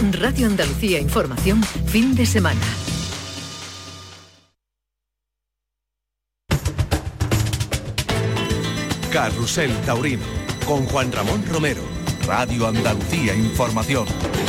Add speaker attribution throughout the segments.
Speaker 1: Radio Andalucía Información, fin de semana.
Speaker 2: Carrusel Taurino, con Juan Ramón Romero, Radio Andalucía Información.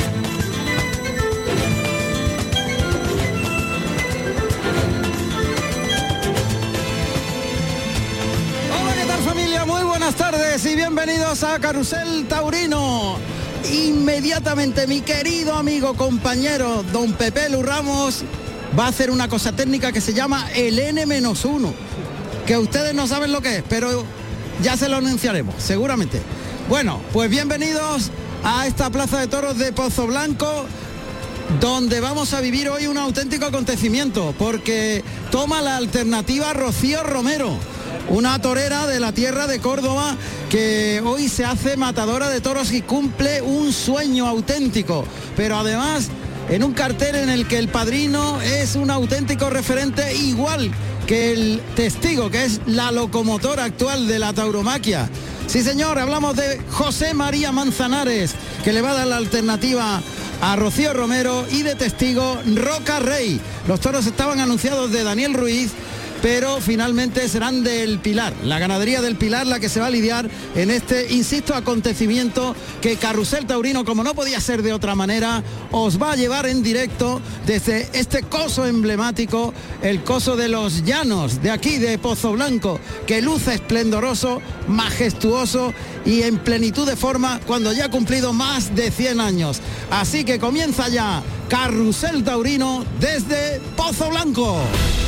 Speaker 3: Hola, ¿qué tal familia? Muy buenas tardes y bienvenidos a Carrusel Taurino. Inmediatamente mi querido amigo, compañero, don Pepelu Ramos, va a hacer una cosa técnica que se llama el N-1, que ustedes no saben lo que es, pero ya se lo anunciaremos, seguramente. Bueno, pues bienvenidos a esta plaza de toros de Pozoblanco, donde vamos a vivir hoy un auténtico acontecimiento, porque toma la alternativa Rocío Romero, una torera de la tierra de Córdoba que hoy se hace matadora de toros y cumple un sueño auténtico, pero además en un cartel en el que el padrino es un auténtico referente, igual que el testigo, que es la locomotora actual de la tauromaquia. Sí, señor, hablamos de José María Manzanares, que le va a dar la alternativa a Rocío Romero, y de testigo Roca Rey. Los toros estaban anunciados de Daniel Ruiz, pero finalmente serán del Pilar, la ganadería del Pilar, la que se va a lidiar en este, insisto, acontecimiento que Carrusel Taurino, como no podía ser de otra manera, os va a llevar en directo desde este coso emblemático, el coso de los Llanos, de aquí de Pozoblanco, que luce esplendoroso, majestuoso y en plenitud de forma cuando ya ha cumplido más de 100 años. Así que comienza ya Carrusel Taurino desde Pozoblanco.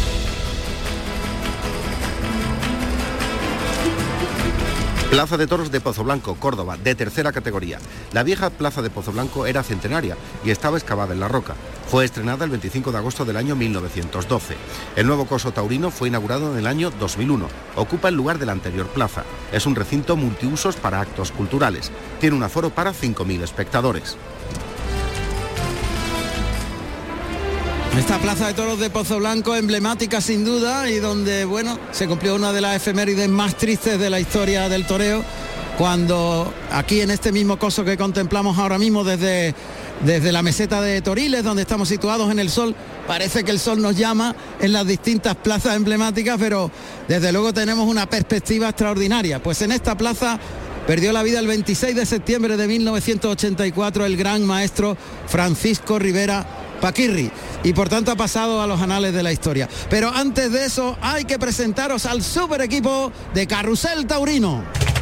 Speaker 4: Plaza de Toros de Pozoblanco, Córdoba, de tercera categoría. La vieja plaza de Pozoblanco era centenaria y estaba excavada en la roca. Fue estrenada el 25 de agosto del año 1912. El nuevo coso taurino fue inaugurado en el año 2001. Ocupa el lugar de la anterior plaza. Es un recinto multiusos para actos culturales. Tiene un aforo para 5.000 espectadores.
Speaker 3: Esta plaza de toros de Pozoblanco, emblemática sin duda, y donde, bueno, se cumplió una de las efemérides más tristes de la historia del toreo, cuando aquí en este mismo coso que contemplamos ahora mismo desde la meseta de Toriles, donde estamos situados en el sol, parece que el sol nos llama en las distintas plazas emblemáticas, pero desde luego tenemos una perspectiva extraordinaria. Pues en esta plaza perdió la vida el 26 de septiembre de 1984 el gran maestro Francisco Rivera Paquirri, y por tanto ha pasado a los anales de la historia. Pero antes de eso hay que presentaros al super equipo de Carrusel Taurino.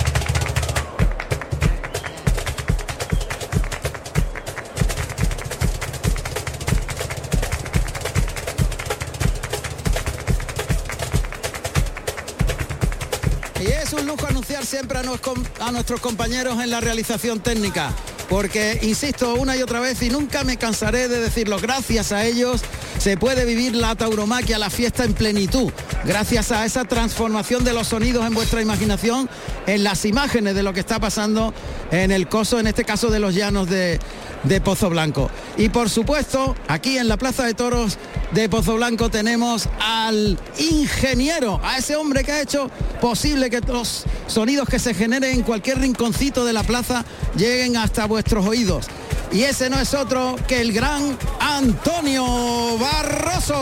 Speaker 3: Y es un lujo anunciar siempre a nuestros compañeros en la realización técnica, porque, insisto una y otra vez, y nunca me cansaré de decirlo, gracias a ellos se puede vivir la tauromaquia, la fiesta en plenitud, gracias a esa transformación de los sonidos en vuestra imaginación, en las imágenes de lo que está pasando en el coso, en este caso de los Llanos de Pozoblanco. Y por supuesto, aquí en la Plaza de Toros de Pozoblanco tenemos al ingeniero, a ese hombre que ha hecho posible que los sonidos que se generen en cualquier rinconcito de la plaza lleguen hasta vuestros oídos. Y ese no es otro que el gran Antonio Barroso.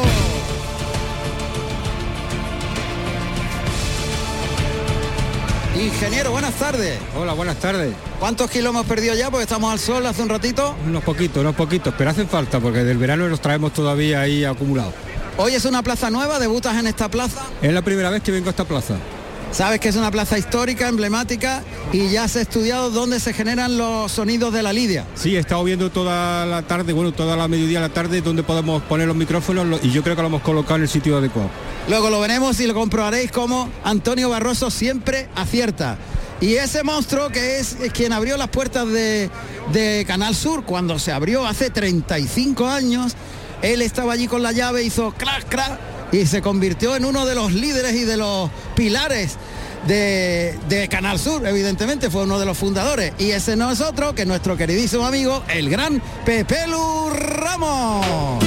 Speaker 3: Ingeniero, buenas tardes.
Speaker 5: Hola, buenas tardes.
Speaker 3: ¿Cuántos kilos hemos perdido ya? Porque estamos al sol hace un ratito.
Speaker 5: Unos poquitos, pero hacen falta porque del verano los traemos todavía ahí acumulados.
Speaker 3: Hoy es una plaza nueva, debutas en esta plaza.
Speaker 5: Es la primera vez que vengo a esta plaza.
Speaker 3: Sabes que es una plaza histórica, emblemática, y ya has estudiado dónde se generan los sonidos de la lidia.
Speaker 5: Sí, he estado viendo toda la tarde, toda la mediodía de la tarde, donde podemos poner los micrófonos, y yo creo que lo hemos colocado en el sitio adecuado.
Speaker 3: Luego lo veremos y lo comprobaréis cómo Antonio Barroso siempre acierta. Y ese monstruo que es quien abrió las puertas de Canal Sur, cuando se abrió hace 35 años, él estaba allí con la llave, hizo crack, crack, y se convirtió en uno de los líderes y de los pilares de Canal Sur. Evidentemente fue uno de los fundadores, y ese no es otro que nuestro queridísimo amigo, el gran Pepelu Ramos.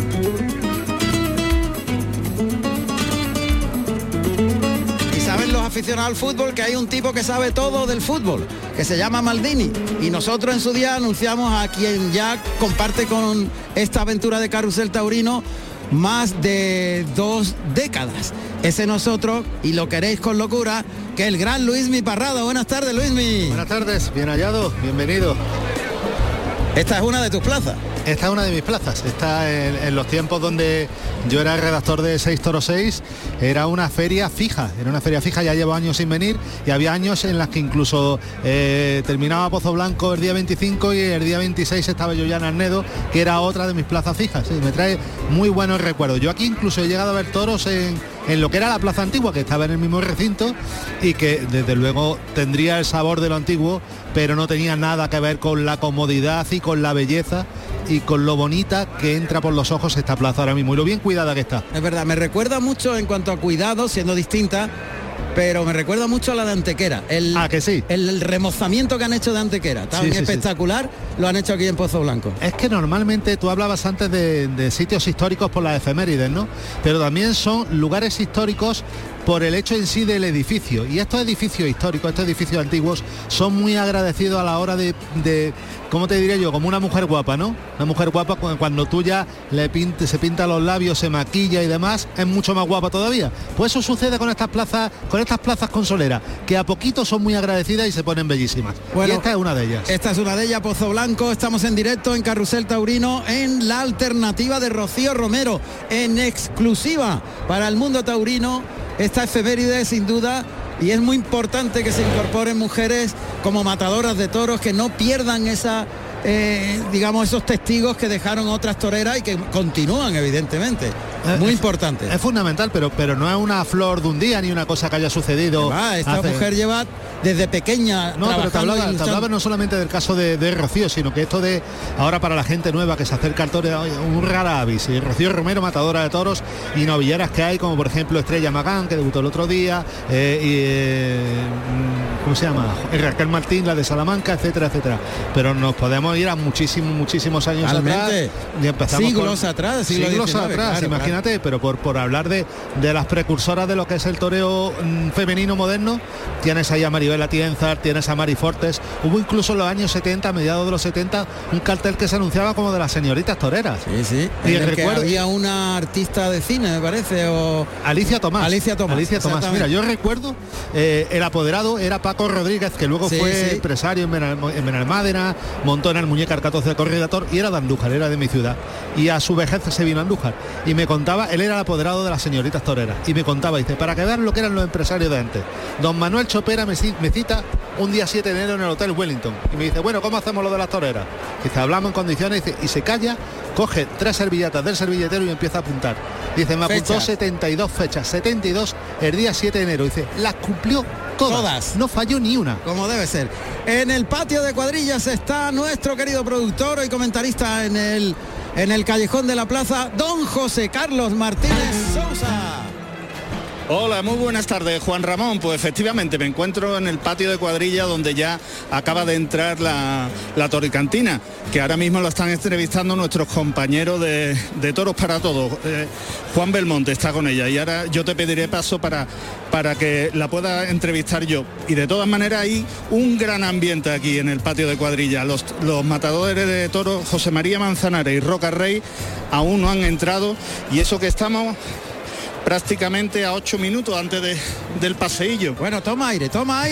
Speaker 3: ¿Y saben los aficionados al fútbol, que hay un tipo que sabe todo del fútbol, que se llama Maldini. Y nosotros en su día anunciamos a quien ya comparte con esta aventura de Carrusel Taurino más de 2 décadas. Ese nosotros, y lo queréis con locura, que el gran Luismi Parrado. Buenas tardes, Luismi.
Speaker 6: Buenas tardes, bien hallado, bienvenido.
Speaker 3: Esta es una de tus plazas.
Speaker 6: Esta es una de mis plazas. Está en los tiempos donde yo era el redactor de 6 Toros 6, era una feria fija, ya llevo años sin venir, y había años en las que incluso terminaba Pozo Blanco el día 25 y el día 26 estaba yo ya en Arnedo, que era otra de mis plazas fijas. Sí, me trae muy buenos recuerdos. Yo aquí incluso he llegado a ver toros en lo que era la plaza antigua, que estaba en el mismo recinto y que desde luego tendría el sabor de lo antiguo, pero no tenía nada que ver con la comodidad y con la belleza y con lo bonita que entra por los ojos esta plaza ahora mismo y lo bien cuidada que está. Es
Speaker 3: verdad, me recuerda mucho en cuanto a cuidado, siendo distinta, pero me recuerda mucho a la de Antequera.
Speaker 6: Que sí.
Speaker 3: El remozamiento que han hecho de Antequera, tan espectacular, lo han hecho aquí en Pozo Blanco.
Speaker 6: Es que normalmente tú hablabas antes de sitios históricos por las efemérides, ¿no? Pero también son lugares históricos por el hecho en sí del edificio. Y estos edificios históricos, estos edificios antiguos, son muy agradecidos a la hora de ¿cómo te diré yo? Como una mujer guapa, ¿no? Una mujer guapa cuando tú ya se pinta los labios, se maquilla y demás, es mucho más guapa todavía. Pues eso sucede con estas plazas consoleras, que a poquito son muy agradecidas y se ponen bellísimas. Bueno, y esta es una de ellas.
Speaker 3: Esta es una de ellas, Pozo Blanco. Estamos en directo en Carrusel Taurino, en la alternativa de Rocío Romero, en exclusiva para el mundo taurino. Esta efeméride, sin duda, y es muy importante que se incorporen mujeres como matadoras de toros, que no pierdan esa esos testigos que dejaron otras toreras y que continúan, evidentemente. Muy importante.
Speaker 6: Es fundamental, pero no es una flor de un día ni una cosa que haya sucedido.
Speaker 3: Esta mujer lleva desde pequeña.
Speaker 6: No, pero te hablaba no solamente del caso de Rocío, sino que esto de ahora para la gente nueva que se acerca al toro, un rara avis. Rocío Romero, matadora de toros, y novilleras que hay, como por ejemplo Estrella Magán, que debutó el otro día, ¿cómo se llama? Raquel Martín, la de Salamanca, etcétera, etcétera. Pero nos podemos ir a muchísimos años atrás. Y empezamos
Speaker 3: siglos atrás,
Speaker 6: claro, imagínate, claro. Pero por hablar de las precursoras de lo que es el toreo femenino moderno, tienes ahí a Maribel Atienzar, tienes a Mari Fortes. Hubo incluso en los años 70, a mediados de los 70, un cartel que se anunciaba como de las señoritas toreras.
Speaker 3: Sí. Y recuerdo, había una artista de cine, me parece, o
Speaker 6: Alicia Tomás. Mira, yo recuerdo el apoderado era Paco Rodríguez, que luego fue empresario en Benalmádena, montó en el Muñeca el 14 de corrida y era de Andújar, era de mi ciudad, y a su vejez se vino a Andújar y me contaba, él era el apoderado de las señoritas toreras, y me contaba, dice, para que vean lo que eran los empresarios de antes, don Manuel Chopera me cita un día 7 de enero en el Hotel Wellington y me dice, bueno, ¿cómo hacemos lo de las toreras? Dice, hablamos en condiciones, dice, y se calla, coge 3 servilletas del servilletero y empieza a apuntar. Dice, me apuntó 72 fechas, 72 el día 7 de enero, dice, las cumplió todas, no falló ni una.
Speaker 3: Como debe ser. En el patio de cuadrillas está nuestro querido productor y comentarista en el callejón de la plaza, don José Carlos Martínez Sousa.
Speaker 7: Hola, muy buenas tardes, Juan Ramón. Pues efectivamente me encuentro en el patio de cuadrilla donde ya acaba de entrar la toricantina, que ahora mismo la están entrevistando nuestros compañeros de Toros para Todos. Juan Belmonte está con ella y ahora yo te pediré paso para que la pueda entrevistar yo. Y de todas maneras hay un gran ambiente aquí en el patio de cuadrilla. Los matadores de toros José María Manzanares y Roca Rey aún no han entrado, y eso que estamos prácticamente a 8 minutos antes del paseillo.
Speaker 3: Bueno, toma aire.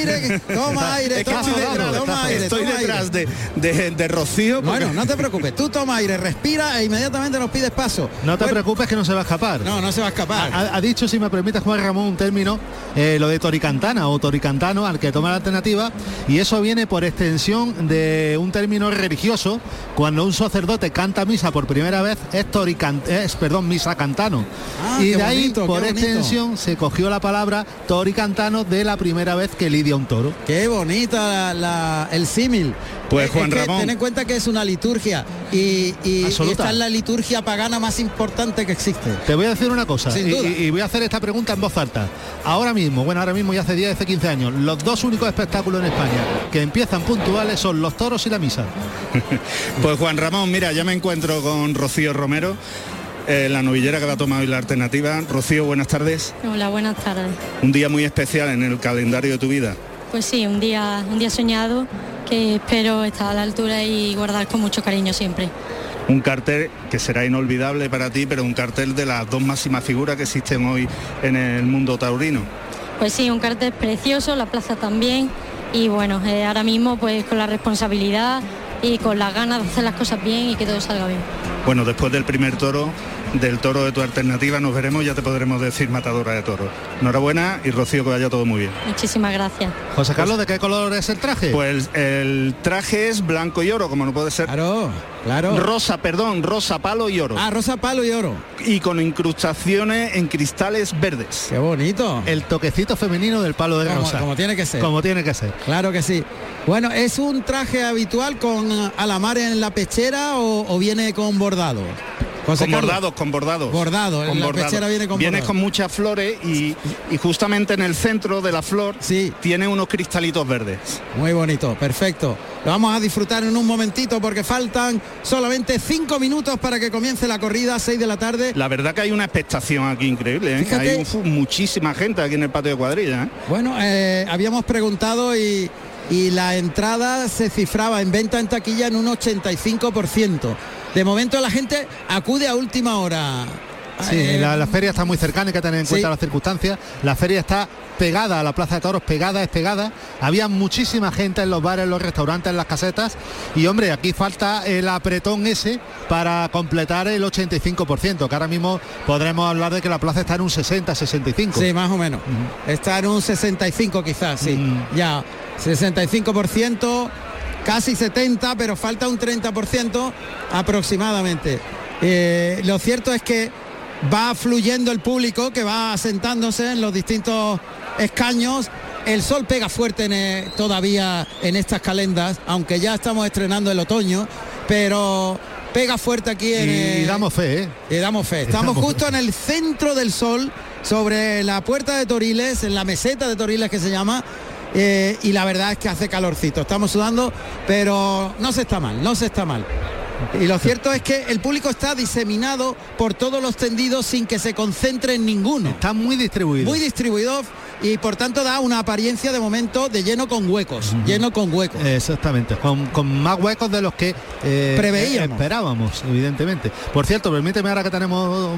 Speaker 7: Estoy detrás de Rocío.
Speaker 3: Porque... Bueno, no te preocupes, tú toma aire, respira e inmediatamente nos pides paso.
Speaker 6: No te preocupes, que no se va a escapar.
Speaker 3: No se va a escapar.
Speaker 6: Ha dicho, si me permite, Juan Ramón, un término, lo de toricantana o toricantano, al que toma la alternativa, y eso viene por extensión de un término religioso. Cuando un sacerdote canta misa por primera vez es misa cantano. Y de ahí, por extensión, se cogió la palabra toricantano de la primera vez que lidia un toro.
Speaker 3: Qué bonita el símil.
Speaker 7: Pues Juan Ramón,
Speaker 3: ten en cuenta que es una liturgia y esta es la liturgia pagana más importante que existe.
Speaker 6: Te voy a decir una cosa,
Speaker 3: sin duda.
Speaker 6: Y voy a hacer esta pregunta en voz alta. Ahora mismo y hace 10, hace 15 años, los dos únicos espectáculos en España que empiezan puntuales son los toros y la misa.
Speaker 7: Pues Juan Ramón, mira, ya me encuentro con Rocío Romero. la novillera que va a tomar hoy la Alternativa. Rocío, buenas tardes.
Speaker 8: Hola, buenas tardes.
Speaker 7: Un día muy especial en el calendario de tu vida.
Speaker 8: Pues sí, un día soñado que espero estar a la altura y guardar con mucho cariño siempre.
Speaker 7: Un cartel que será inolvidable para ti, pero un cartel de las dos máximas figuras que existen hoy en el mundo taurino.
Speaker 8: Pues sí, un cartel precioso, la plaza también, y bueno, ahora mismo pues con la responsabilidad y con las ganas de hacer las cosas bien y que todo salga bien.
Speaker 7: Bueno, después del primer toro, del toro de tu Alternativa, nos veremos, ya te podremos decir matadora de toros. Enhorabuena y Rocío, que vaya todo muy bien.
Speaker 8: Muchísimas gracias.
Speaker 6: José Carlos, ¿de qué color es el traje?
Speaker 7: Pues el traje es blanco y oro, como no puede ser.
Speaker 3: Claro.
Speaker 7: Rosa, palo y oro.
Speaker 3: Ah, rosa, palo y oro.
Speaker 7: Y con incrustaciones en cristales verdes.
Speaker 3: Qué bonito.
Speaker 6: El toquecito femenino del palo de rosa.
Speaker 3: Como tiene que ser.
Speaker 6: Como tiene que ser.
Speaker 3: Claro que sí. Bueno, ¿es un traje habitual con alamar en la pechera o viene con bordado?
Speaker 7: Con bordados.
Speaker 3: Bordado, en la pechera viene con
Speaker 7: Viene
Speaker 3: bordado.
Speaker 7: con muchas flores y justamente en el centro de la flor tiene unos cristalitos verdes.
Speaker 3: Muy bonito, perfecto. Lo vamos a disfrutar en un momentito porque faltan solamente 5 minutos para que comience la corrida, 6 de la tarde.
Speaker 7: La verdad que hay una expectación aquí increíble, ¿eh?
Speaker 3: Fíjate,
Speaker 7: hay muchísima gente aquí en el patio de cuadrilla, ¿eh?
Speaker 3: Bueno, habíamos preguntado y la entrada se cifraba en venta en taquilla en un 85%. De momento la gente acude a última hora.
Speaker 6: Sí, la feria está muy cercana, hay que tener en cuenta las circunstancias. La feria está pegada a la Plaza de Toros, pegada. Había muchísima gente en los bares, en los restaurantes, en las casetas. Y hombre, aquí falta el apretón ese para completar el 85%, que ahora mismo podremos hablar de que la plaza está en un 60-65.
Speaker 3: Sí, más o menos. Está en un 65 quizás, sí. Ya, 65%. Casi 70, pero falta un 30% aproximadamente. Lo cierto es que va fluyendo el público, que va asentándose en los distintos escaños. El sol pega fuerte todavía en estas calendas, aunque ya estamos estrenando el otoño, pero pega fuerte aquí
Speaker 6: y damos fe,
Speaker 3: Y damos fe. Estamos justo en el centro del sol, sobre la puerta de Toriles, en la meseta de Toriles que se llama. Y la verdad es que hace calorcito, estamos sudando, pero no se está mal. Y lo cierto es que el público está diseminado por todos los tendidos sin que se concentre en ninguno.
Speaker 6: Está muy distribuido.
Speaker 3: Y por tanto da una apariencia de momento de lleno con huecos.
Speaker 6: Exactamente, con más huecos de los que
Speaker 3: preveíamos.
Speaker 6: Esperábamos, evidentemente. Por cierto, permíteme ahora que tenemos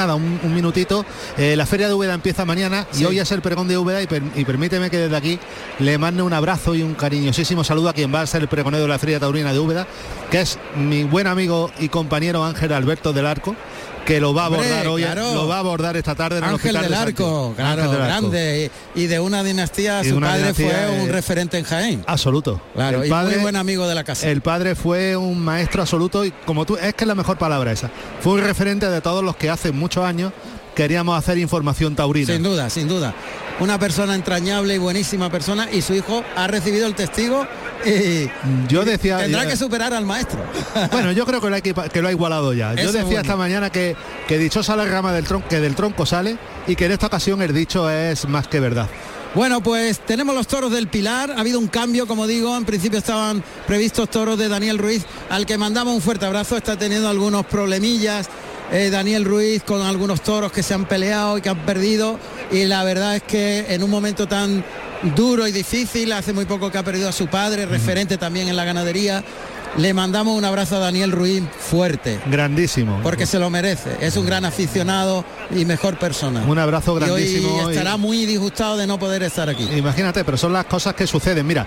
Speaker 6: un minutito, la Feria de Úbeda empieza mañana y hoy es el pregón de Úbeda y permíteme que desde aquí le mande un abrazo y un cariñosísimo saludo a quien va a ser el pregonero de la Feria Taurina de Úbeda, que es mi buen amigo y compañero Ángel Alberto del Arco, que lo va a abordar hoy, lo va a abordar esta tarde en el
Speaker 3: Ángel del Arco, grande, y de una dinastía, su padre fue un referente en Jaén.
Speaker 6: Absoluto.
Speaker 3: Claro, y muy buen amigo de la casa.
Speaker 6: El padre fue un maestro absoluto y como tú, es que es la mejor palabra esa. Fue un referente de todos los que hace muchos años queríamos hacer información taurina.
Speaker 3: Sin duda. Una persona entrañable y buenísima persona, y su hijo ha recibido el testigo y tendrá que superar al maestro.
Speaker 6: Bueno, yo creo que lo ha igualado ya. Yo decía esta mañana que dichosa la rama del tronco, que del tronco sale, y que en esta ocasión el dicho es más que verdad.
Speaker 3: Bueno, pues tenemos los toros del Pilar. Ha habido un cambio, como digo. En principio estaban previstos toros de Daniel Ruiz, al que mandamos un fuerte abrazo. Está teniendo algunos problemillas Daniel Ruiz con algunos toros que se han peleado y que han perdido, y la verdad es que en un momento tan duro y difícil, hace muy poco que ha perdido a su padre, referente también en la ganadería. Le mandamos un abrazo a Daniel Ruiz fuerte.
Speaker 6: Grandísimo.
Speaker 3: Porque se lo merece. Es un gran aficionado y mejor persona.
Speaker 6: Un abrazo grandísimo.
Speaker 3: Y hoy estará muy disgustado de no poder estar aquí.
Speaker 6: Imagínate, pero son las cosas que suceden. Mira,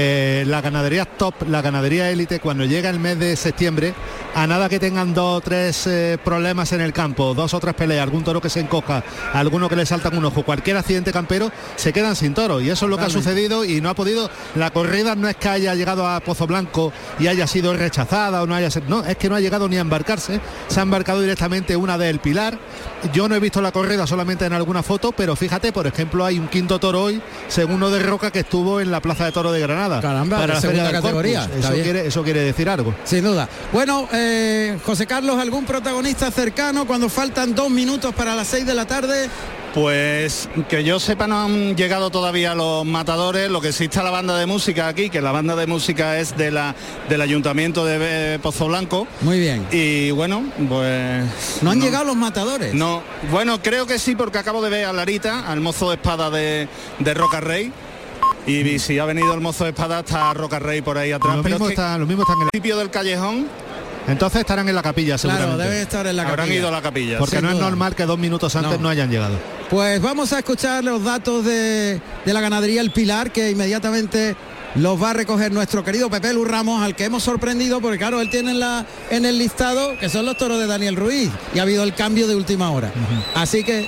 Speaker 6: la ganadería top, la ganadería élite, cuando llega el mes de septiembre, a nada que tengan 2 o 3 problemas en el campo, 2 o 3 peleas, algún toro que se encoja, alguno que le salta un ojo, cualquier accidente campero, se quedan sin toro. Y eso es lo que ha sucedido y no ha podido. La corrida no es que haya llegado a Pozo Blanco y haya sido rechazada o no haya sido, no, es que no ha llegado ni a embarcarse. Se ha embarcado directamente una del Pilar. Yo no he visto la corrida, solamente en alguna foto, pero fíjate, por ejemplo, hay un quinto toro hoy, segundo de Roca, que estuvo en la Plaza de Toro de Granada.
Speaker 3: Caramba, para la segunda categoría.
Speaker 6: Eso quiere decir algo.
Speaker 3: Sin duda. Bueno, José Carlos, ¿algún protagonista cercano cuando faltan 2 minutos para las 6 de la tarde?
Speaker 7: Pues que yo sepa no han llegado todavía los matadores, lo que sí está la banda de música aquí, que la banda de música es del Ayuntamiento de Pozoblanco.
Speaker 3: Muy bien.
Speaker 7: Y bueno, pues...
Speaker 3: ¿No han llegado los matadores?
Speaker 7: No, bueno, creo que sí, porque acabo de ver a Larita, al mozo de espada de Roca Rey. Y si ha venido el mozo de espada, está Roca Rey por ahí atrás.
Speaker 6: Los mismos están en el
Speaker 7: principio del callejón.
Speaker 6: Entonces estarán en la capilla, seguramente.
Speaker 3: Claro, debe estar en la capilla.
Speaker 7: Habrán ido a la capilla.
Speaker 6: Porque no es normal que 2 minutos antes no hayan llegado.
Speaker 3: Pues vamos a escuchar los datos de la ganadería El Pilar, que inmediatamente los va a recoger nuestro querido Pepe Lu Ramos, al que hemos sorprendido, porque claro, él tiene en el listado que son los toros de Daniel Ruiz, y ha habido el cambio de última hora. Así que...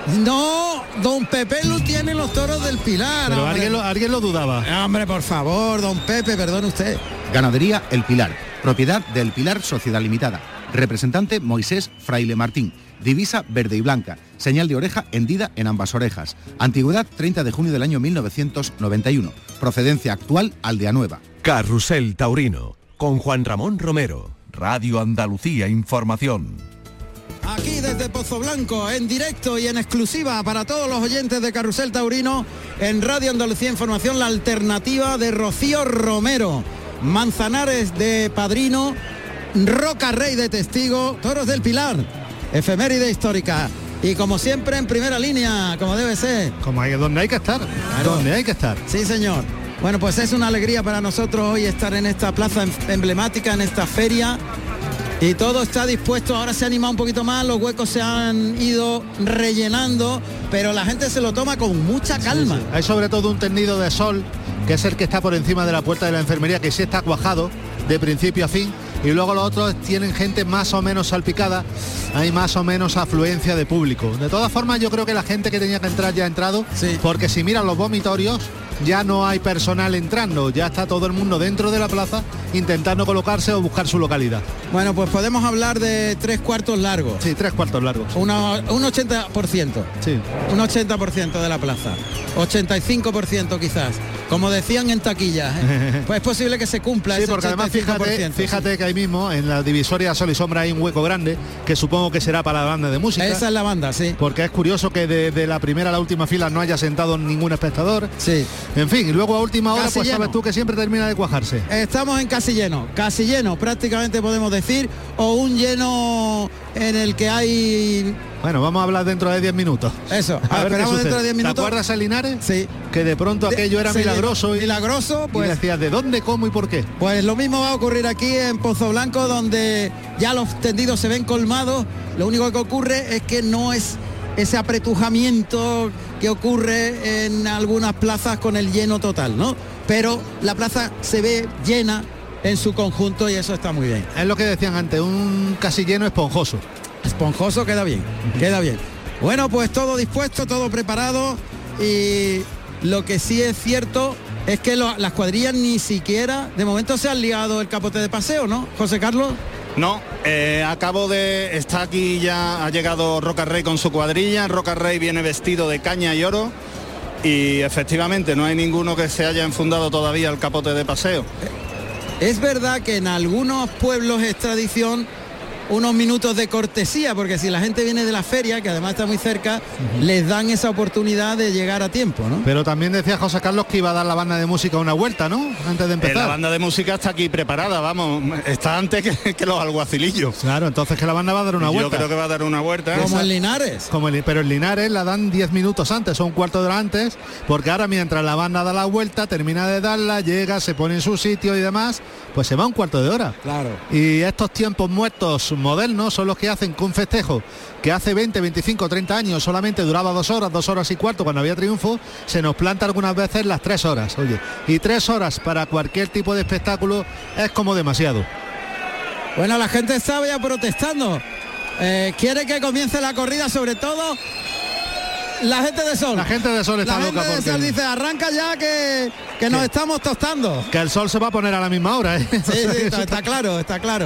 Speaker 3: No, don Pepe Lu tiene los toros del Pilar.
Speaker 6: Pero alguien lo dudaba.
Speaker 3: Hombre, por favor, don Pepe, perdone usted.
Speaker 4: Ganadería El Pilar, propiedad del Pilar Sociedad Limitada. Representante Moisés Fraile Martín. Divisa verde y blanca. Señal de oreja hendida en ambas orejas. Antigüedad 30 de junio del año 1991. Procedencia actual Aldea Nueva.
Speaker 2: Carrusel Taurino, con Juan Ramón Romero. Radio Andalucía Información.
Speaker 3: Aquí desde Pozoblanco, en directo y en exclusiva para todos los oyentes de Carrusel Taurino, en Radio Andalucía Información, la alternativa de Rocío Romero. Manzanares de padrino, Roca Rey de testigo, toros del Pilar, efeméride histórica. Y como siempre en primera línea, como debe ser.
Speaker 6: Donde hay que estar, donde hay que estar.
Speaker 3: Sí, señor. Bueno, pues es una alegría para nosotros hoy estar en esta plaza emblemática, en esta feria. Y todo está dispuesto, ahora se ha animado un poquito más, los huecos se han ido rellenando, pero la gente se lo toma con mucha calma.
Speaker 6: Sí. Hay sobre todo un tendido de sol, que es el que está por encima de la puerta de la enfermería, que sí está cuajado de principio a fin, y luego los otros tienen gente más o menos salpicada, hay más o menos afluencia de público. De todas formas, yo creo que la gente que tenía que entrar ya ha entrado, porque si miran los vomitorios, ya no hay personal entrando, ya está todo el mundo dentro de la plaza intentando colocarse o buscar su localidad.
Speaker 3: Bueno, pues podemos hablar de 3/4 largos.
Speaker 6: Sí, 3/4 largos.
Speaker 3: Un 80%.
Speaker 6: Sí.
Speaker 3: Un 80% de la plaza. 85% quizás. Como decían en taquillas, ¿eh? Pues es posible que se cumpla.
Speaker 6: Sí,
Speaker 3: ese
Speaker 6: porque además fíjate que ahí mismo en la divisoria Sol y Sombra hay un hueco grande que supongo que será para la banda de música.
Speaker 3: Esa es la banda, sí.
Speaker 6: Porque es curioso que de la primera a la última fila no haya sentado ningún espectador.
Speaker 3: Sí.
Speaker 6: En fin, y luego a última hora,
Speaker 3: casi
Speaker 6: pues
Speaker 3: lleno.
Speaker 6: sabes tú que siempre termina de cuajarse.
Speaker 3: Estamos en casi lleno prácticamente podemos decir, o un lleno en el que hay...
Speaker 6: Bueno, vamos a hablar dentro de 10 minutos.
Speaker 3: Eso,
Speaker 6: esperamos
Speaker 3: dentro de 10 minutos.
Speaker 6: ¿Te acuerdas a Linares?
Speaker 3: Sí.
Speaker 6: Que de pronto aquello era milagroso.
Speaker 3: Milagroso, pues...
Speaker 6: Y decías, ¿de dónde, cómo y por qué?
Speaker 3: Pues lo mismo va a ocurrir aquí en Pozoblanco, donde ya los tendidos se ven colmados. Lo único que ocurre es que no es ese apretujamiento que ocurre en algunas plazas con el lleno total, ¿no? Pero la plaza se ve llena en su conjunto y eso está muy bien.
Speaker 6: Es lo que decían antes, un casi lleno esponjoso.
Speaker 3: Esponjoso queda bien, queda bien. Bueno, pues todo dispuesto, todo preparado, y lo que sí es cierto es que las cuadrillas ni siquiera, de momento, se han liado el capote de paseo, ¿no, José Carlos?
Speaker 7: No, está aquí ya, ha llegado Roca Rey con su cuadrilla. Roca Rey viene vestido de caña y oro y efectivamente no hay ninguno que se haya enfundado todavía el capote de paseo.
Speaker 3: Es verdad que en algunos pueblos es tradición unos minutos de cortesía, porque si la gente viene de la feria, que además está muy cerca, les dan esa oportunidad de llegar a tiempo, ¿no?
Speaker 6: Pero también decía José Carlos que iba a dar la banda de música una vuelta, ¿no? Antes de empezar.
Speaker 7: La banda de música está aquí preparada, vamos, está antes que los alguacilillos.
Speaker 6: Claro, entonces que la banda va a dar una vuelta.
Speaker 7: Yo creo que va a dar una vuelta.
Speaker 3: Como en Linares.
Speaker 6: Pero en Linares la dan 10 minutos antes, o un cuarto de hora antes, porque ahora mientras la banda da la vuelta, termina de darla, llega, se pone en su sitio y demás, pues se va un cuarto de hora.
Speaker 3: Claro.
Speaker 6: Y estos tiempos muertos modernos son los que hacen que un festejo que hace 20, 25, 30 años solamente duraba 2 horas y cuarto cuando había triunfo, se nos planta algunas veces las 3 horas, oye, y 3 horas para cualquier tipo de espectáculo es como demasiado.
Speaker 3: Bueno, la gente está ya protestando, quiere que comience la corrida, sobre todo la gente de Sol.
Speaker 6: La gente de Sol está loca.
Speaker 3: La gente de Sol dice, arranca ya que nos estamos tostando.
Speaker 6: Que el sol se va a poner a la misma hora, ¿eh?
Speaker 3: Sí, está claro, está claro.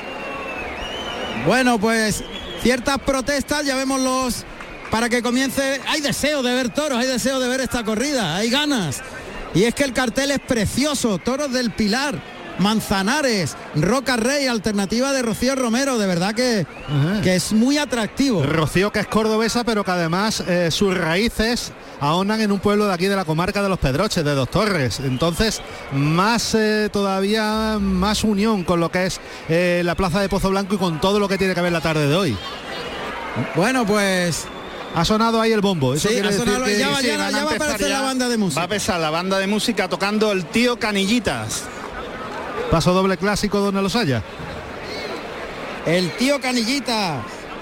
Speaker 3: Bueno, pues ciertas protestas, ya vemos para que comience. Hay deseo de ver toros, hay deseo de ver esta corrida, hay ganas. Y es que el cartel es precioso, toros del Pilar, Manzanares, Roca Rey, alternativa de Rocío Romero, de verdad que es muy atractivo.
Speaker 6: Rocío, que es cordobesa, pero que además sus raíces ahondan en un pueblo de aquí de la comarca de Los Pedroches, de Dos Torres. Entonces, más todavía más unión con lo que es la plaza de Pozo Blanco y con todo lo que tiene que ver la tarde de hoy.
Speaker 3: Bueno, pues
Speaker 6: ha sonado ahí el bombo. Eso
Speaker 3: sí,
Speaker 6: quiere decir que
Speaker 3: ya va a aparecer la banda de música.
Speaker 7: Va a empezar la banda de música tocando el Tío Canillitas.
Speaker 6: Paso doble clásico donde los haya.
Speaker 3: El Tío Canillitas.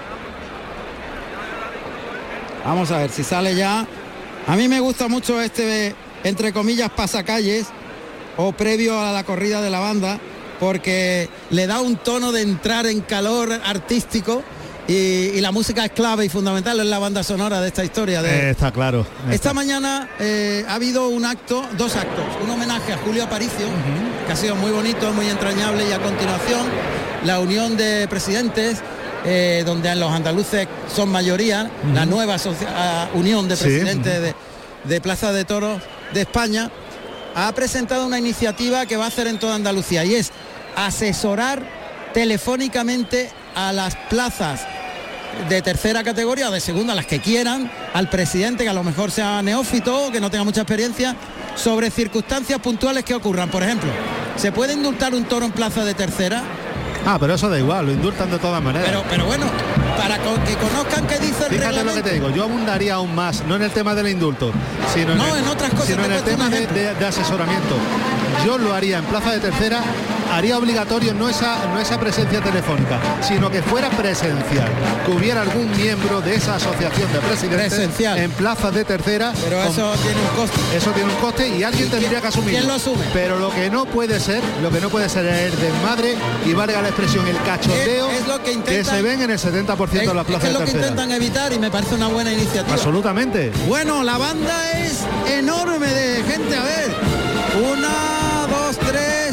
Speaker 3: Vamos a ver si sale ya. A mí me gusta mucho este, entre comillas, pasacalles o previo a la corrida de la banda, porque le da un tono de entrar en calor artístico. Y la música es clave y fundamental en la banda sonora de esta historia.
Speaker 6: Está claro.
Speaker 3: Esta mañana ha habido dos actos. Un homenaje a Julio Aparicio, que ha sido muy bonito, muy entrañable, y a continuación la unión de presidentes, donde los andaluces son mayoría, la nueva unión de presidentes de Plaza de Toros de España, ha presentado una iniciativa que va a hacer en toda Andalucía, y es asesorar telefónicamente a las plazas de tercera categoría o de segunda, las que quieran, al presidente, que a lo mejor sea neófito o que no tenga mucha experiencia, sobre circunstancias puntuales que ocurran. Por ejemplo, ¿se puede indultar un toro en plaza de tercera?
Speaker 6: Pero eso da igual, lo indultan de todas maneras.
Speaker 3: Pero bueno, para que conozcan qué dice el reglamento.
Speaker 6: Fíjate lo que te digo, yo abundaría aún más, no en el tema del indulto, sino
Speaker 3: en otras cosas,
Speaker 6: sino en el tema de asesoramiento. Yo lo haría en plaza de tercera, haría obligatorio no esa presencia telefónica, sino que fuera presencial, que hubiera algún miembro de esa asociación de presidentes en plaza de tercera.
Speaker 3: Pero eso tiene un coste.
Speaker 6: Eso tiene un coste y alguien tendría que asumirlo.
Speaker 3: ¿Quién lo asume?
Speaker 6: Pero lo que no puede ser es el desmadre, y valga la expresión, el cachondeo
Speaker 3: es lo que
Speaker 6: se ven en el 70% de las plazas de tercera.
Speaker 3: Es lo que intentan evitar, y me parece una buena iniciativa.
Speaker 6: Absolutamente.
Speaker 3: Bueno, la banda es enorme de gente. A ver, 1, 2, 3,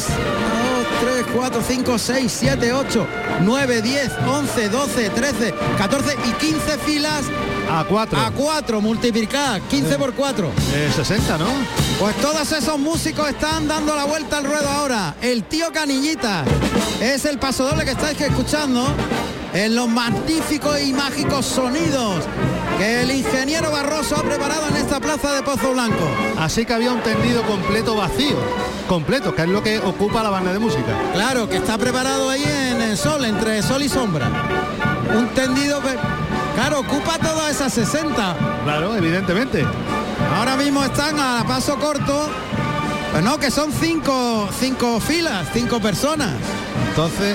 Speaker 3: 4, 5, 6, 7, 8, 9, 10, 11, 12, 13, 14 y 15 filas
Speaker 6: a
Speaker 3: 4 multiplicadas, 15 por 4.
Speaker 6: 60, ¿no?
Speaker 3: Pues todos esos músicos están dando la vuelta al ruedo ahora. El Tío Canillitas es el pasodoble que estáis escuchando en los magníficos y mágicos sonidos que el ingeniero Barroso ha preparado en esta plaza de Pozo Blanco.
Speaker 6: Así que había un tendido completo vacío, que es lo que ocupa la banda de música.
Speaker 3: Claro, que está preparado ahí en el sol, entre sol y sombra. Un tendido que, claro, ocupa todas esas 60.
Speaker 6: Claro, evidentemente.
Speaker 3: Ahora mismo están a paso corto, pues no, que son 5 filas, 5 personas.
Speaker 6: Entonces,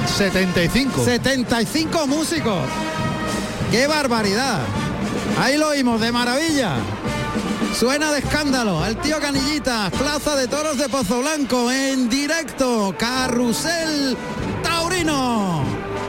Speaker 6: 75
Speaker 3: músicos. ¡Qué barbaridad! Ahí lo oímos, de maravilla. Suena de escándalo. El Tío Canillitas, Plaza de Toros de Pozo Blanco, en directo. Carrusel Taurino.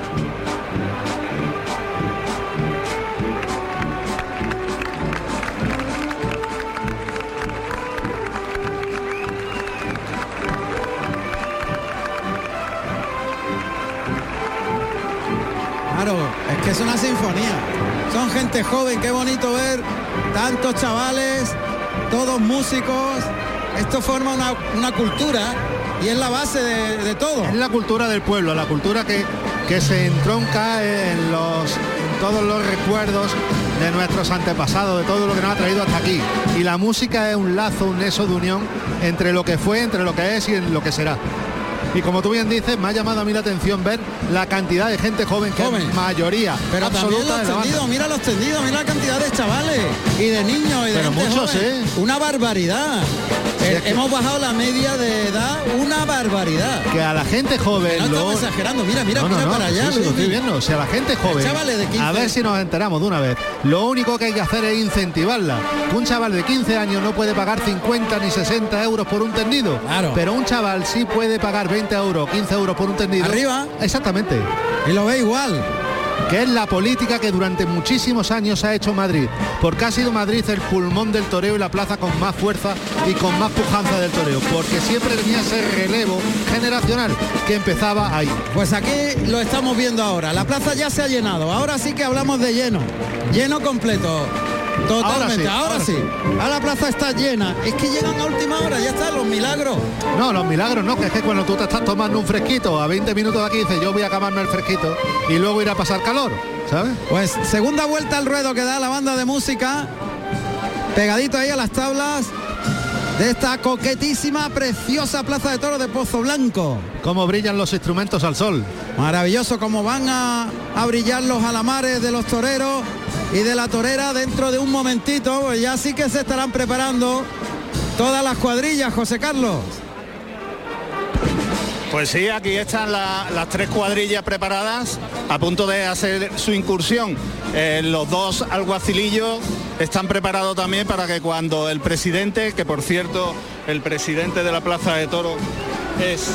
Speaker 3: Claro, es que es una sinfonía. Son gente joven, qué bonito ver tantos chavales, todos músicos. Esto forma una cultura y es la base de todo.
Speaker 6: Es la cultura del pueblo, la cultura que se entronca en todos los recuerdos de nuestros antepasados, de todo lo que nos ha traído hasta aquí. Y la música es un lazo, un nexo de unión entre lo que fue, entre lo que es y lo que será. Y como tú bien dices, me ha llamado a mí la atención ver la cantidad de gente joven, que es mayoría
Speaker 3: pero
Speaker 6: absoluta
Speaker 3: también los tendidos, mira los tendidos, mira la cantidad de chavales y de niños y de
Speaker 6: pero
Speaker 3: gente
Speaker 6: muchos,
Speaker 3: joven. Una barbaridad. Hemos bajado la media de edad, una barbaridad.
Speaker 6: Que a la gente joven...
Speaker 3: No estamos exagerando, mira para allá.
Speaker 6: Sí, lo estoy viendo. O sea, la gente joven,
Speaker 3: de 15...
Speaker 6: a ver si nos enteramos de una vez. Lo único que hay que hacer es incentivarla. Un chaval de 15 años no puede pagar 50 ni 60 euros por un tendido.
Speaker 3: Claro.
Speaker 6: Pero un chaval sí puede pagar 20 euros, 15 euros por un tendido.
Speaker 3: Arriba.
Speaker 6: Exactamente.
Speaker 3: Y lo ve igual.
Speaker 6: Que es la política que durante muchísimos años ha hecho Madrid, porque ha sido Madrid el pulmón del toreo y la plaza con más fuerza y con más pujanza del toreo, porque siempre tenía ese relevo generacional que empezaba ahí.
Speaker 3: Pues aquí lo estamos viendo ahora, la plaza ya se ha llenado, ahora sí que hablamos de lleno completo. Totalmente, ahora sí. A la plaza está llena. Es que llegan a última hora, ya están los milagros.
Speaker 6: No, los milagros no, que es que cuando tú te estás tomando un fresquito a 20 minutos de aquí, dices, yo voy a acabarme el fresquito y luego ir a pasar calor, ¿sabes?
Speaker 3: Pues segunda vuelta al ruedo que da la banda de música, pegadito ahí a las tablas de esta coquetísima, preciosa plaza de toros de Pozoblanco.
Speaker 6: Cómo brillan los instrumentos al sol.
Speaker 3: Maravilloso cómo van a brillar los alamares de los toreros y de la torera dentro de un momentito. Pues ya sí que se estarán preparando todas las cuadrillas, José Carlos.
Speaker 7: Pues sí, aquí están las 3 cuadrillas preparadas a punto de hacer su incursión. Los 2 alguacilillos están preparados también para que cuando el presidente, que por cierto el presidente de la Plaza de Toros es,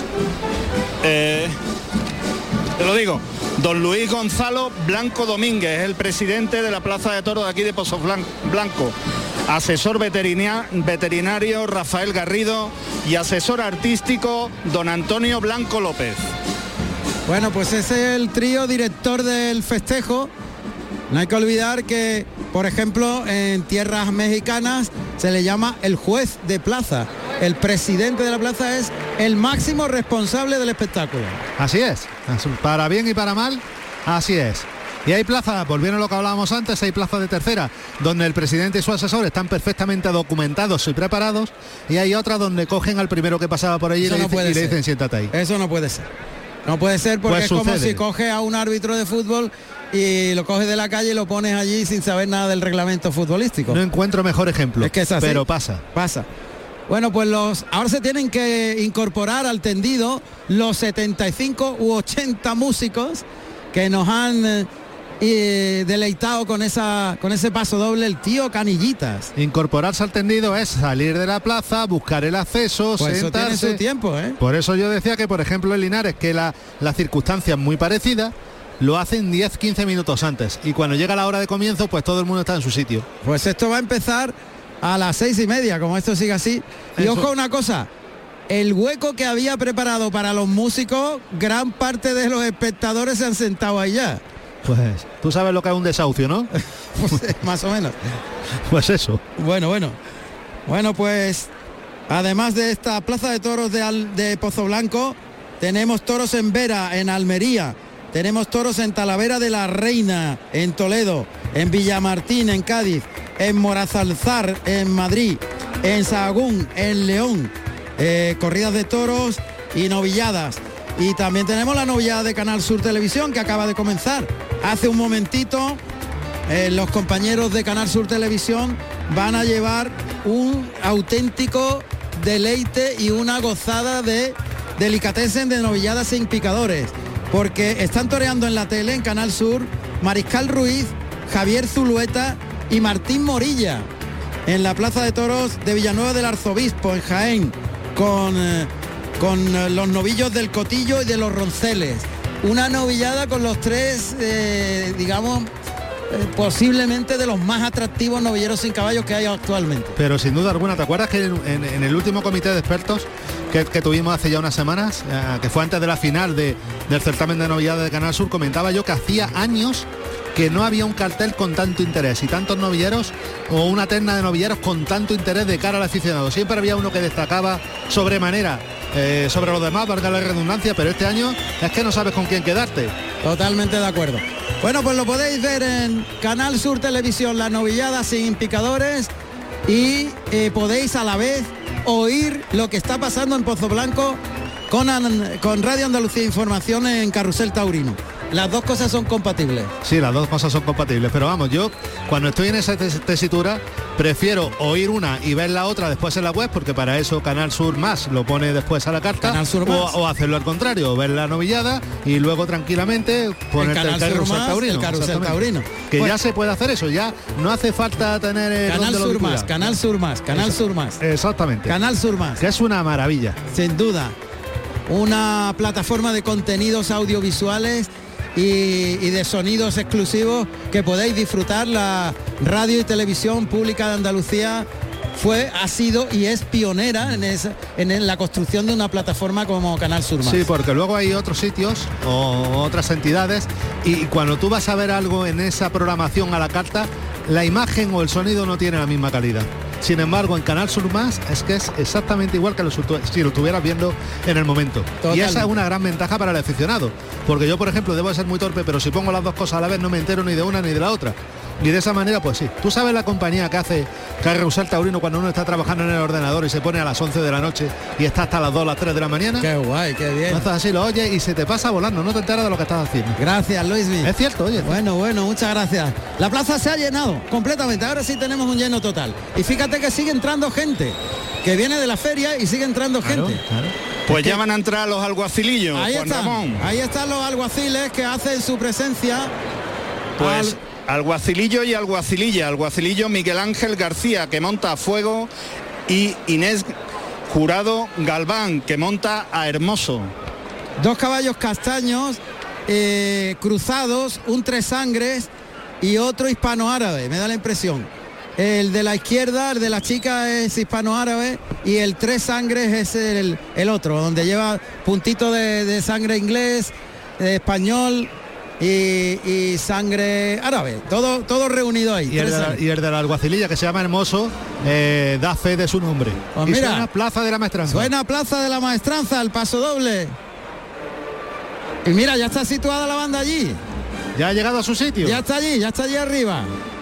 Speaker 7: te lo digo, don Luis Gonzalo Blanco Domínguez, es el presidente de la Plaza de Toros de aquí de Pozoblanco. Asesor veterinario Rafael Garrido y asesor artístico don Antonio Blanco López.
Speaker 3: Bueno, pues ese es el trío director del festejo. No hay que olvidar que, por ejemplo, en tierras mexicanas se le llama el juez de plaza. El presidente de la plaza es el máximo responsable del espectáculo.
Speaker 6: Así es, para bien y para mal, así es. Y hay plazas, volviendo a lo que hablábamos antes, hay plazas de tercera, donde el presidente y su asesor están perfectamente documentados y preparados, y hay otras donde cogen al primero que pasaba por allí y le dicen siéntate ahí.
Speaker 3: Eso no puede ser. No puede ser porque pues es como si coges a un árbitro de fútbol y lo coges de la calle y lo pones allí sin saber nada del reglamento futbolístico.
Speaker 6: No encuentro mejor ejemplo,
Speaker 3: es que es así,
Speaker 6: pero pasa.
Speaker 3: Bueno, pues ahora se tienen que incorporar al tendido los 75 u 80 músicos que nos han deleitado con ese paso doble, el tío Canillitas.
Speaker 6: Incorporarse al tendido es salir de la plaza, buscar el acceso,
Speaker 3: pues
Speaker 6: sentarse.
Speaker 3: Eso tiene su tiempo, ¿eh?
Speaker 6: Por eso yo decía que, por ejemplo, en Linares, que la circunstancia es muy parecida, lo hacen 10-15 minutos antes. Y cuando llega la hora de comienzo, pues todo el mundo está en su sitio.
Speaker 3: Pues esto va a empezar a las 6:30, como esto sigue así. Y eso. Ojo una cosa, el hueco que había preparado para los músicos, gran parte de los espectadores se han sentado ahí ya.
Speaker 6: Pues tú sabes lo que es un desahucio, ¿no?
Speaker 3: Pues, más o menos.
Speaker 6: Pues eso.
Speaker 3: Bueno, pues además de esta plaza de toros de Pozoblanco, tenemos toros en Vera, en Almería, tenemos toros en Talavera de la Reina, en Toledo, en Villamartín, en Cádiz, en Morazalzar, en Madrid, en Sahagún, en León, corridas de toros y novilladas. Y también tenemos la novillada de Canal Sur Televisión, que acaba de comenzar. Hace un momentito los compañeros de Canal Sur Televisión van a llevar un auténtico deleite y una gozada de delicatessen de novilladas sin picadores, porque están toreando en la tele, en Canal Sur, Mariscal Ruiz, Javier Zulueta y Martín Morilla, en la Plaza de Toros de Villanueva del Arzobispo, en Jaén, con los novillos del Cotillo y de los Ronceles. Una novillada con los 3, posiblemente de los más atractivos novilleros sin caballos que hay actualmente.
Speaker 6: Pero sin duda alguna, ¿te acuerdas que en el último comité de expertos que tuvimos hace ya unas semanas, que fue antes de la final del certamen de novillada de Canal Sur, comentaba yo que hacía años que no había un cartel con tanto interés y tantos novilleros o una terna de novilleros con tanto interés de cara al aficionado? Siempre había uno que destacaba sobremanera sobre los demás, valga la redundancia, pero este año es que no sabes con quién quedarte.
Speaker 3: Totalmente de acuerdo. Bueno, pues lo podéis ver en Canal Sur Televisión, la novillada sin picadores, y podéis a la vez oír lo que está pasando en Pozoblanco con Radio Andalucía Información en Carrusel Taurino. Las dos cosas son compatibles.
Speaker 6: Sí, las dos cosas son compatibles, pero vamos, yo cuando estoy en esa tesitura prefiero oír una y ver la otra después en la web, porque para eso Canal Sur Más lo pone después a la carta, o hacerlo al contrario, ver la novillada y luego tranquilamente ponerte el Carrusel Taurino. Que bueno, ya se puede hacer eso, ya no hace falta tener
Speaker 3: Canal Sur Más, Canal Sur Más, Canal Sur Más.
Speaker 6: Exactamente.
Speaker 3: Canal Sur Más.
Speaker 6: Que es una maravilla.
Speaker 3: Sin duda. Una plataforma de contenidos audiovisuales y de sonidos exclusivos que podéis disfrutar. La radio y televisión pública de Andalucía ha sido y es pionera en la construcción de una plataforma como Canal Sur Más.
Speaker 6: Sí, porque luego hay otros sitios o otras entidades y cuando tú vas a ver algo en esa programación a la carta, la imagen o el sonido no tiene la misma calidad. Sin embargo, en Canal Sur Más es que es exactamente igual que si lo estuvieras viendo en el momento. Totalmente. Y esa es una gran ventaja para el aficionado. Porque yo, por ejemplo, debo de ser muy torpe, pero si pongo las dos cosas a la vez no me entero ni de una ni de la otra. Y de esa manera, pues sí. Tú sabes la compañía que hace Carrusel Taurino cuando uno está trabajando en el ordenador y se pone a las 11 de la noche y está hasta las 2, las 3 de la mañana.
Speaker 3: Qué guay, qué bien.
Speaker 6: Entonces así lo oyes y se te pasa volando, no te enteras de lo que estás haciendo.
Speaker 3: Gracias, Luismi.
Speaker 6: Es cierto, oye.
Speaker 3: Bueno, muchas gracias. La plaza se ha llenado completamente. Ahora sí tenemos un lleno total. Y fíjate que sigue entrando gente, que viene de la feria y sigue entrando gente.
Speaker 7: Claro. Pues ya van a entrar los alguacilillos.
Speaker 3: Ahí están los alguaciles que hacen su presencia.
Speaker 7: Pues alguacilillo y alguacililla. Alguacilillo Miguel Ángel García, que monta a Fuego, y Inés Jurado Galván, que monta a Hermoso.
Speaker 3: 2 caballos castaños cruzados, un tres sangres y otro hispano-árabe, me da la impresión. El de la izquierda, el de la chica, es hispano-árabe y el tres sangres es el otro, donde lleva puntito de sangre inglés, español y sangre árabe, todo reunido ahí.
Speaker 6: Y el de la alguacililla, que se llama Hermoso, da fe de su nombre.
Speaker 3: Pues mira,
Speaker 6: suena Plaza de la Maestranza.
Speaker 3: Suena Plaza de la Maestranza, el paso doble. Y mira, ya está situada la banda allí.
Speaker 6: Ya ha llegado a su sitio.
Speaker 3: Ya está allí arriba.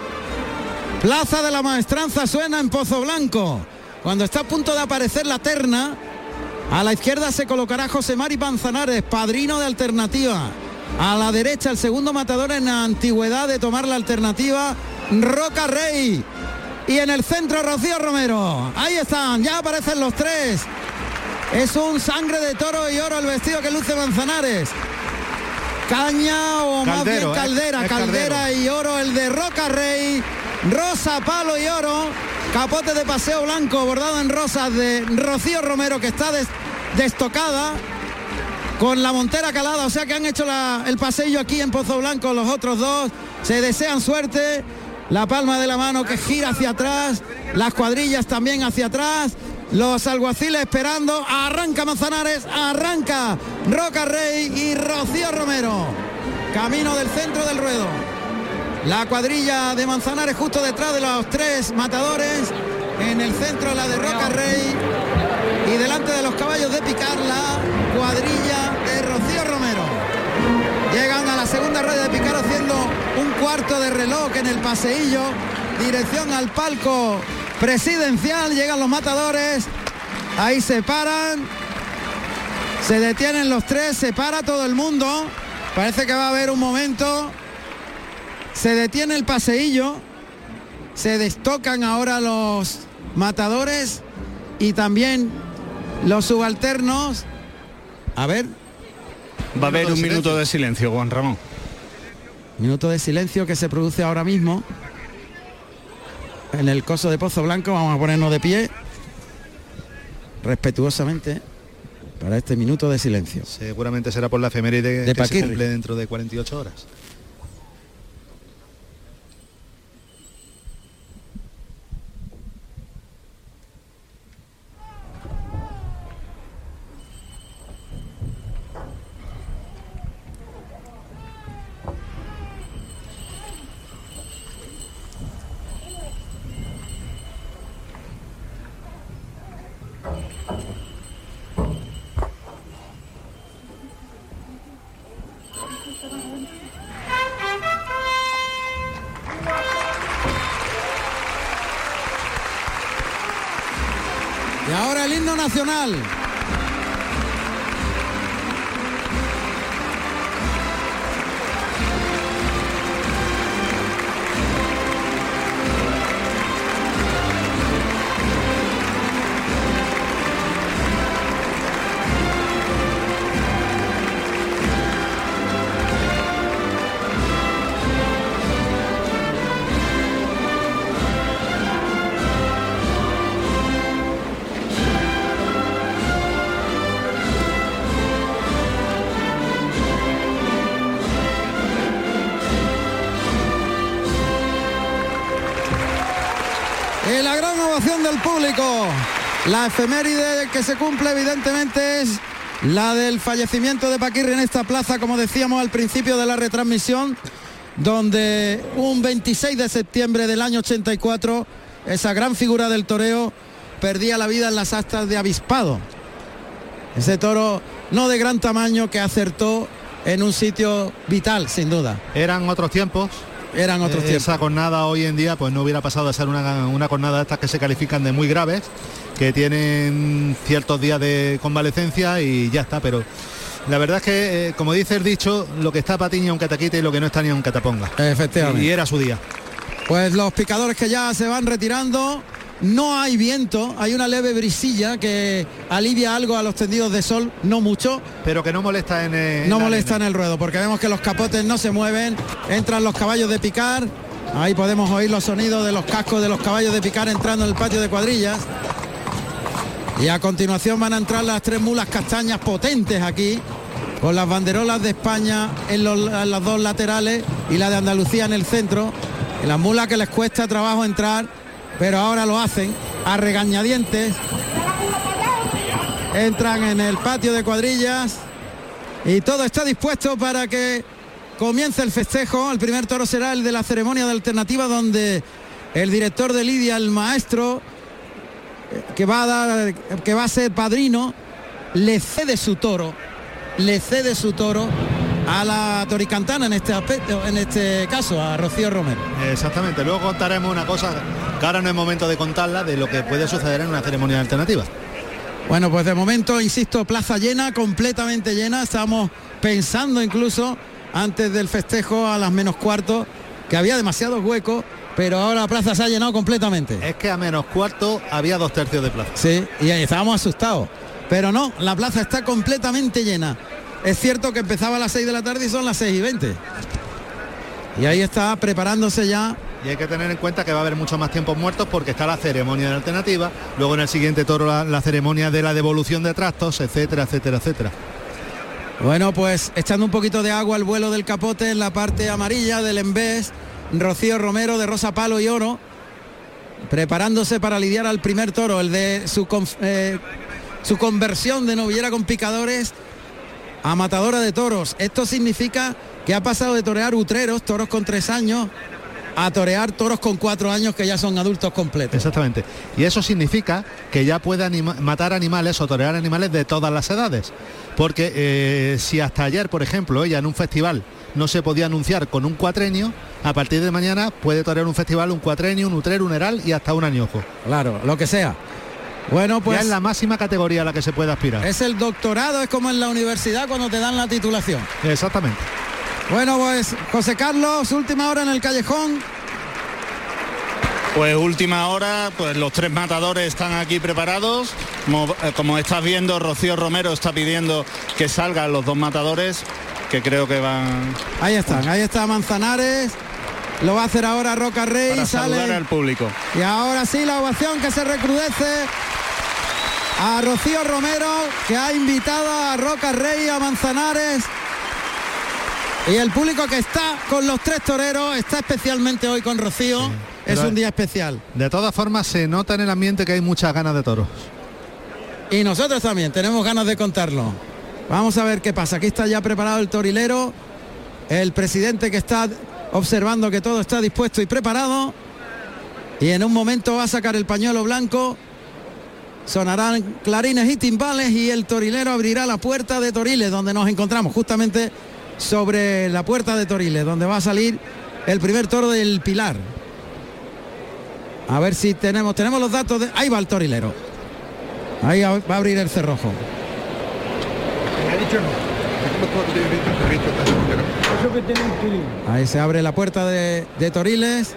Speaker 3: Plaza de la Maestranza suena en Pozo Blanco. Cuando está a punto de aparecer la terna, a la izquierda se colocará José Mari Manzanares, padrino de Alternativa. A la derecha, el segundo matador en la antigüedad de tomar la Alternativa, Roca Rey. Y en el centro, Rocío Romero. Ahí están, ya aparecen los tres. Es un sangre de toro y oro el vestido que luce Manzanares. Caña o más bien caldera, caldera y oro el de Roca Rey. Rosa, palo y oro. Capote de paseo blanco bordado en rosas de Rocío Romero, que está destocada con la montera calada, o sea que han hecho el paseillo aquí en Pozo Blanco. Los otros dos se desean suerte. La palma de la mano que gira hacia atrás, las cuadrillas también hacia atrás, los alguaciles esperando. Arranca Manzanares, arranca Roca Rey y Rocío Romero, camino del centro del ruedo. La cuadrilla de Manzanares justo detrás de los tres matadores, en el centro la de Roca Rey y delante de los caballos de picar la cuadrilla de Rocío Romero. Llegan a la segunda rueda de picar haciendo un cuarto de reloj en el paseillo, dirección al palco presidencial. Llegan los matadores, ahí se paran, se detienen los tres, se para todo el mundo, parece que va a haber un momento. Se detiene el paseillo, se destocan ahora los matadores y también los subalternos. A ver.
Speaker 7: Va a haber un minuto de silencio, Juan Ramón.
Speaker 3: Minuto de silencio que se produce ahora mismo en el coso de Pozo Blanco. Vamos a ponernos de pie respetuosamente para este minuto de silencio.
Speaker 6: Seguramente será por la efeméride
Speaker 3: de
Speaker 6: que
Speaker 3: Paquirri.
Speaker 6: se cumple dentro de 48 horas.
Speaker 3: Y ahora el himno nacional. La gran ovación del público. La efeméride que se cumple evidentemente es la del fallecimiento de Paquirri en esta plaza, como decíamos al principio de la retransmisión. donde un 26 de septiembre del año 84, esa gran figura del toreo perdía la vida en las astas de Avispado. Ese toro no de gran tamaño que acertó en un sitio vital, sin duda.
Speaker 6: Eran otros tiempos. Esa cornada hoy en día pues no hubiera pasado de ser una cornada de estas que se califican de muy graves, que tienen ciertos días de convalecencia y ya está, pero la verdad es que, como dice el dicho, lo que está para ti ni aunque te quite y lo que no está ni aunque te ponga.
Speaker 3: Efectivamente.
Speaker 6: Y era su día.
Speaker 3: Pues los picadores que ya se van retirando, no hay viento, hay una leve brisilla que alivia algo a los tendidos de sol, no mucho.
Speaker 6: Pero que no molesta en
Speaker 3: el ruedo, porque vemos que los capotes no se mueven, entran los caballos de picar, ahí podemos oír los sonidos de los cascos de los caballos de picar entrando en el patio de cuadrillas. Y a continuación van a entrar las 3 mulas castañas potentes aquí, con las banderolas de España en las 2 laterales y la de Andalucía en el centro. Y las mulas que les cuesta trabajo entrar, pero ahora lo hacen a regañadientes. Entran en el patio de cuadrillas y todo está dispuesto para que comience el festejo. El primer toro será el de la ceremonia de alternativa, donde el director de lidia, el maestro que va a ser padrino, le cede su toro a la toricantana en este aspecto, en este caso a Rocío Romero.
Speaker 6: Exactamente, luego contaremos una cosa que ahora no es momento de contarla, de lo que puede suceder en una ceremonia alternativa.
Speaker 3: Bueno, pues de momento, insisto, plaza llena, completamente llena. Estábamos pensando incluso antes del festejo a las menos cuarto que había demasiados huecos, pero ahora la plaza se ha llenado completamente.
Speaker 6: Es que a menos cuarto había 2/3 de plaza.
Speaker 3: Sí, y ahí estábamos asustados, pero no, la plaza está completamente llena. Es cierto que empezaba a las 6 de la tarde y son las 6:20. Y ahí está preparándose ya.
Speaker 6: Y hay que tener en cuenta que va a haber muchos más tiempos muertos porque está la ceremonia de alternativa, luego en el siguiente toro la ceremonia de la devolución de trastos, etcétera, etcétera, etcétera.
Speaker 3: Bueno, pues echando un poquito de agua al vuelo del capote en la parte amarilla del embés, Rocío Romero de rosa, palo y oro, preparándose para lidiar al primer toro, el de su conversión de novillera con picadores a matadora de toros. Esto significa que ha pasado de torear utreros, toros con 3 años, a torear toros con 4 años que ya son adultos completos.
Speaker 6: Exactamente. Y eso significa que ya puede matar animales o torear animales de todas las edades. Porque si hasta ayer, por ejemplo, ella en un festival no se podía anunciar con un cuatrenio, a partir de mañana puede torear un festival, un cuatrenio, un utrero, un heral y hasta un añojo.
Speaker 3: Claro, lo que sea. Bueno, pues
Speaker 6: ya es la máxima categoría a la que se puede aspirar.
Speaker 3: Es el doctorado, es como en la universidad cuando te dan la titulación.
Speaker 6: Exactamente.
Speaker 3: Bueno, pues José Carlos, última hora en el callejón.
Speaker 7: Pues última hora, pues los 3 matadores están aquí preparados. Como estás viendo, Rocío Romero está pidiendo que salgan los 2 matadores, que creo que van...
Speaker 3: Ahí están, ahí está Manzanares. Lo va a hacer ahora Roca Rey.
Speaker 7: Para
Speaker 3: sale
Speaker 7: saludar al público.
Speaker 3: Y ahora sí, la ovación que se recrudece a Rocío Romero, que ha invitado a Roca Rey, a Manzanares. Y el público que está con los 3 toreros está especialmente hoy con Rocío. Sí, es un día especial.
Speaker 6: De todas formas se nota en el ambiente que hay muchas ganas de toros.
Speaker 3: Y nosotros también tenemos ganas de contarlo. Vamos a ver qué pasa. Aquí está ya preparado el torilero, el presidente que está observando que todo está dispuesto y preparado. Y en un momento va a sacar el pañuelo blanco. Sonarán clarines y timbales y el torilero abrirá la puerta de Toriles, donde nos encontramos justamente sobre la puerta de Toriles, donde va a salir el primer toro del Pilar. A ver si tenemos los datos de... Ahí va el torilero. Ahí va a abrir el cerrojo. Ahí se abre la puerta de Toriles.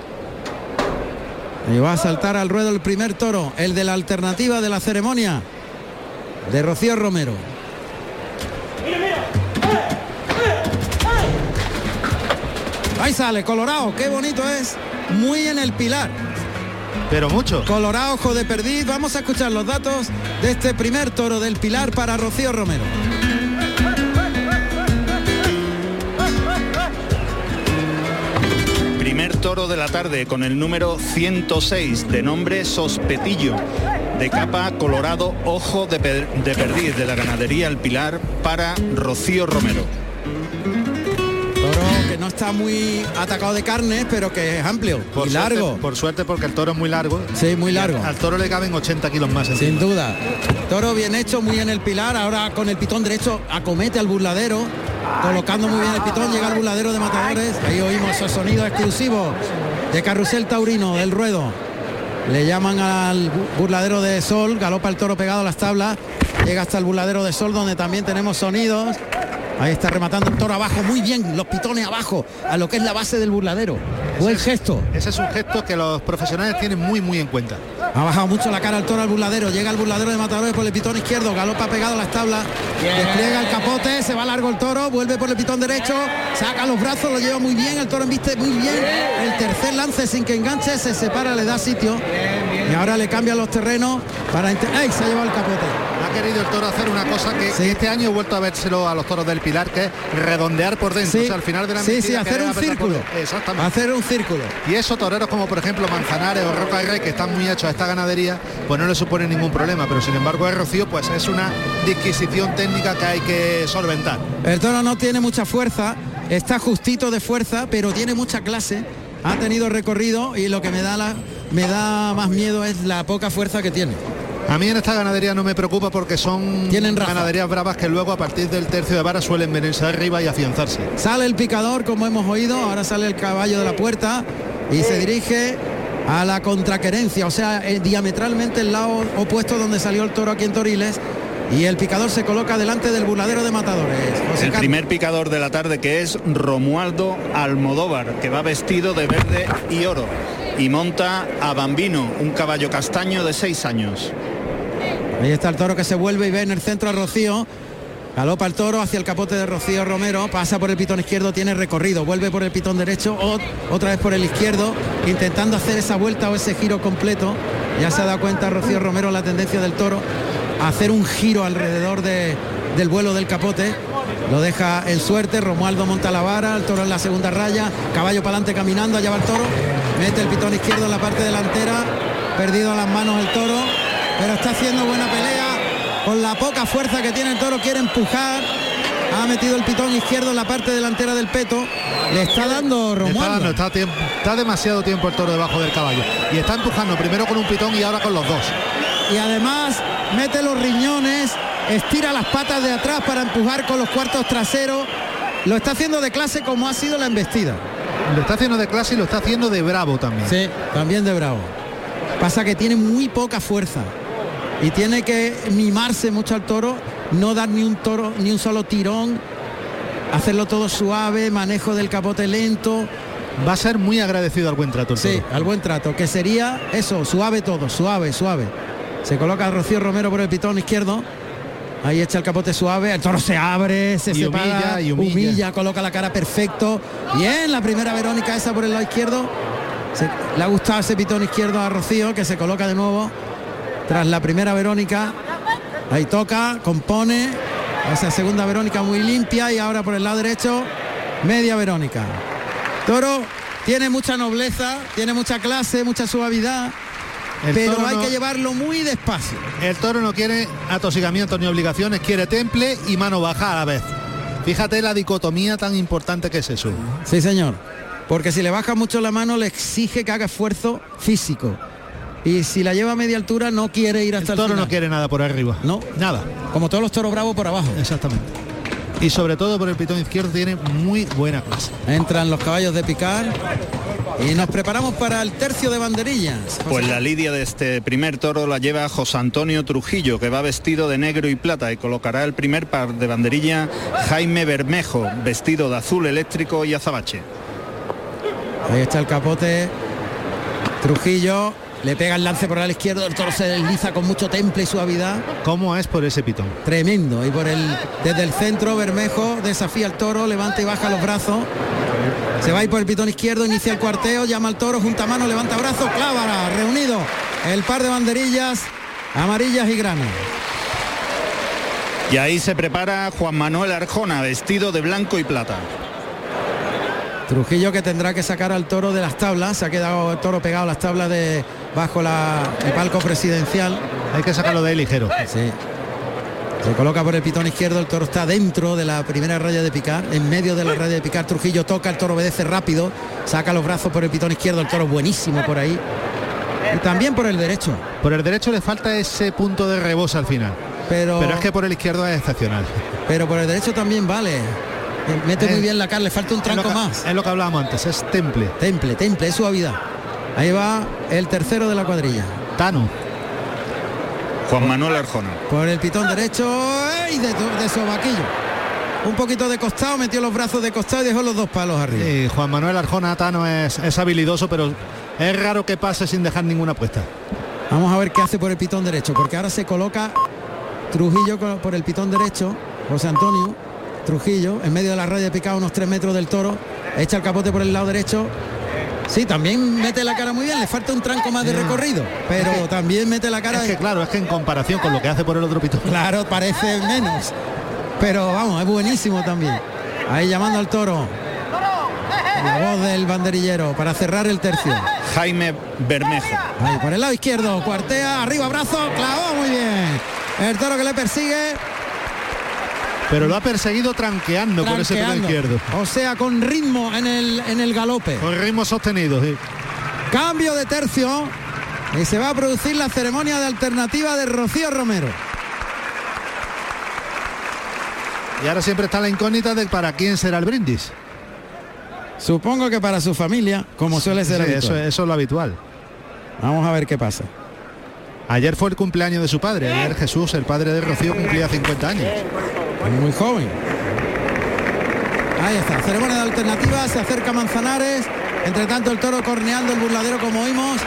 Speaker 3: Y va a saltar al ruedo el primer toro, el de la alternativa de la ceremonia, de Rocío Romero. Ahí sale, colorado, qué bonito es, muy en el Pilar.
Speaker 6: Pero mucho.
Speaker 3: Colorado, ojo de perdiz. Vamos a escuchar los datos de este primer toro del Pilar para Rocío Romero.
Speaker 7: Primer toro de la tarde con el número 106, de nombre Sospetillo, de capa colorado, ojo de perdiz, de la ganadería El Pilar, para Rocío Romero.
Speaker 3: Toro que no no está muy atacado de carne, pero que es amplio y largo.
Speaker 6: Por suerte, porque el toro es muy largo.
Speaker 3: Sí, muy largo.
Speaker 6: Al toro le caben 80 kilos más.
Speaker 3: Sin duda. Toro bien hecho, muy en el pilar. Ahora con el pitón derecho acomete al burladero, colocando muy bien el pitón. Llega al burladero de Matadores. Ahí oímos esos sonidos exclusivos de Carrusel Taurino del ruedo. Le llaman al burladero de Sol. Galopa el toro pegado a las tablas. Llega hasta el burladero de Sol, donde también tenemos sonidos. Ahí está rematando el toro abajo, muy bien, los pitones abajo, a lo que es la base del burladero. Buen gesto.
Speaker 6: Ese es un gesto que los profesionales tienen muy en cuenta.
Speaker 3: Ha bajado mucho la cara el toro al burladero, llega al burladero de Matadores por el pitón izquierdo, galopa pegado a las tablas, despliega el capote, se va largo el toro, vuelve por el pitón derecho, saca los brazos, lo lleva muy bien, el toro embiste muy bien, el tercer lance sin que enganche, se separa, le da sitio y ahora le cambia los terrenos para... ¡Ay! Se ha llevado el capote.
Speaker 6: Ha querido el toro hacer una cosa que este año he vuelto a vérselo a los toros del Pilar, que es redondear por dentro, o sea, al final de la
Speaker 3: embestida, hacer un círculo.
Speaker 6: Exactamente.
Speaker 3: Hacer un círculo.
Speaker 6: Y eso toreros como por ejemplo Manzanares o Roca y Rey, que están muy hechos a esta ganadería, pues no le supone ningún problema, pero sin embargo el Rocío pues es una disquisición técnica que hay que solventar.
Speaker 3: El toro no tiene mucha fuerza, está justito de fuerza, pero tiene mucha clase, ha tenido recorrido y lo que me da más miedo es la poca fuerza que tiene.
Speaker 6: A mí en esta ganadería no me preocupa porque son ganaderías bravas que luego a partir del tercio de vara suelen venirse arriba y afianzarse.
Speaker 3: Sale el picador, como hemos oído, ahora sale el caballo de la puerta y se dirige a la contraquerencia, o sea, diametralmente el lado opuesto donde salió el toro aquí en Toriles, y el picador se coloca delante del burladero de Matadores.
Speaker 7: El primer picador de la tarde, que es Romualdo Almodóvar, que va vestido de verde y oro y monta a Bambino, un caballo castaño de 6 años.
Speaker 3: Ahí está el toro que se vuelve y ve en el centro a Rocío. Galopa el toro hacia el capote de Rocío Romero, pasa por el pitón izquierdo, tiene recorrido, vuelve por el pitón derecho, otra vez por el izquierdo, intentando hacer esa vuelta o ese giro completo. Ya se ha dado cuenta Rocío Romero la tendencia del toro a hacer un giro alrededor del vuelo del capote. Lo deja en suerte, Romualdo monta la vara, el toro en la segunda raya, caballo para adelante caminando, allá va el toro, mete el pitón izquierdo en la parte delantera, perdido a las manos el toro, pero está haciendo buena pelea. Con la poca fuerza que tiene el toro quiere empujar, ha metido el pitón izquierdo en la parte delantera del peto, le está dando Romualdo.
Speaker 6: Está demasiado tiempo el toro debajo del caballo y está empujando primero con un pitón y ahora con los dos.
Speaker 3: Y además mete los riñones, estira las patas de atrás para empujar con los cuartos traseros. Lo está haciendo de clase como ha sido la embestida.
Speaker 6: Lo está haciendo de clase y lo está haciendo de bravo también.
Speaker 3: Sí, también de bravo. Pasa que tiene muy poca fuerza y tiene que mimarse mucho al toro, no dar ni un solo tirón, hacerlo todo suave, manejo del capote lento.
Speaker 6: Va a ser muy agradecido al buen trato el toro.
Speaker 3: Sí, al buen trato, que sería eso, suave todo, suave. Se coloca Rocío Romero por el pitón izquierdo. Ahí echa el capote suave, el toro se abre, se separa, humilla, coloca la cara perfecto. Bien, la primera Verónica esa por el lado izquierdo. Le ha gustado ese pitón izquierdo a Rocío, que se coloca de nuevo tras la primera Verónica. Ahí toca, compone esa segunda Verónica muy limpia y ahora por el lado derecho media Verónica. Toro tiene mucha nobleza, tiene mucha clase, mucha suavidad, pero hay que llevarlo muy despacio.
Speaker 6: El toro no quiere atosigamientos ni obligaciones, quiere temple y mano baja a la vez. Fíjate la dicotomía tan importante que es eso.
Speaker 3: Sí, señor, porque si le baja mucho la mano le exige que haga esfuerzo físico. Y si la lleva a media altura no quiere ir hasta el final.
Speaker 6: El toro no quiere nada por arriba.
Speaker 3: No,
Speaker 6: nada.
Speaker 3: Como todos los toros bravos por abajo.
Speaker 6: Exactamente. Y sobre todo por el pitón izquierdo tiene muy buena clase.
Speaker 3: Entran los caballos de picar y nos preparamos para el tercio de banderillas.
Speaker 7: Pues la lidia de este primer toro la lleva José Antonio Trujillo, que va vestido de negro y plata, y colocará el primer par de banderilla Jaime Bermejo, vestido de azul eléctrico y azabache.
Speaker 3: Ahí está el capote. Trujillo le pega el lance por el izquierdo, el toro se desliza con mucho temple y suavidad.
Speaker 6: ¿Cómo es por ese pitón?
Speaker 3: Tremendo. Y desde el centro Bermejo desafía al toro, levanta y baja los brazos. Se va a ir por el pitón izquierdo, inicia el cuarteo, llama al toro, junta mano, levanta brazos, clávara, reunido el par de banderillas amarillas y granas.
Speaker 7: Y ahí se prepara Juan Manuel Arjona, vestido de blanco y plata.
Speaker 3: Trujillo, que tendrá que sacar al toro de las tablas, se ha quedado el toro pegado a las tablas bajo el palco presidencial.
Speaker 6: Hay que sacarlo de ahí ligero.
Speaker 3: Sí. Se coloca por el pitón izquierdo, el toro está dentro de la primera raya de picar, en medio de la raya de picar. Trujillo toca, el toro obedece rápido, saca los brazos por el pitón izquierdo, el toro buenísimo por ahí. Y también por el derecho.
Speaker 6: Por el derecho le falta ese punto de rebosa al final. Pero es que por el izquierdo es excepcional.
Speaker 3: Pero por el derecho también vale. Mete muy bien la cara, le falta un tranco más.
Speaker 6: Es lo que hablábamos antes, es temple.
Speaker 3: Temple, es suavidad. Ahí va el tercero de la cuadrilla.
Speaker 6: Tano.
Speaker 7: Juan Manuel Arjona.
Speaker 3: Por el pitón derecho y de sobaquillo. Un poquito de costado, metió los brazos de costado y dejó los dos palos arriba.
Speaker 6: Sí, Juan Manuel Arjona Tano es habilidoso, pero es raro que pase sin dejar ninguna apuesta.
Speaker 3: Vamos a ver qué hace por el pitón derecho, porque ahora se coloca Trujillo por el pitón derecho, José Antonio Trujillo, en medio de la raya de picado, unos 3 metros del toro, echa el capote por el lado derecho. Sí, también mete la cara muy bien, le falta un tranco más de recorrido, pero también mete la cara.
Speaker 6: Es que claro, es que en comparación con lo que hace por el otro pitón.
Speaker 3: Claro, parece menos, pero vamos, es buenísimo también. Ahí llamando al toro. La voz del banderillero para cerrar el tercio.
Speaker 7: Jaime Bermejo.
Speaker 3: Ahí por el lado izquierdo, cuartea, arriba, brazo, clavó muy bien. El toro que le persigue.
Speaker 6: Pero lo ha perseguido tranqueando por ese pelo izquierdo.
Speaker 3: O sea, con ritmo en el galope.
Speaker 6: Con ritmo sostenido, sí.
Speaker 3: Cambio de tercio. Y se va a producir la ceremonia de alternativa de Rocío Romero.
Speaker 6: Y ahora siempre está la incógnita de para quién será el brindis.
Speaker 3: Supongo que para su familia, como suele ser habitual.
Speaker 6: Eso es lo habitual.
Speaker 3: Vamos a ver qué pasa.
Speaker 6: Ayer fue el cumpleaños de su padre. Ayer Jesús, el padre de Rocío, cumplía 50 años.
Speaker 3: Muy joven. Ahí está, ceremonia de alternativa, se acerca Manzanares. Entre tanto el toro corneando el burladero como oímos.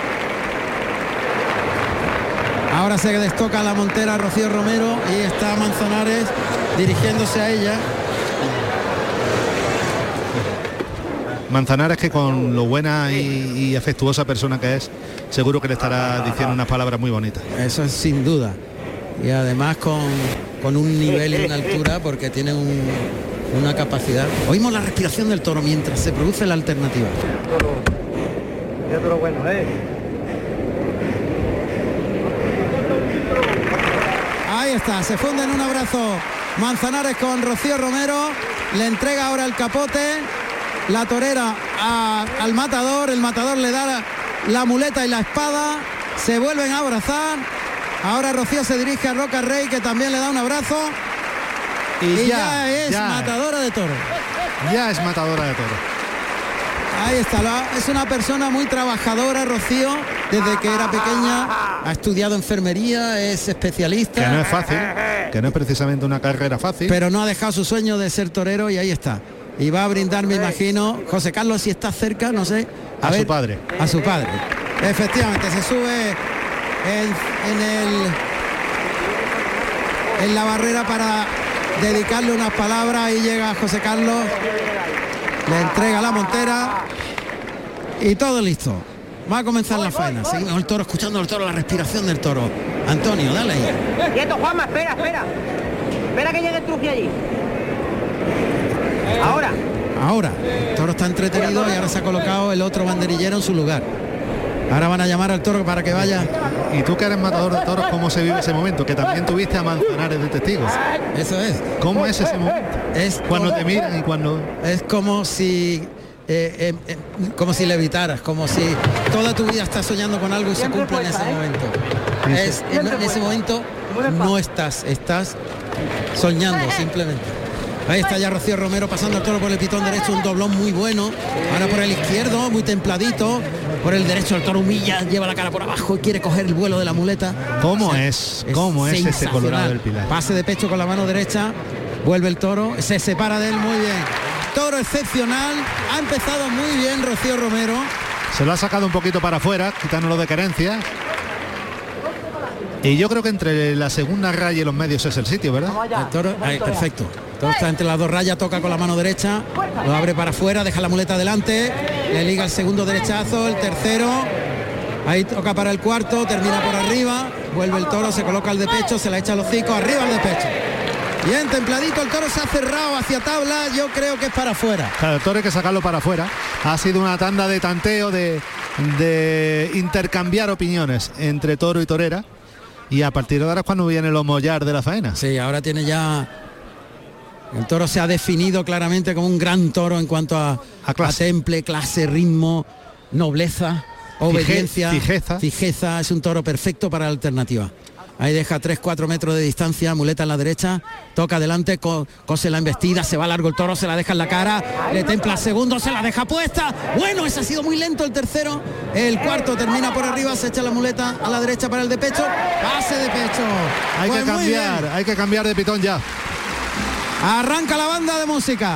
Speaker 3: Ahora se destoca la montera Rocío Romero y está Manzanares dirigiéndose a ella.
Speaker 6: Manzanares, que con lo buena y afectuosa persona que es, seguro que le estará diciendo unas palabras muy bonitas.
Speaker 3: Eso es sin duda. Y además con un nivel y una altura, porque tiene una capacidad. Oímos la respiración del toro mientras se produce la alternativa. Ahí está, se funde en un abrazo Manzanares con Rocío Romero. Le entrega ahora el capote. La torera al matador, el matador le da la muleta y la espada, se vuelven a abrazar. Ahora Rocío se dirige a Roca Rey, que también le da un abrazo. Y ya es matadora de toro.
Speaker 6: Ya es matadora de toro.
Speaker 3: Ahí está, es una persona muy trabajadora, Rocío, desde que era pequeña, ha estudiado enfermería, es especialista.
Speaker 6: Que no es fácil, que no es precisamente una carrera fácil.
Speaker 3: Pero no ha dejado su sueño de ser torero y ahí está. Y va a brindar, me imagino, José Carlos, si está cerca, no sé.
Speaker 6: A su padre.
Speaker 3: A su padre. Efectivamente, se sube en la barrera para dedicarle unas palabras y llega José Carlos, le entrega la montera y todo listo. Va a comenzar la faena. Seguimos el toro, escuchando el toro, la respiración del toro. Antonio, dale ahí.
Speaker 9: Quieto, Juanma, espera. Espera que llegue el Trujillo allí.
Speaker 3: Ahora, el toro está entretenido y ahora se ha colocado el otro banderillero en su lugar. Ahora van a llamar al toro para que vaya.
Speaker 6: Y tú que eres matador de toros, ¿cómo se vive ese momento? Que también tuviste a Manzanares de testigo.
Speaker 3: Eso es.
Speaker 6: ¿Cómo es ese momento?
Speaker 3: Es
Speaker 6: cuando te miran y cuando...
Speaker 3: Es como si levitaras, como si toda tu vida estás soñando con algo y se cumple en ese momento. En ese momento no estás soñando simplemente. Ahí está ya Rocío Romero pasando el toro por el pitón derecho, un doblón muy bueno. Ahora por el izquierdo, muy templadito. Por el derecho el toro humilla, lleva la cara por abajo y quiere coger el vuelo de la muleta.
Speaker 6: ¿Cómo es ese Colorado del Pilar?
Speaker 3: Pase de pecho con la mano derecha, vuelve el toro, se separa de él muy bien. Toro excepcional, ha empezado muy bien Rocío Romero.
Speaker 6: Se lo ha sacado un poquito para afuera, quitándolo de querencia. Y yo creo que entre la segunda raya y los medios es el sitio, ¿verdad?
Speaker 3: El toro, perfecto. El toro está entre las dos rayas, toca con la mano derecha, lo abre para afuera, deja la muleta adelante, le liga el segundo derechazo, el tercero, ahí toca para el cuarto, termina por arriba, vuelve el toro, se coloca el de pecho, se la echa al hocico, arriba el de pecho. Bien templadito, el toro se ha cerrado hacia tabla, yo creo que es para afuera.
Speaker 6: Claro, el toro hay que sacarlo para afuera. Ha sido una tanda de tanteo, de intercambiar opiniones entre toro y torera. y a partir de ahora es cuando viene los mollar de la faena.
Speaker 3: Sí, ahora tiene ya... El toro se ha definido claramente como un gran toro en cuanto a temple, clase, ritmo, nobleza, obediencia, fijeza. Es un toro perfecto para la alternativa. Ahí deja 3-4 metros de distancia, muleta en la derecha, toca adelante, cose la embestida, se va largo el toro, se la deja en la cara, le templa segundo, se la deja puesta. Bueno, ese ha sido muy lento el tercero. El cuarto termina por arriba, se echa la muleta a la derecha para el de pecho, pase de pecho.
Speaker 6: Hay que cambiar de pitón ya.
Speaker 3: Arranca la banda de música.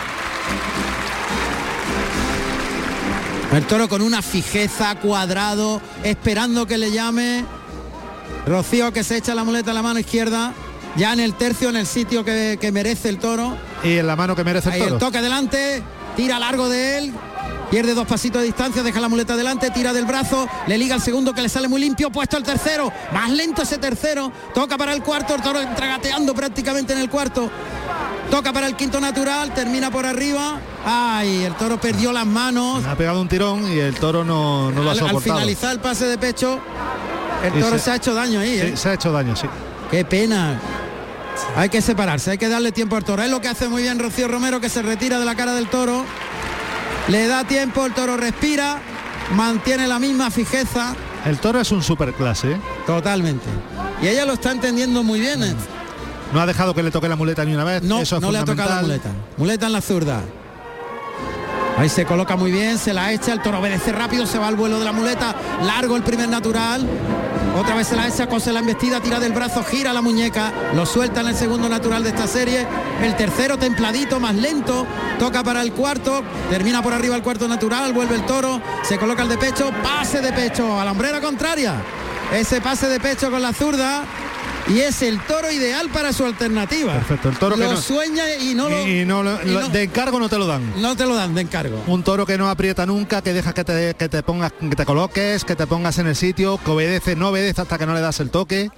Speaker 3: El toro con una fijeza, cuadrado, esperando que le llame. Rocío, que se echa la muleta a la mano izquierda, ya en el tercio, en el sitio que merece el toro.
Speaker 6: Y en la mano que merece el toro.
Speaker 3: El toque adelante, tira largo de él, pierde 2 pasitos de distancia, deja la muleta adelante, tira del brazo, le liga al segundo que le sale muy limpio, puesto al tercero, más lento ese tercero, toca para el cuarto, el toro entra gateando prácticamente en el cuarto. Toca para el quinto natural, termina por arriba. Ay, el toro perdió las manos.
Speaker 6: Ha pegado un tirón y el toro no lo ha soportado.
Speaker 3: Al finalizar el pase de pecho, el toro se ha hecho daño ahí.
Speaker 6: Sí, se ha hecho daño, sí.
Speaker 3: Qué pena. Hay que separarse, hay que darle tiempo al toro. Es lo que hace muy bien Rocío Romero, que se retira de la cara del toro. Le da tiempo, el toro respira, mantiene la misma fijeza.
Speaker 6: El toro es un superclase, ¿eh?
Speaker 3: Totalmente. Y ella lo está entendiendo muy bien.
Speaker 6: No ha dejado que le toque la muleta ni una vez.
Speaker 3: No,
Speaker 6: eso es
Speaker 3: no le ha tocado la muleta. Muleta en la zurda. Ahí se coloca muy bien, se la echa, el toro obedece rápido, se va al vuelo de la muleta, largo el primer natural. Otra vez se la echa, cose la embestida, tira del brazo, gira la muñeca, lo suelta en el segundo natural de esta serie. El tercero templadito, más lento, toca para el cuarto, termina por arriba el cuarto natural, vuelve el toro, se coloca el de pecho, pase de pecho a la hombrera contraria. Ese pase de pecho con la zurda. Y es el toro ideal para su alternativa.
Speaker 6: Perfecto, el toro
Speaker 3: lo
Speaker 6: que no
Speaker 3: sueña y no
Speaker 6: de encargo no te lo dan.
Speaker 3: No te lo dan de encargo.
Speaker 6: Un toro que no aprieta nunca, que deja que te pongas, que te coloques, que te pongas en el sitio, que obedece, no obedece hasta que no le das el toque.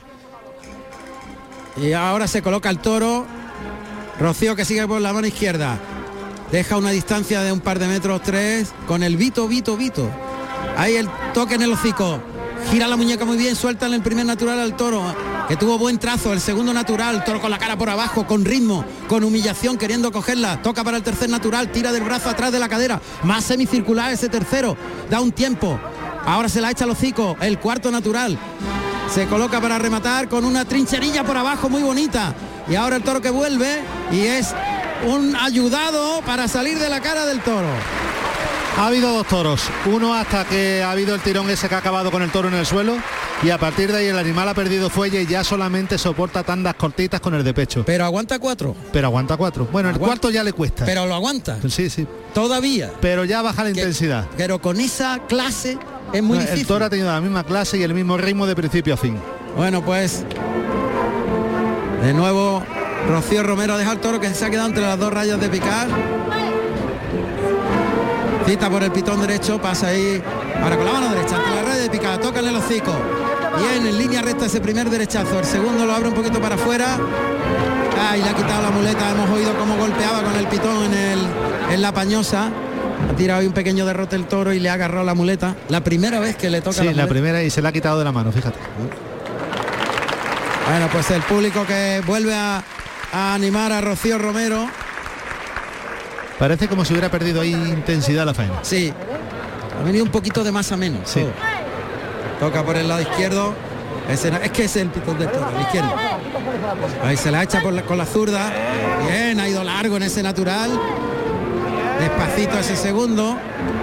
Speaker 3: Y ahora se coloca el toro. Rocío, que sigue por la mano izquierda. Deja una distancia de un par de metros, 3, con el Vito. Ahí el toque en el hocico. Gira la muñeca muy bien, suelta en el primer natural al toro, que tuvo buen trazo. El segundo natural, toro con la cara por abajo, con ritmo, con humillación, queriendo cogerla. Toca para el tercer natural, tira del brazo atrás de la cadera, más semicircular ese tercero, da un tiempo. Ahora se la echa al hocico, el cuarto natural. Se coloca para rematar con una trincherilla por abajo muy bonita. Y ahora el toro que vuelve y es un ayudado para salir de la cara del toro.
Speaker 6: Ha habido 2 toros, uno hasta que ha habido el tirón ese que ha acabado con el toro en el suelo, y a partir de ahí el animal ha perdido fuelle y ya solamente soporta tandas cortitas con el de pecho.
Speaker 3: Pero aguanta 4. Bueno,
Speaker 6: el cuarto ya le cuesta.
Speaker 3: Pero lo aguanta.
Speaker 6: Sí.
Speaker 3: Todavía.
Speaker 6: Pero ya baja la intensidad.
Speaker 3: Pero con esa clase es muy difícil.
Speaker 6: El toro ha tenido la misma clase y el mismo ritmo de principio a fin.
Speaker 3: Bueno, pues de nuevo Rocío Romero deja el toro, que se ha quedado entre las 2 rayas de picar. Cita por el pitón derecho, pasa ahí, ahora con la mano derecha, ante la raya de picada, toca en el hocico. Bien, en línea recta ese primer derechazo, el segundo lo abre un poquito para afuera. Y le ha quitado la muleta, hemos oído cómo golpeaba con el pitón en la pañosa. Ha tirado ahí un pequeño derrote el toro y le ha agarrado la muleta. La primera vez que le toca la muleta.
Speaker 6: Sí, la primera, y se la ha quitado de la mano, fíjate.
Speaker 3: Bueno, pues el público que vuelve a animar a Rocío Romero.
Speaker 6: Parece como si hubiera perdido ahí intensidad la faena.
Speaker 3: Sí, ha venido un poquito de más a menos.
Speaker 6: Sí.
Speaker 3: Toca por el lado izquierdo. Es que es el pitón del toro, la izquierda. Ahí se la echa con la zurda. Bien, ha ido largo en ese natural. Despacito ese segundo.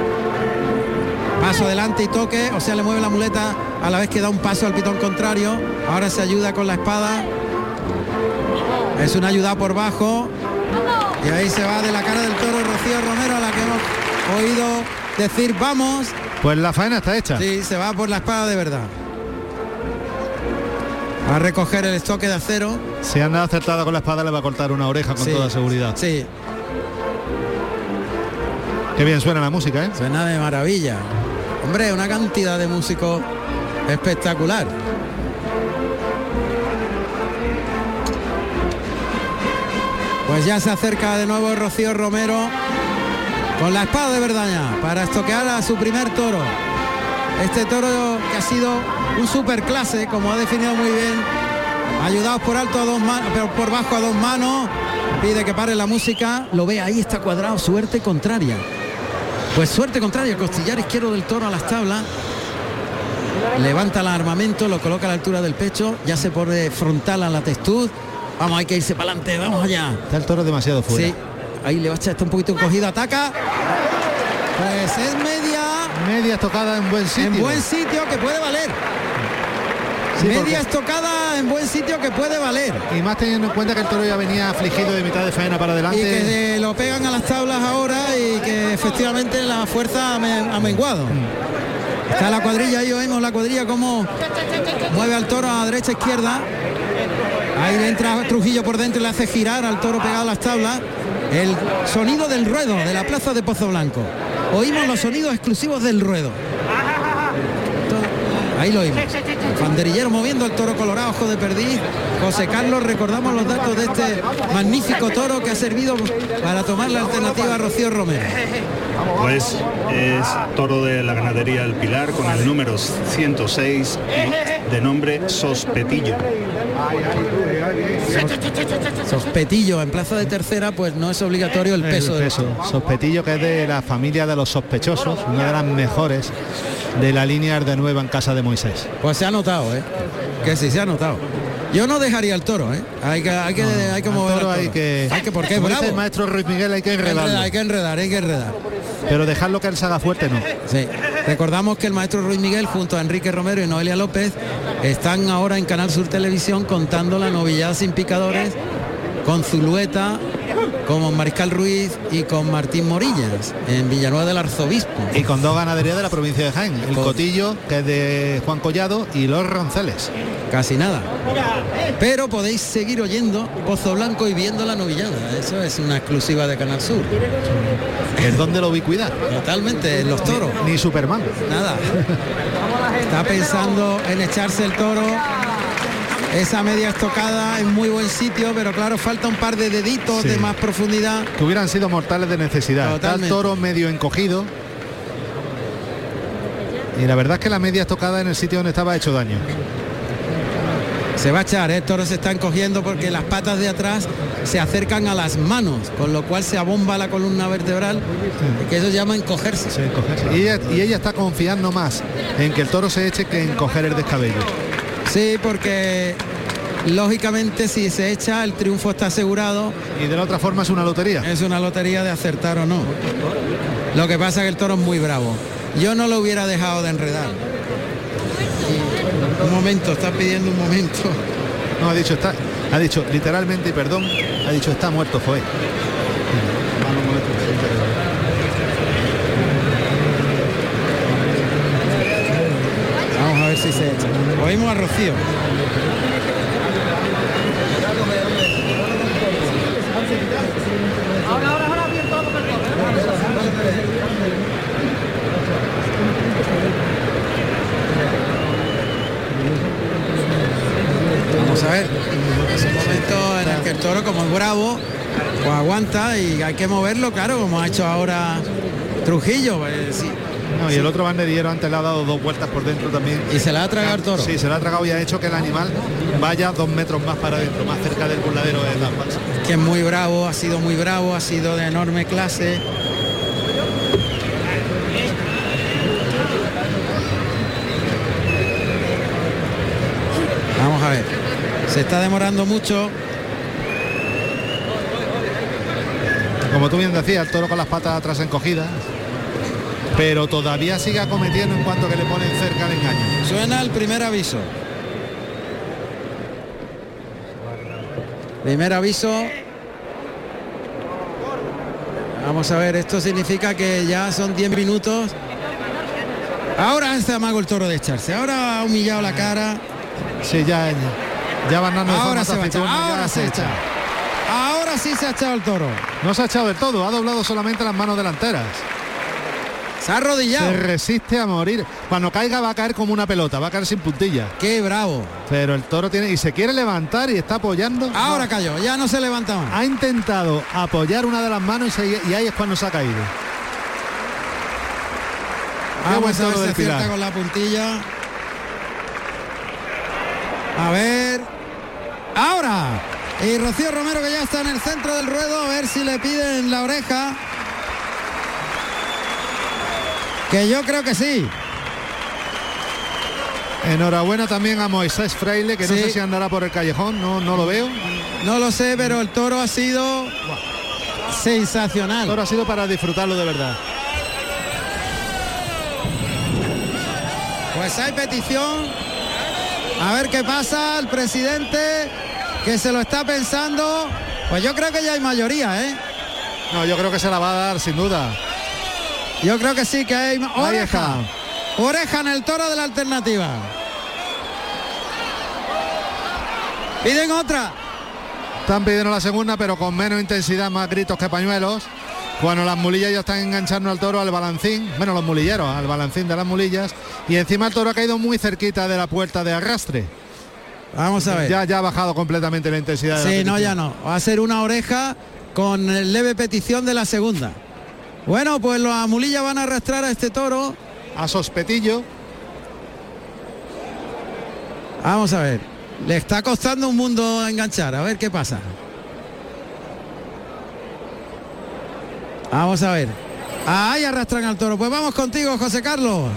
Speaker 3: Paso adelante y toque. O sea, le mueve la muleta a la vez que da un paso al pitón contrario. Ahora se ayuda con la espada. Es una ayuda por bajo. Y ahí se va de la cara del toro Rocío Romero, a la que hemos oído decir vamos.
Speaker 6: Pues la faena está hecha.
Speaker 3: Sí, se va por la espada de verdad. Va a recoger el estoque de acero.
Speaker 6: Si anda acertada con la espada le va a cortar una oreja con toda seguridad.
Speaker 3: Sí.
Speaker 6: Qué bien suena la música, ¿eh?
Speaker 3: Suena de maravilla. Hombre, una cantidad de músicos espectacular. Pues ya se acerca de nuevo Rocío Romero con la espada de Verdaña para estoquear a su primer toro. Este toro que ha sido un superclase, como ha definido muy bien, ayudados por alto a 2 manos, pero por bajo a 2 manos, pide que pare la música, lo ve, ahí está cuadrado, suerte contraria. Pues suerte contraria, costillar izquierdo del toro a las tablas, levanta el armamento, lo coloca a la altura del pecho, ya se pone frontal a la testud, vamos, hay que irse para adelante, vamos allá.
Speaker 6: Está el toro demasiado fuera.
Speaker 3: Sí, ahí le va a echar, está un poquito encogido, ataca, pues es media
Speaker 6: estocada en buen sitio.
Speaker 3: En buen sitio que puede valer. Sí, media estocada en buen sitio que puede valer.
Speaker 6: Y más teniendo en cuenta que el toro ya venía afligido de mitad de faena para adelante.
Speaker 3: Y que lo pegan a las tablas ahora y que efectivamente la fuerza ha menguado. Está la cuadrilla, ahí oímos la cuadrilla como mueve al toro a derecha izquierda. Ahí le entra Trujillo por dentro y le hace girar al toro pegado a las tablas. El sonido del ruedo de la plaza de Pozoblanco. Oímos los sonidos exclusivos del ruedo. Ahí lo oímos. Banderillero moviendo el toro colorado, ojo de perdiz. José Carlos, recordamos los datos de este magnífico toro que ha servido para tomar la alternativa a Rocío Romero.
Speaker 10: Pues es toro de la ganadería El Pilar con el número 106 de nombre Sospetillo.
Speaker 3: Sospetillo, en plaza de tercera pues no es obligatorio el peso.
Speaker 6: Sospetillo, que es de la familia de los sospechosos, una de las mejores de la línea Ardenueva en casa de Moisés.
Speaker 3: Pues se ha notado, que sí, se ha notado. Yo no dejaría el toro, hay que mover
Speaker 6: toro,
Speaker 3: hay que porque es bravo.
Speaker 6: El maestro Ruiz Miguel, hay que enredarlo.
Speaker 3: Hay que enredar.
Speaker 6: Pero dejarlo que él se haga fuerte, no.
Speaker 3: Sí. Recordamos que el maestro Ruiz Miguel junto a Enrique Romero y Noelia López están ahora en Canal Sur Televisión contando la novillada sin picadores con Zulueta, con Mariscal Ruiz y con Martín Morillas en Villanueva del Arzobispo.
Speaker 6: Y con 2 ganaderías de la provincia de Jaén, el Cotillo, que es de Juan Collado, y los Ronceles.
Speaker 3: Casi nada. Pero podéis seguir oyendo Pozoblanco y viendo la novillada. Eso es una exclusiva de Canal Sur.
Speaker 6: Es donde la ubicuidad.
Speaker 3: Totalmente, en los toros.
Speaker 6: Ni Superman.
Speaker 3: Nada. Está pensando en echarse el toro. Esa media estocada en muy buen sitio, pero claro, falta un par de deditos de más profundidad.
Speaker 6: Que hubieran sido mortales de necesidad. Totalmente. Está el toro medio encogido. Y la verdad es que la media estocada en el sitio donde estaba ha hecho daño.
Speaker 3: Se va a echar, el toro se está encogiendo porque las patas de atrás se acercan a las manos, con lo cual se abomba la columna vertebral, que eso llama encogerse.
Speaker 6: Y ella está confiando más en que el toro se eche que en coger el descabello.
Speaker 3: Sí, porque lógicamente si se echa el triunfo está asegurado.
Speaker 6: Y de la otra forma es una lotería.
Speaker 3: Es una lotería de acertar o no. Lo que pasa es que el toro es muy bravo. Yo no lo hubiera dejado de enredar. Un momento, está pidiendo un momento.
Speaker 6: No, ha dicho literalmente, y perdón, ha dicho está muerto fue.
Speaker 3: Vamos a ver si se echa. Oímos a Rocío. Vamos a ver. Es un momento en el que el toro, como es bravo, pues aguanta y hay que moverlo, claro, como ha hecho ahora Trujillo. Pues, sí.
Speaker 6: No, y el otro banderillero antes le ha dado 2 vueltas por dentro también.
Speaker 3: Y se la ha tragado el toro.
Speaker 6: Sí, se la ha tragado y ha hecho que el animal vaya 2 metros más para adentro, más cerca del burladero de las balsas.
Speaker 3: Que es muy bravo, ha sido muy bravo, ha sido de enorme clase. Vamos a ver. Se está demorando mucho.
Speaker 6: Como tú bien decías, el toro con las patas atrás encogidas. Pero todavía sigue acometiendo en cuanto que le ponen cerca el engaño.
Speaker 3: Suena el primer aviso. Primer aviso. Vamos a ver, esto significa que ya son 10 minutos. Ahora hace amago el toro de echarse. Ahora ha humillado la cara.
Speaker 6: Sí, ya van dando.
Speaker 3: Ahora se va a echar. Ahora se echa. Ahora sí se ha echado el toro.
Speaker 6: No se ha echado del todo, ha doblado solamente las manos delanteras.
Speaker 3: Se ha arrodillado.
Speaker 6: Se resiste a morir. Cuando caiga va a caer como una pelota, va a caer sin puntilla.
Speaker 3: Qué bravo.
Speaker 6: Pero el toro tiene y se quiere levantar y está apoyando.
Speaker 3: Ahora no. Cayó, ya no se levanta más.
Speaker 6: Ha intentado apoyar una de las manos y ahí es cuando se ha caído.
Speaker 3: Vamos a ver si acierta con la puntilla. A ver. Ahora. Y Rocío Romero, que ya está en el centro del ruedo, a ver si le piden la oreja. Que yo creo que sí.
Speaker 6: Enhorabuena también a Moisés Fraile, que no sé si andará por el callejón, no lo veo.
Speaker 3: No lo sé, pero el toro ha sido sensacional.
Speaker 6: El toro ha sido para disfrutarlo de verdad.
Speaker 3: Pues hay petición. A ver qué pasa. El presidente, que se lo está pensando. Pues yo creo que ya hay mayoría, ¿eh?
Speaker 6: No, yo creo que se la va a dar sin duda.
Speaker 3: Yo creo que sí, que hay oreja. Oreja en el toro de la alternativa. Piden otra.
Speaker 6: Están pidiendo la segunda, pero con menos intensidad, más gritos que pañuelos. Cuando las mulillas ya están enganchando al toro al balancín, bueno, los mulilleros, al balancín de las mulillas. Y encima el toro ha caído muy cerquita de la puerta de arrastre.
Speaker 3: Vamos a ver.
Speaker 6: Ya ha bajado completamente la intensidad.
Speaker 3: Sí, no, ya no. Va a ser una oreja con leve petición de la segunda. Bueno, pues las mulillas van a arrastrar a este toro.
Speaker 6: A Sospetillo.
Speaker 3: Vamos a ver. Le está costando un mundo enganchar. A ver qué pasa. Vamos a ver. Ahí arrastran al toro. Pues vamos contigo, José Carlos.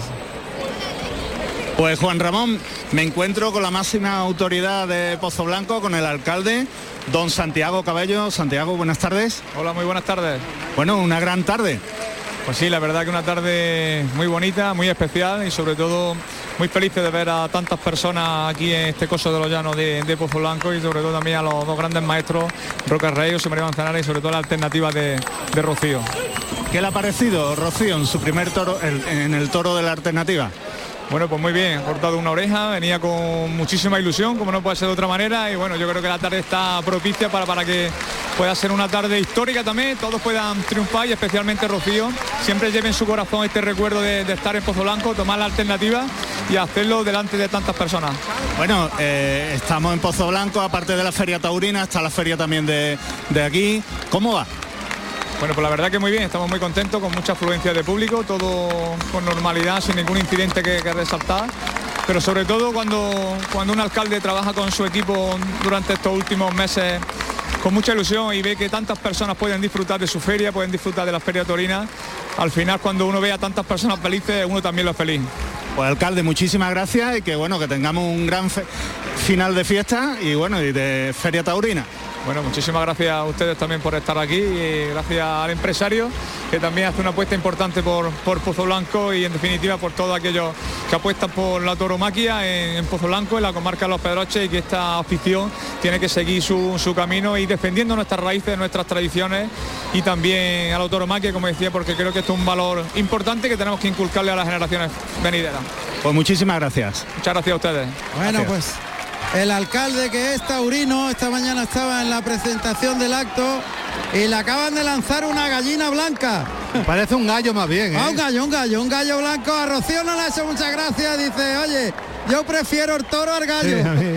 Speaker 7: Pues Juan Ramón, me encuentro con la máxima autoridad de Pozoblanco, con el alcalde, don Santiago Cabello. Santiago, buenas tardes.
Speaker 11: Hola, muy buenas tardes.
Speaker 7: Bueno, una gran tarde.
Speaker 11: Pues sí, la verdad que una tarde muy bonita, muy especial y sobre todo muy feliz de ver a tantas personas aquí en este coso de los llanos de Pozoblanco y sobre todo también a los dos grandes maestros, Roca Rey, José María Manzanares y sobre todo la alternativa de Rocío.
Speaker 7: ¿Qué le ha parecido Rocío en su primer toro, en el toro de la alternativa?
Speaker 11: Bueno, pues muy bien, ha cortado una oreja, venía con muchísima ilusión, como no puede ser de otra manera, y bueno, yo creo que la tarde está propicia para que pueda ser una tarde histórica también, todos puedan triunfar y especialmente Rocío, siempre lleve en su corazón este recuerdo de estar en Pozoblanco, tomar la alternativa y hacerlo delante de tantas personas.
Speaker 7: Bueno, estamos en Pozoblanco, aparte de la feria taurina, está la feria también de aquí. ¿Cómo va?
Speaker 11: Bueno, pues la verdad que muy bien, estamos muy contentos, con mucha afluencia de público, todo con normalidad, sin ningún incidente que resaltar, pero sobre todo cuando un alcalde trabaja con su equipo durante estos últimos meses con mucha ilusión y ve que tantas personas pueden disfrutar de su feria, pueden disfrutar de la feria taurina, al final cuando uno ve a tantas personas felices, uno también lo es feliz.
Speaker 7: Pues alcalde, muchísimas gracias y que bueno, que tengamos un gran final de fiesta y bueno, y de feria taurina.
Speaker 11: Bueno, muchísimas gracias a ustedes también por estar aquí y gracias al empresario que también hace una apuesta importante por Pozoblanco y en definitiva por todos aquellos que apuestan por la tauromaquia en Pozoblanco, en la comarca de Los Pedroches, y que esta afición tiene que seguir su camino y defendiendo nuestras raíces, nuestras tradiciones y también a la tauromaquia, como decía, porque creo que esto es un valor importante que tenemos que inculcarle a las generaciones venideras.
Speaker 7: Pues muchísimas gracias.
Speaker 11: Muchas gracias a ustedes.
Speaker 3: Bueno,
Speaker 11: gracias.
Speaker 3: Pues el alcalde, que es taurino, esta mañana estaba en la presentación del acto y le acaban de lanzar una gallina blanca.
Speaker 6: Parece un gallo más bien, ¿eh?
Speaker 3: Un gallo blanco. A Rocío no le ha hecho muchas gracias, dice, oye, yo prefiero el toro al gallo. Sí,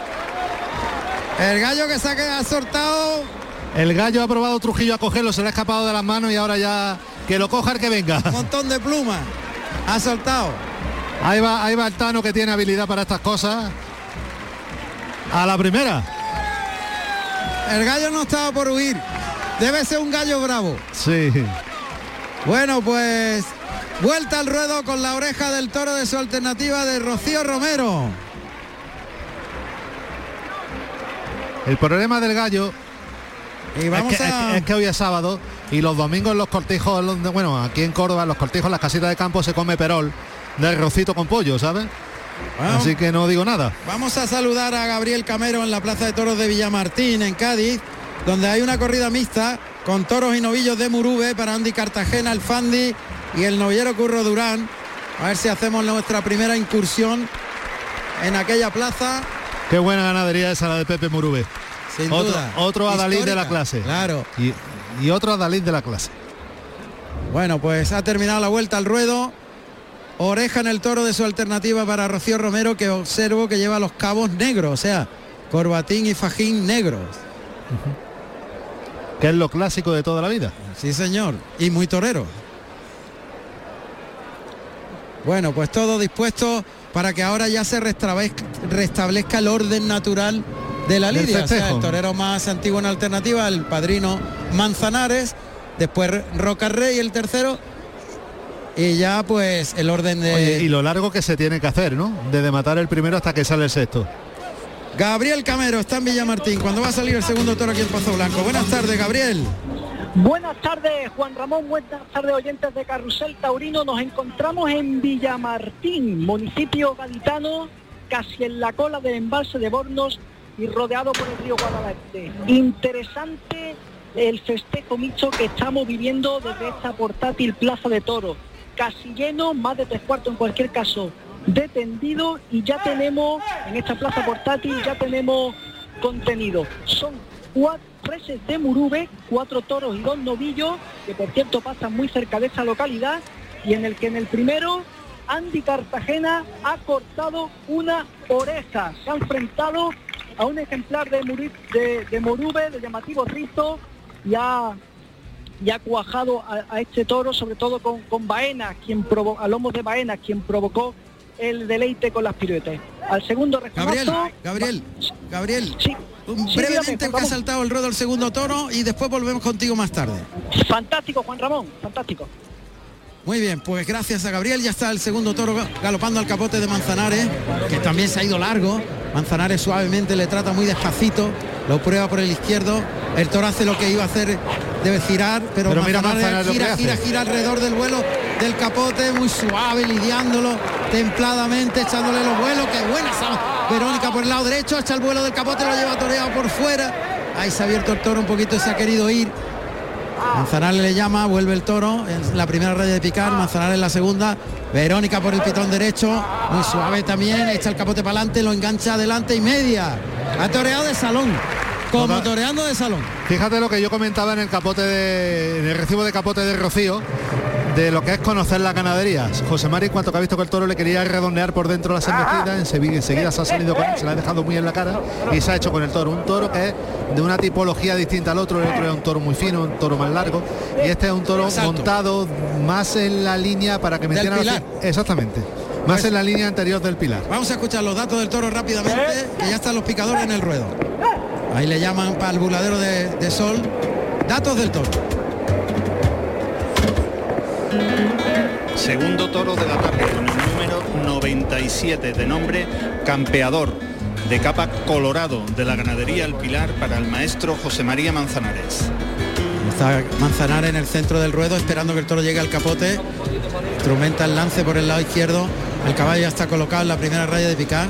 Speaker 3: el gallo que ha soltado.
Speaker 6: El gallo ha probado Trujillo a cogerlo, se le ha escapado de las manos y ahora ya que lo coja el que venga.
Speaker 3: Un montón de plumas. Ha soltado.
Speaker 6: Ahí va el Tano, que tiene habilidad para estas cosas. A la primera.
Speaker 3: El gallo no estaba por huir. Debe ser un gallo bravo.
Speaker 6: Sí.
Speaker 3: Bueno, pues vuelta al ruedo con la oreja del toro de su alternativa de Rocío Romero.
Speaker 6: El problema del gallo
Speaker 3: y vamos
Speaker 6: es que hoy es sábado y los domingos en los cortijos, bueno, aquí en Córdoba, en los cortijos, en las casitas de campo se come perol de arrocito con pollo, ¿sabes? Bueno, así que no digo nada.
Speaker 3: Vamos a saludar a Gabriel Camero en la Plaza de Toros de Villamartín, en Cádiz, donde hay una corrida mixta con toros y novillos de Murube para Andy Cartagena, el Fandi y el novillero Curro Durán. A ver si hacemos nuestra primera incursión en aquella plaza.
Speaker 6: Qué buena ganadería esa, la de Pepe Murube.
Speaker 3: Sin duda.
Speaker 6: Otro adalid de la clase.
Speaker 3: Claro.
Speaker 6: Y otro adalid de la clase.
Speaker 3: Bueno, pues ha terminado la vuelta al ruedo. Oreja en el toro de su alternativa para Rocío Romero, que observo que lleva los cabos negros, o sea, corbatín y fajín negros.
Speaker 6: Que es lo clásico de toda la vida.
Speaker 3: Sí, señor, y muy torero. Bueno, pues todo dispuesto para que ahora ya se restablezca el orden natural de la lidia. O sea, el torero más antiguo en alternativa, el padrino Manzanares, después Roca Rey el tercero, y ya pues el orden de...
Speaker 6: Oye, y lo largo que se tiene que hacer, ¿no? Desde matar el primero hasta que sale el sexto.
Speaker 3: Gabriel Camero está en Villamartín, cuando va a salir el segundo toro aquí en Pozo Blanco. Buenas tardes, Gabriel.
Speaker 12: Buenas tardes, Juan Ramón, buenas tardes, oyentes de Carrusel Taurino. Nos encontramos en Villamartín, municipio gaditano, casi en la cola del embalse de Bornos y rodeado por el río Guadalete. Interesante el festejo mixto que estamos viviendo desde esta portátil plaza de toros. Casi lleno, más de 3/4 en cualquier caso de tendido, y ya tenemos, en esta plaza portátil, ya tenemos contenido. Son 4 reses de Murube, 4 toros y 2 novillos, que por cierto pasan muy cerca de esa localidad, y en el que en el primero Andy Cartagena ha cortado una oreja. Se ha enfrentado a un ejemplar de Murube, de llamativo rizo, y ha cuajado a este toro, sobre todo con Baena, a lomos de Baena, quien provocó el deleite con las piruetas. Al segundo rejonazo...
Speaker 3: Gabriel,
Speaker 12: sí,
Speaker 3: brevemente,
Speaker 12: dígame,
Speaker 3: que ha saltado el ruedo el segundo toro y después volvemos contigo más tarde.
Speaker 12: Fantástico, Juan Ramón, fantástico.
Speaker 3: Muy bien, pues gracias a Gabriel, ya está el segundo toro galopando al capote de Manzanares, que también se ha ido largo. Manzanares suavemente le trata muy despacito, lo prueba por el izquierdo, el toro hace lo que iba a hacer, debe girar, pero Manzanares gira alrededor del vuelo del capote, muy suave, lidiándolo templadamente, echándole los vuelos. Qué buena esa Verónica por el lado derecho, echa el vuelo del capote, lo lleva toreado por fuera, ahí se ha abierto el toro un poquito y se ha querido ir. Manzanares le llama, vuelve el toro en la primera raya de picar, Manzanares en la segunda, Verónica por el pitón derecho, muy suave también, echa el capote para adelante, lo engancha adelante y media. Ha toreado de salón, como toreando de salón.
Speaker 6: Fíjate lo que yo comentaba en el recibo de capote de Rocío, de lo que es conocer la ganadería. José Mari, en cuanto que ha visto que el toro le quería redondear por dentro las embestidas, enseguida se ha salido con él, se la ha dejado muy en la cara y se ha hecho con el toro. Un toro que es de una tipología distinta al otro. El otro es un toro muy fino, un toro más largo, y este es un toro montado más en la línea para que me entiendan. Exactamente. Más en la línea anterior del pilar.
Speaker 3: Vamos a escuchar los datos del toro rápidamente, que ya están los picadores en el ruedo. Ahí le llaman para el buladero de sol. Datos del toro.
Speaker 7: Segundo toro de la tarde, con el número 97, de nombre Campeador, de capa colorado, de la ganadería El Pilar, para el maestro José María Manzanares.
Speaker 3: Está Manzanares en el centro del ruedo, esperando que el toro llegue al capote. Instrumenta el lance por el lado izquierdo. El caballo ya está colocado en la primera raya de picar.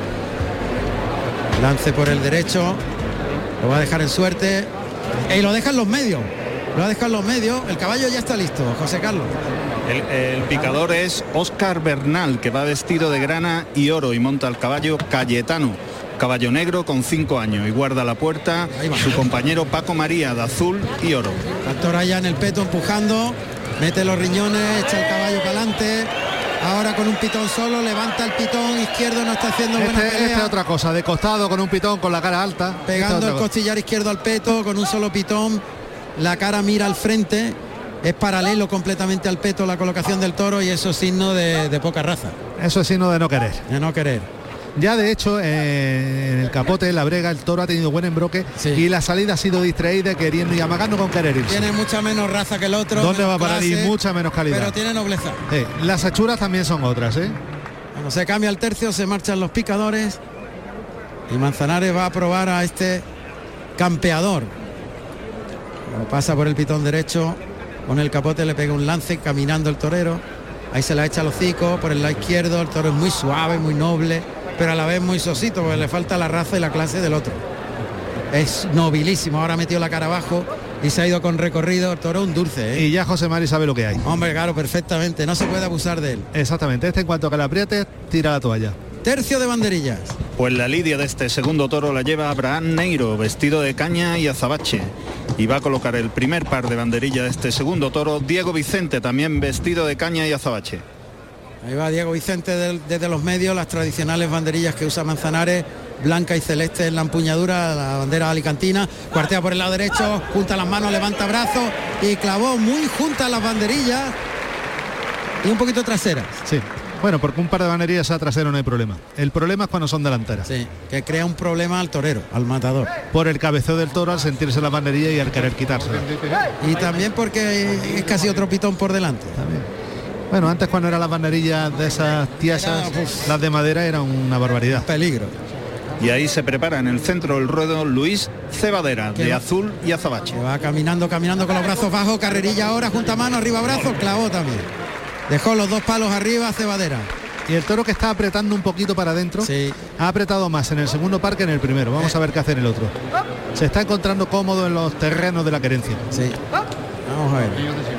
Speaker 3: Lance por el derecho. Lo va a dejar en suerte. Y lo deja en los medios. Lo va a dejar en los medios. El caballo ya está listo, José Carlos.
Speaker 7: El picador es Óscar Bernal, que va vestido de grana y oro y monta el caballo Cayetano, caballo negro con 5 años, y guarda la puerta su compañero Paco María, de azul y oro.
Speaker 3: El toro allá en el peto empujando, mete los riñones, echa el caballo para adelante. Ahora con un pitón solo, levanta el pitón izquierdo, no está haciendo buena pelea.
Speaker 6: Esta es otra cosa, de costado con un pitón con la cara alta.
Speaker 3: Pegando el costillar izquierdo al peto con un solo pitón, la cara mira al frente. Es paralelo completamente al peto la colocación del toro, y eso es signo de poca raza.
Speaker 6: Eso es signo de no querer.
Speaker 3: De no querer.
Speaker 6: Ya de hecho, en el capote, en la brega, el toro ha tenido buen embroque, sí, y la salida ha sido distraída, queriendo y amagando con querer irse.
Speaker 3: Tiene mucha menos raza que el otro.
Speaker 6: ¿Dónde va a parar? Y mucha menos calidad.
Speaker 3: Pero tiene nobleza.
Speaker 6: Las hechuras también son otras,
Speaker 3: Cuando se cambia el tercio, se marchan los picadores. Y Manzanares va a probar a este Campeador. Pasa por el pitón derecho. Con el capote le pega un lance, caminando el torero. Ahí se la echa al hocico, por el lado izquierdo. El toro es muy suave, muy noble, pero a la vez muy sosito, porque le falta la raza y la clase del otro. Es nobilísimo. Ahora ha metido la cara abajo y se ha ido con recorrido. El toro un dulce,
Speaker 6: Y ya José Mari sabe lo que hay.
Speaker 3: Hombre, claro, perfectamente. No se puede abusar de él.
Speaker 6: Exactamente. En cuanto que la apriete, tira la toalla.
Speaker 3: Tercio de banderillas.
Speaker 7: Pues la lidia de este segundo toro la lleva Abraham Neiro, vestido de caña y azabache. Y va a colocar el primer par de banderillas de este segundo toro Diego Vicente, también vestido de caña y azabache.
Speaker 3: Ahí va Diego Vicente desde los medios, las tradicionales banderillas que usa Manzanares, blanca y celeste en la empuñadura, la bandera alicantina. Cuartea por el lado derecho, junta las manos, levanta brazos y clavó muy juntas las banderillas y un poquito traseras.
Speaker 6: Sí. Bueno, porque un par de banderillas a trasero no hay problema. El problema es cuando son delanteras.
Speaker 3: Sí, que crea un problema al torero, al matador.
Speaker 6: Por el cabeceo del toro al sentirse la banderilla y al querer quitársela.
Speaker 3: Y también porque es casi otro pitón por delante.
Speaker 6: También. Bueno, antes cuando eran las banderillas de esas tiesas, las de madera eran una barbaridad.
Speaker 3: Peligro.
Speaker 7: Y ahí se prepara en el centro del ruedo Luis Cebadera, de azul y azabache.
Speaker 3: Que va caminando con los brazos bajos, carrerilla ahora, junta mano, arriba brazo, clavó también. Dejó los dos palos arriba, Cebadera.
Speaker 6: Y el toro que está apretando un poquito para adentro,
Speaker 3: sí,
Speaker 6: ha apretado más en el segundo par que en el primero. Vamos a ver qué hace en el otro. Se está encontrando cómodo en los terrenos de la querencia.
Speaker 3: Sí. Vamos a ver.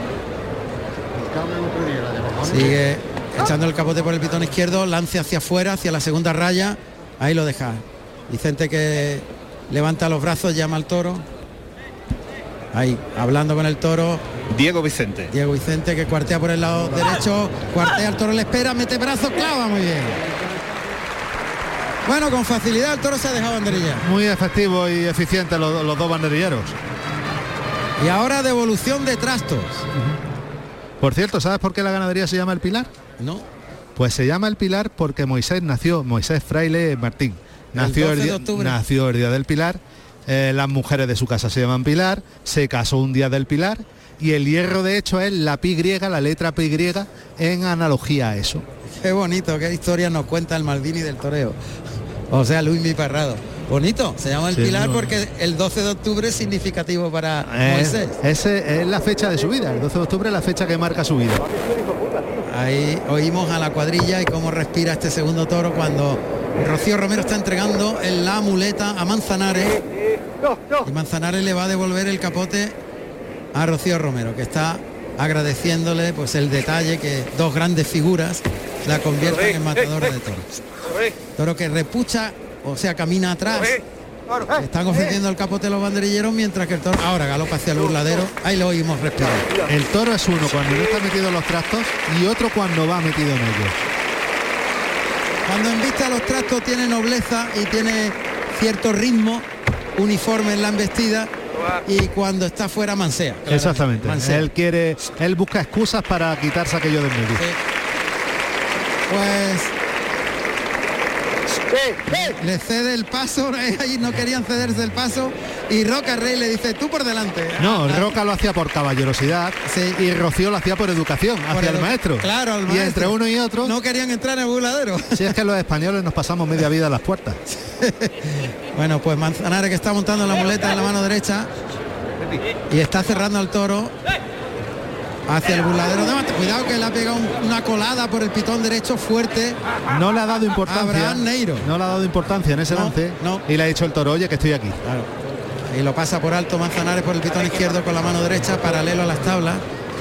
Speaker 3: Sigue echando el capote por el pitón izquierdo, lance hacia afuera, hacia la segunda raya. Ahí lo deja. Vicente, que levanta los brazos, llama al toro. Ahí, hablando con el toro.
Speaker 7: Diego Vicente,
Speaker 3: que cuartea por el lado derecho, cuartea, el toro le espera, mete brazos, clava muy bien. Bueno, con facilidad el toro se ha dejado banderilla.
Speaker 6: Muy efectivo y eficiente los dos banderilleros.
Speaker 3: Y ahora devolución de trastos.
Speaker 6: Por cierto, ¿sabes por qué la ganadería se llama El Pilar?
Speaker 3: No.
Speaker 6: Pues se llama El Pilar porque Moisés Fraile Martín. Nació el día del Pilar. Las mujeres de su casa se llaman Pilar. Se casó un día del Pilar. Y el hierro, de hecho, es la pi griega, la letra pi griega, en analogía a eso.
Speaker 3: Qué bonito, qué historia nos cuenta el Maldini del toreo. O sea, Luis Mi Parrado. Bonito, se llama El Pilar porque el 12 de octubre es significativo para Moisés.
Speaker 6: Ese es la fecha de su vida, el 12 de octubre es la fecha que marca su vida.
Speaker 3: Ahí oímos a la cuadrilla y cómo respira este segundo toro cuando Rocío Romero está entregando en la muleta a Manzanares. Y Manzanares le va a devolver el capote a Rocío Romero, que está agradeciéndole pues el detalle que dos grandes figuras la convierten en matadora de toros. Toro que repucha, o sea, camina atrás. Están ofreciendo el capote a los banderilleros mientras que el toro ahora galopa hacia el burladero. Ahí lo oímos respirar.
Speaker 6: El toro es uno cuando no está metido en los trastos y otro cuando va metido en ellos.
Speaker 3: Cuando embiste a los trastos tiene nobleza y tiene cierto ritmo uniforme en la embestida, y cuando está fuera mansea.
Speaker 6: Exactamente.
Speaker 3: Mansea.
Speaker 6: Él busca excusas para quitarse aquello del medio.
Speaker 3: Sí. Pues le cede el paso, ahí no querían cederse el paso, y Roca Rey le dice, tú por delante.
Speaker 6: No, Roca lo hacía por caballerosidad, sí, y Rocío lo hacía por educación, hacia el maestro.
Speaker 3: Claro, al
Speaker 6: y
Speaker 3: maestro.
Speaker 6: Entre uno y otro
Speaker 3: no querían entrar en el burladero.
Speaker 6: Si es que los españoles nos pasamos media vida a las puertas.
Speaker 3: Bueno, pues Manzanares, que está montando la muleta en la mano derecha y está cerrando al toro hacia el burladero. Cuidado que le ha pegado una colada por el pitón derecho fuerte.
Speaker 6: No le ha dado importancia.
Speaker 3: Neiro.
Speaker 6: No le ha dado importancia en ese lance.
Speaker 3: No.
Speaker 6: Y le ha dicho el toro, oye, que estoy aquí.
Speaker 3: Claro. Y lo pasa por alto Manzanares por el pitón izquierdo con la mano derecha, paralelo a las tablas.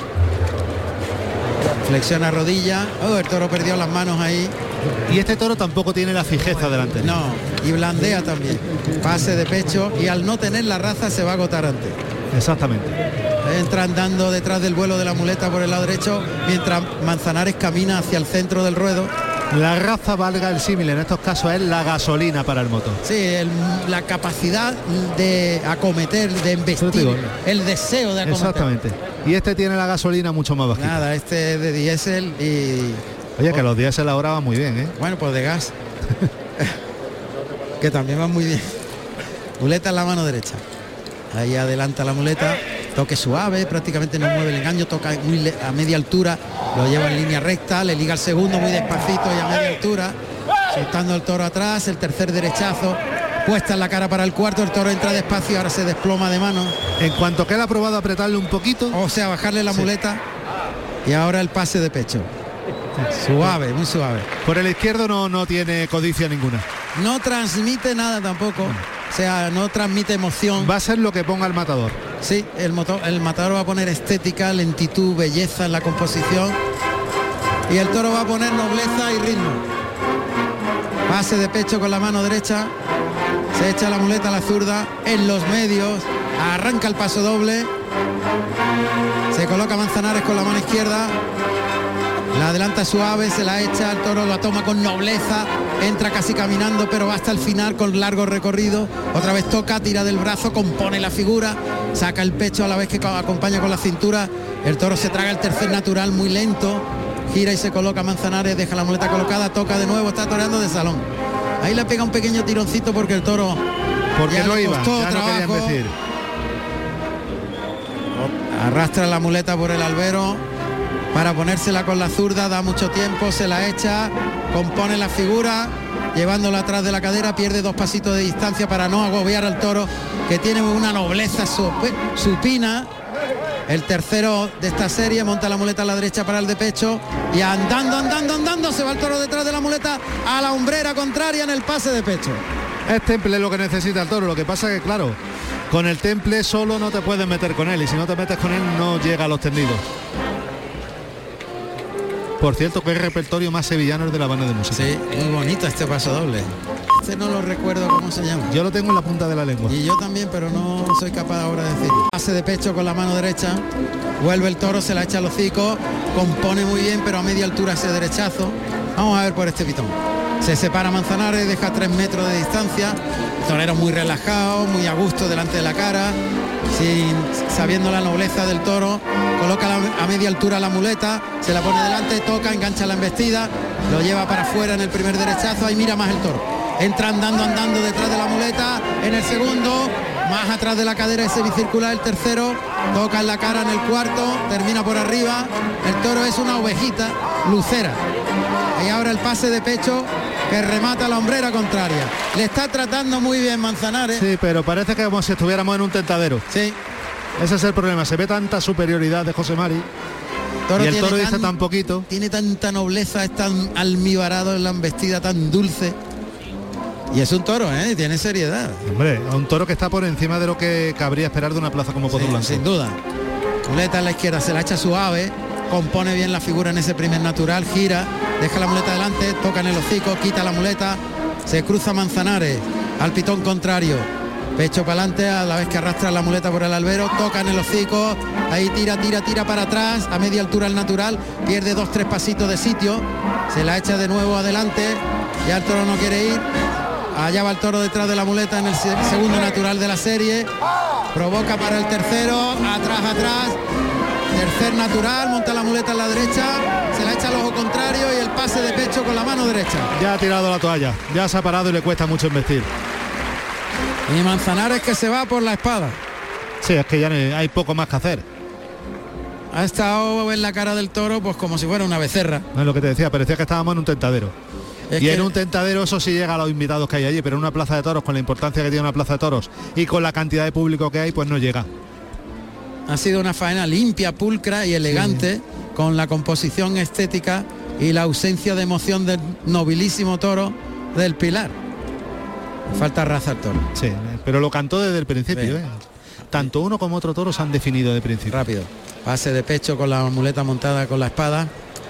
Speaker 3: Flexiona rodilla. El toro perdió las manos ahí.
Speaker 6: Y este toro tampoco tiene la fijeza delante.
Speaker 3: No, y blandea también. Pase de pecho y al no tener la raza se va a agotar antes.
Speaker 6: Exactamente.
Speaker 3: Entra andando detrás del vuelo de la muleta por el lado derecho mientras Manzanares camina hacia el centro del ruedo.
Speaker 6: La raza, valga el símil, en estos casos es la gasolina para el motor.
Speaker 3: Sí, la capacidad de acometer, de embestir, el deseo de acometer.
Speaker 6: Exactamente. Y este tiene la gasolina mucho más bajita.
Speaker 3: Nada, este es de diésel y...
Speaker 6: Oye, que los diésel ahora van muy bien, ¿eh?
Speaker 3: Bueno, pues de gas. Que también van muy bien. Muleta en la mano derecha. Ahí adelanta la muleta. Toque suave, prácticamente no mueve el engaño, toca a media altura, lo lleva en línea recta, le liga el segundo muy despacito y a media altura, soltando el toro atrás, el tercer derechazo, puesta en la cara para el cuarto, el toro entra despacio, ahora se desploma de mano.
Speaker 6: En cuanto que él ha probado apretarle un poquito,
Speaker 3: o sea, bajarle la muleta, y ahora el pase de pecho. Suave, muy suave.
Speaker 6: Por el izquierdo no tiene codicia ninguna.
Speaker 3: No transmite nada tampoco. O sea, no transmite emoción.
Speaker 6: Va a ser lo que ponga el matador.
Speaker 3: Sí, el matador va a poner estética, lentitud, belleza en la composición. Y el toro va a poner nobleza y ritmo. Pase de pecho con la mano derecha. Se echa la muleta a la zurda en los medios. Arranca el paso doble. Se coloca Manzanares con la mano izquierda. La adelanta suave, se la echa, el toro la toma con nobleza, entra casi caminando, pero va hasta el final con largo recorrido. Otra vez toca, tira del brazo, compone la figura, saca el pecho a la vez que acompaña con la cintura. El toro se traga el tercer natural muy lento, gira y se coloca Manzanares, deja la muleta colocada, toca de nuevo, está toreando de salón. Ahí le pega un pequeño tironcito porque el toro
Speaker 6: porque
Speaker 3: ya
Speaker 6: no
Speaker 3: le
Speaker 6: iba,
Speaker 3: costó
Speaker 6: ya
Speaker 3: trabajo.
Speaker 6: no querían decir.
Speaker 3: Arrastra la muleta por el albero para ponérsela con la zurda, da mucho tiempo, se la echa, compone la figura, llevándola atrás de la cadera, pierde 2 pasitos de distancia para no agobiar al toro, que tiene una nobleza supina. El tercero de esta serie, monta la muleta a la derecha para el de pecho y andando, se va el toro detrás de la muleta a la hombrera contraria en el pase de pecho.
Speaker 6: Es temple lo que necesita el toro, lo que pasa que claro, con el temple solo no te puedes meter con él y si no te metes con él no llega a los tendidos. Por cierto, que el repertorio más sevillano es de la banda de música.
Speaker 3: Sí, muy bonito este paso doble. Este no lo recuerdo cómo se llama.
Speaker 6: Yo lo tengo en la punta de la lengua.
Speaker 3: Y yo también, pero no soy capaz ahora de decirlo. Pase de pecho con la mano derecha, vuelve el toro, se la echa al hocico, compone muy bien, pero a media altura ese derechazo. Vamos a ver por este pitón. Se separa Manzanares, deja 3 metros de distancia. Torero muy relajado, muy a gusto delante de la cara, sabiendo la nobleza del toro. Coloca a media altura la muleta, se la pone delante, toca, engancha la embestida, lo lleva para afuera en el primer derechazo, ahí mira más el toro. Entra andando detrás de la muleta, en el segundo, más atrás de la cadera ese bicircular, el tercero, toca en la cara en el cuarto, termina por arriba, el toro es una ovejita lucera. Y ahora el pase de pecho que remata la hombrera contraria. Le está tratando muy bien Manzanares.
Speaker 6: Sí, pero parece que como si estuviéramos en un tentadero.
Speaker 3: Sí.
Speaker 6: Ese es el problema, se ve tanta superioridad de José Mari. Y el toro dice tan poquito.
Speaker 3: Tiene tanta nobleza, es tan almibarado en la embestida, tan dulce. Y es un toro, tiene seriedad.
Speaker 6: Hombre, un toro que está por encima de lo que cabría esperar de una plaza como Pozo Blanco.
Speaker 3: Sin duda. Muleta a la izquierda, se la echa suave, compone bien la figura en ese primer natural, gira, deja la muleta adelante, toca en el hocico, quita la muleta, se cruza Manzanares al pitón contrario, pecho para adelante a la vez que arrastra la muleta por el albero, toca en el hocico, ahí tira para atrás, a media altura el natural, pierde 2-3 pasitos de sitio, se la echa de nuevo adelante, ya el toro no quiere ir, allá va el toro detrás de la muleta en el segundo natural de la serie, provoca para el tercero, atrás, tercer natural, monta la muleta en la derecha, se la echa al ojo contrario y el pase de pecho con la mano derecha.
Speaker 6: Ya ha tirado la toalla, ya se ha parado y le cuesta mucho embestir.
Speaker 3: Y Manzanares que se va por la espada.
Speaker 6: Sí, es que ya hay poco más que hacer.
Speaker 3: Ha estado en la cara del toro pues como si fuera una becerra.
Speaker 6: No es lo que te decía, parecía que estábamos en un tentadero. En un tentadero eso sí llega a los invitados que hay allí, pero en una plaza de toros, con la importancia que tiene una plaza de toros y con la cantidad de público que hay, pues no llega.
Speaker 3: Ha sido una faena limpia, pulcra y elegante, sí, con la composición estética y la ausencia de emoción del nobilísimo toro del Pilar. Falta raza al toro.
Speaker 6: Sí, pero lo cantó desde el principio. Tanto uno como otro toro se han definido de principio.
Speaker 3: Rápido. Pase de pecho con la muleta montada con la espada.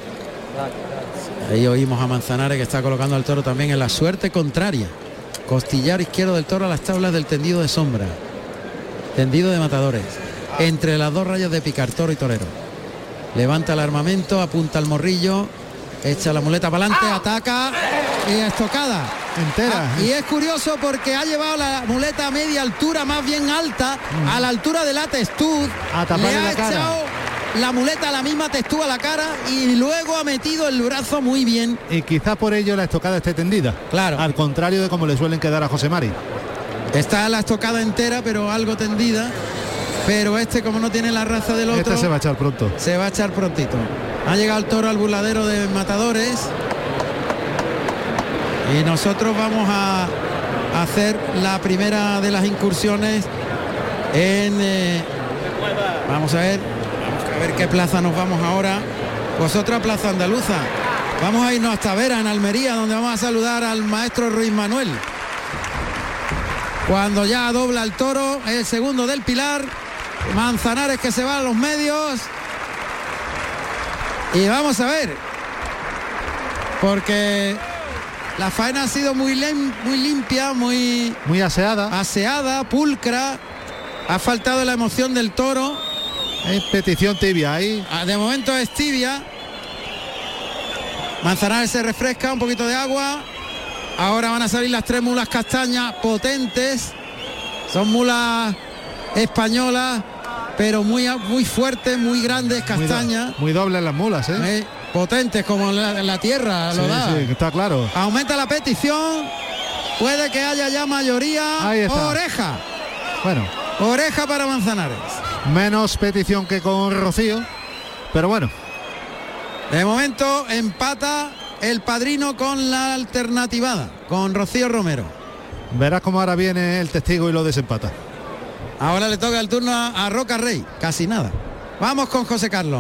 Speaker 3: Ahí oímos a Manzanares que está colocando al toro también en la suerte contraria. Costillar izquierdo del toro a las tablas del tendido de sombra. Tendido de matadores. Entre las 2 rayas de picar, toro y torero. Levanta el armamento, apunta al morrillo, echa la muleta para adelante, ataca y estocada.
Speaker 6: Entera.
Speaker 3: Y es curioso porque ha llevado la muleta a media altura, más bien alta, a la altura de la testud. Le ha echado la muleta a la misma testud a la cara y luego ha metido el brazo muy bien.
Speaker 6: Y quizás por ello la estocada esté tendida.
Speaker 3: Claro.
Speaker 6: Al contrario de como le suelen quedar a José Mari.
Speaker 3: Está la estocada entera, pero algo tendida. Pero este, como no tiene la raza del otro,
Speaker 6: este se va a echar pronto.
Speaker 3: Se va a echar prontito. Ha llegado el toro al burladero de matadores. Y nosotros vamos a hacer la primera de las incursiones en... vamos a ver qué plaza nos vamos ahora. Pues otra plaza andaluza. Vamos a irnos hasta Vera, en Almería, donde vamos a saludar al maestro Ruiz Manuel. Cuando ya dobla el toro, el segundo del Pilar. Manzanares que se va a los medios. Y vamos a ver, porque la faena ha sido muy limpia, muy aseada, pulcra. Ha faltado la emoción del toro.
Speaker 6: Es petición tibia ahí.
Speaker 3: De momento es tibia. Manzanares se refresca, un poquito de agua. Ahora van a salir las 3 mulas castañas potentes. Son mulas españolas, pero muy fuertes, muy grandes, castañas.
Speaker 6: Muy dobles las mulas,
Speaker 3: potentes como la tierra lo da.
Speaker 6: Sí, está claro.
Speaker 3: Aumenta la petición, puede que haya ya mayoría.
Speaker 6: Ahí está.
Speaker 3: Oreja.
Speaker 6: Bueno.
Speaker 3: Oreja para Manzanares.
Speaker 6: Menos petición que con Rocío, pero bueno.
Speaker 3: De momento empata el padrino con la alternativada, con Rocío Romero.
Speaker 6: Verás cómo ahora viene el testigo y lo desempata.
Speaker 3: Ahora le toca el turno a Roca Rey, casi nada. Vamos con José Carlos.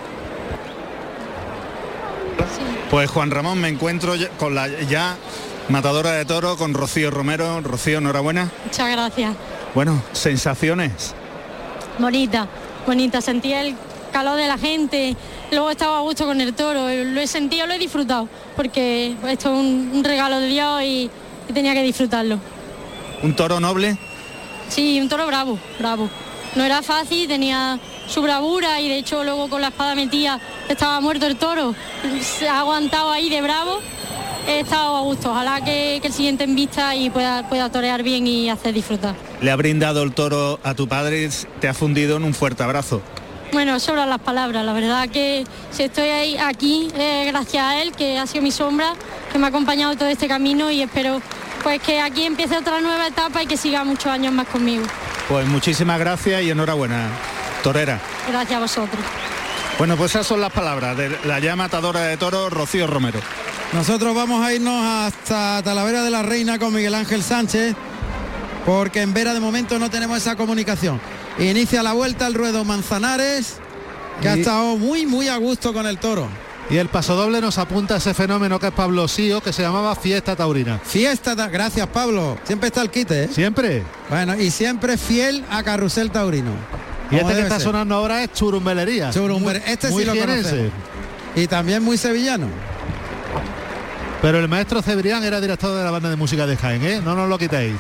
Speaker 7: Pues Juan Ramón, me encuentro con la ya matadora de toro, con Rocío Romero. Rocío, enhorabuena.
Speaker 8: Muchas gracias.
Speaker 7: Bueno, sensaciones.
Speaker 8: Bonita, sentí el calor de la gente, luego estaba a gusto con el toro, lo he sentido, lo he disfrutado, porque esto es un regalo de Dios y tenía que disfrutarlo.
Speaker 7: ¿Un toro noble?
Speaker 8: Sí, un toro bravo. No era fácil, tenía su bravura y de hecho luego con la espada metida estaba muerto el toro, se ha aguantado ahí de bravo. He estado a gusto, ojalá que el siguiente en vista y pueda torear bien y hacer disfrutar.
Speaker 7: Le ha brindado el toro a tu padre, te ha fundido en un fuerte abrazo.
Speaker 8: Bueno, sobran las palabras, la verdad que si estoy aquí gracias a él, que ha sido mi sombra, que me ha acompañado todo este camino y espero pues que aquí empiece otra nueva etapa y que siga muchos años más conmigo.
Speaker 7: Pues muchísimas gracias y enhorabuena, torera.
Speaker 8: Gracias a vosotros.
Speaker 7: Bueno, pues esas son las palabras de la ya matadora de toros, Rocío Romero.
Speaker 3: Nosotros vamos a irnos hasta Talavera de la Reina con Miguel Ángel Sánchez, porque en Vera de momento no tenemos esa comunicación. Inicia la vuelta al ruedo Manzanares, que ha estado muy a gusto con el toro.
Speaker 6: Y el pasodoble nos apunta a ese fenómeno que es Pablo Sío, que se llamaba Fiesta Taurina.
Speaker 3: Gracias Pablo, siempre está el quite, ¿eh?
Speaker 6: Siempre.
Speaker 3: Bueno, y siempre fiel a Carrusel Taurino.
Speaker 6: Y este que está sonando ahora es Churumbelería.
Speaker 3: Este sí lo conocemos. Y también muy sevillano.
Speaker 6: Pero el maestro Cebrián era director de la banda de música de Jaén, ¿eh? No nos lo quitéis.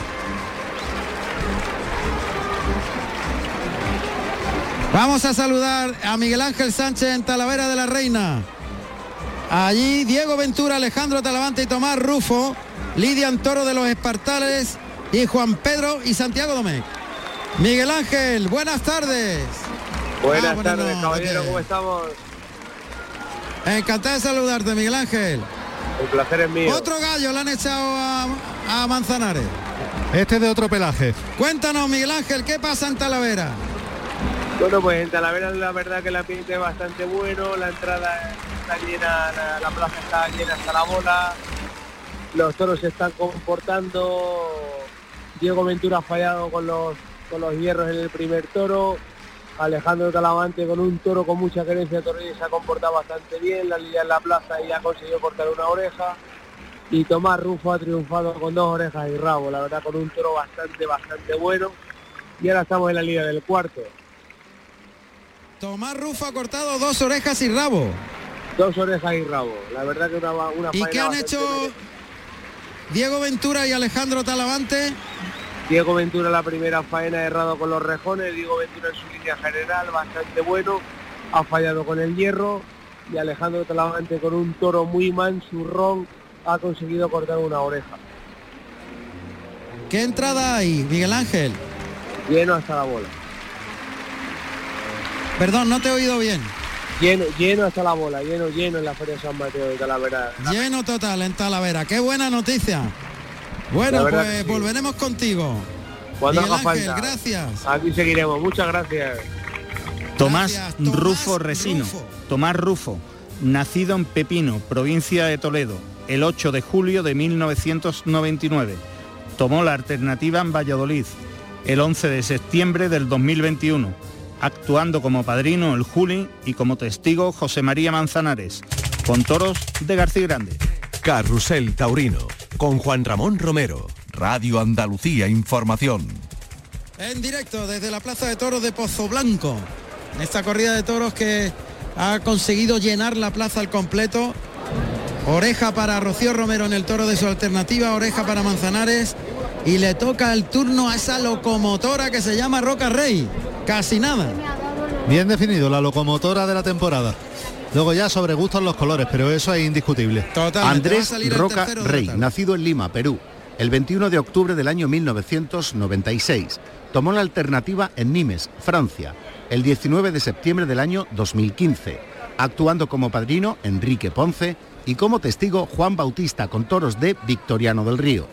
Speaker 3: Vamos a saludar a Miguel Ángel Sánchez en Talavera de la Reina. Allí Diego Ventura, Alejandro Talavante y Tomás Rufo lidian toro de los Espartales y Juan Pedro y Santiago Domecq. Miguel Ángel, buenas tardes.
Speaker 13: Buenas tardes, caballero, ¿cómo estamos?
Speaker 3: Encantado de saludarte, Miguel Ángel.
Speaker 13: El placer es mío.
Speaker 3: Otro gallo le han echado a Manzanares.
Speaker 6: Este de otro pelaje.
Speaker 3: Cuéntanos, Miguel Ángel, ¿qué pasa en Talavera?
Speaker 13: Bueno, pues en Talavera la verdad que el ambiente es bastante bueno, la entrada está llena, la plaza está llena hasta la bola, los toros se están comportando, Diego Ventura ha fallado con los hierros en el primer toro, Alejandro Talavante con un toro con mucha querencia toril se ha comportado bastante bien, la lidia en la plaza y ha conseguido cortar una oreja, y Tomás Rufo ha triunfado con 2 orejas y rabo, la verdad con un toro bastante bueno, y ahora estamos en la liga del cuarto.
Speaker 3: Tomás Rufo ha cortado 2 orejas y rabo.
Speaker 13: 2 orejas y rabo, la verdad que una
Speaker 3: ¿Y qué han hecho Diego Ventura y Alejandro Talavante?
Speaker 13: Diego Ventura la primera faena errado con los rejones, Diego Ventura en su línea general bastante bueno, ha fallado con el hierro, y Alejandro Talavante con un toro muy mansurrón ha conseguido cortar una oreja.
Speaker 3: ¿Qué entrada hay, Miguel Ángel?
Speaker 13: Lleno hasta la bola.
Speaker 3: Perdón, no te he oído bien.
Speaker 13: Lleno hasta la bola, lleno en la Feria de San Mateo de Talavera.
Speaker 3: Lleno total en Talavera, qué buena noticia. Bueno, pues sí, volveremos contigo.
Speaker 13: Cuando
Speaker 3: Miguel
Speaker 13: haga
Speaker 3: Ángel,
Speaker 13: falta.
Speaker 3: gracias.
Speaker 13: Aquí seguiremos, muchas gracias.
Speaker 7: Tomás Rufo Resino. Tomás Rufo, nacido en Pepino, provincia de Toledo, el 8 de julio de 1999. Tomó la alternativa en Valladolid, el 11 de septiembre del 2021, actuando como padrino el Juli y como testigo José María Manzanares, con toros de García Grande.
Speaker 2: Carrusel Taurino, con Juan Ramón Romero, Radio Andalucía Información.
Speaker 3: En directo desde la Plaza de Toros de Pozoblanco, en esta corrida de toros que ha conseguido llenar la plaza al completo. Oreja para Rocío Romero en el toro de su alternativa, oreja para Manzanares, y le toca el turno a esa locomotora que se llama Roca Rey. Casi nada.
Speaker 6: Bien definido, la locomotora de la temporada. Luego ya sobre gustos los colores, pero eso es indiscutible.
Speaker 3: Totalmente.
Speaker 4: Andrés Roca Rey, nacido en Lima, Perú, el 21 de octubre del año 1996. Tomó la alternativa en Nimes, Francia, el 19 de septiembre del año 2015. actuando como padrino Enrique Ponce y como testigo Juan Bautista, con toros de Victoriano del Río.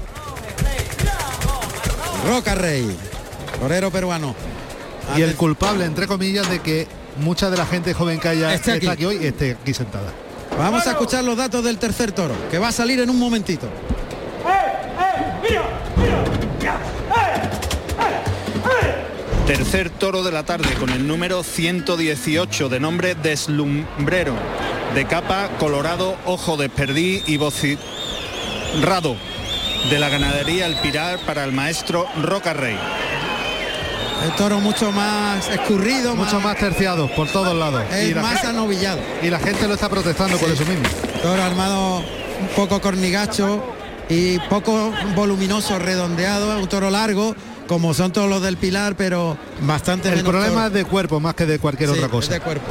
Speaker 3: Roca Rey, torero peruano.
Speaker 6: Y el culpable, entre comillas, de que mucha de la gente joven que haya está aquí hoy esté aquí sentada.
Speaker 3: Vamos a escuchar los datos del tercer toro, que va a salir en un momentito.
Speaker 7: Tercer toro de la tarde con el número 118, de nombre Deslumbrero, de capa colorado, ojo de perdí y vocerrado, de la ganadería El Pilar, para el maestro Roca Rey.
Speaker 3: El toro mucho más escurrido,
Speaker 6: mucho más terciado por todos lados.
Speaker 3: Es más anovillado.
Speaker 6: Y la gente lo está protestando por eso mismo.
Speaker 3: Toro armado un poco cornigacho y poco voluminoso, redondeado, un toro largo, como son todos los del Pilar, pero bastante menos.
Speaker 6: El problema es de cuerpo más que de cualquier otra cosa.
Speaker 3: Es de cuerpo.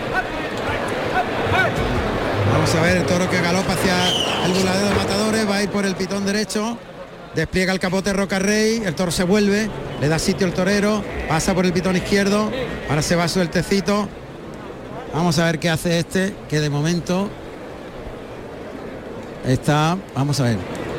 Speaker 3: Vamos a ver el toro que galopa hacia el burladero de matadores, va a ir por el pitón derecho. Despliega el capote Roca Rey, el toro se vuelve, le da sitio el torero, pasa por el pitón izquierdo, ahora se va sueltecito. Vamos a ver qué hace este, que de momento está, vamos a ver.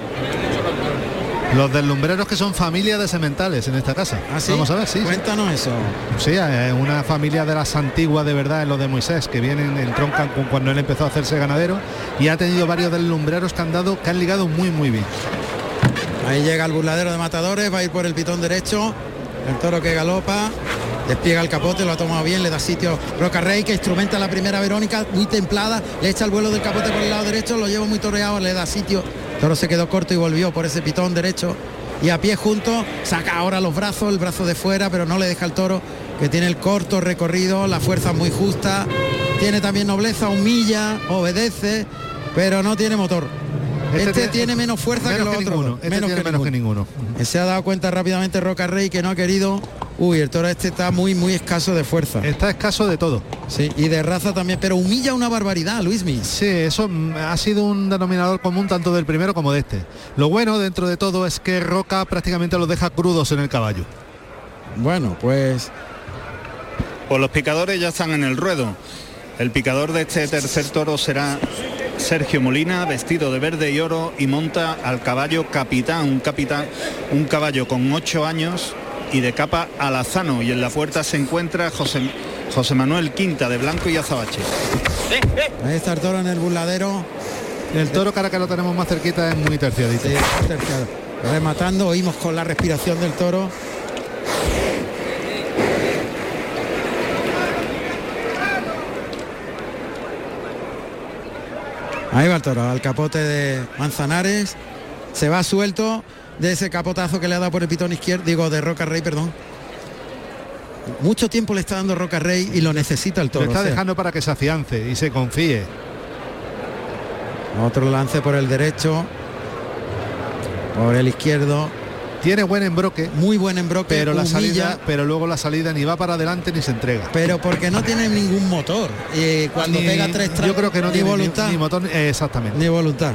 Speaker 6: Los deslumbreros, que son familia de sementales en esta casa.
Speaker 3: ¿Ah, sí?
Speaker 6: Vamos a ver, sí.
Speaker 3: Cuéntanos eso.
Speaker 6: Sí, es una familia de las antiguas de verdad, en los de Moisés, que vienen, entroncan con cuando él empezó a hacerse ganadero, y ha tenido varios deslumbreros que han ligado muy bien.
Speaker 3: Ahí llega el burladero de matadores, va a ir por el pitón derecho, el toro que galopa, despliega el capote, lo ha tomado bien, le da sitio Roca Rey, que instrumenta la primera Verónica, muy templada, le echa el vuelo del capote por el lado derecho, lo lleva muy toreado, le da sitio, el toro se quedó corto y volvió por ese pitón derecho, y a pie junto, saca ahora los brazos, el brazo de fuera, pero no le deja al toro, que tiene el corto recorrido, la fuerza muy justa, tiene también nobleza, humilla, obedece, pero no tiene motor. Este tiene menos fuerza que los otros.
Speaker 6: Menos que ninguno.
Speaker 3: Se ha dado cuenta rápidamente Roca Rey, que no ha querido. Uy, el toro este está muy escaso de fuerza.
Speaker 6: Está escaso de todo.
Speaker 3: Sí, y de raza también, pero humilla una barbaridad, Luismi.
Speaker 6: Sí, eso ha sido un denominador común tanto del primero como de este. Lo bueno dentro de todo es que Roca prácticamente los deja crudos en el caballo.
Speaker 3: Bueno, pues
Speaker 7: los picadores ya están en el ruedo. El picador de este tercer toro será Sergio Molina, vestido de verde y oro, y monta al caballo Capitán, un caballo con 8 años y de capa alazano, y en la puerta se encuentra José Manuel Quinta, de blanco y azabache.
Speaker 3: Ahí está el toro en el burladero.
Speaker 6: El toro, cara que lo tenemos más cerquita, es muy terciadito.
Speaker 3: Sí, terciado. Rematando, oímos con la respiración del toro. Ahí va el toro, al capote de Manzanares, se va suelto de ese capotazo que le ha dado por el pitón izquierdo, digo, de Roca Rey, perdón. Mucho tiempo le está dando Roca Rey y lo necesita el toro.
Speaker 6: Lo está dejando para que se afiance y se confíe.
Speaker 3: Otro lance por el derecho, por el izquierdo.
Speaker 6: Tiene buen embroque,
Speaker 3: muy buen embroque,
Speaker 6: pero la salida, pero luego la salida ni va para adelante ni se entrega.
Speaker 3: Pero porque no tiene ningún motor. Y cuando pega tres tramos,
Speaker 6: yo creo que no tiene
Speaker 3: voluntad,
Speaker 6: ni motor, exactamente.
Speaker 3: Ni voluntad.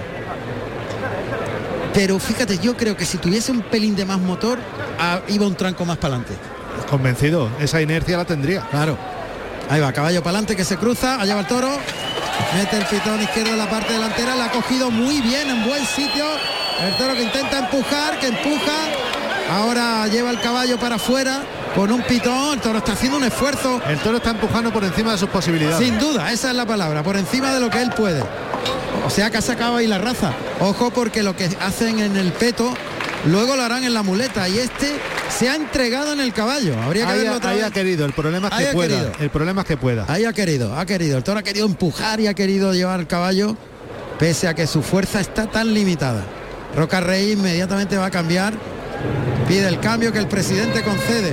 Speaker 3: Pero fíjate, yo creo que si tuviese un pelín de más motor, iba un tranco más para adelante.
Speaker 6: Convencido, esa inercia la tendría.
Speaker 3: Claro. Ahí va, caballo para adelante que se cruza, allá va el toro, mete el pitón izquierdo en la parte delantera, la ha cogido muy bien, en buen sitio. El toro que intenta empujar, que empuja, ahora lleva el caballo para afuera con un pitón. El toro está haciendo un esfuerzo.
Speaker 6: El toro está empujando por encima de sus posibilidades.
Speaker 3: Sin duda, esa es la palabra, por encima de lo que él puede. O sea que ha sacado ahí la raza. Ojo, porque lo que hacen en el peto luego lo harán en la muleta, y este se ha entregado en el caballo. Habría que verlo otra vez.
Speaker 6: Ha querido, el problema es que pueda. El problema es que pueda.
Speaker 3: Ahí ha querido. El toro ha querido empujar y ha querido llevar el caballo, pese a que su fuerza está tan limitada. Roca Rey inmediatamente va a cambiar, pide el cambio que el presidente concede.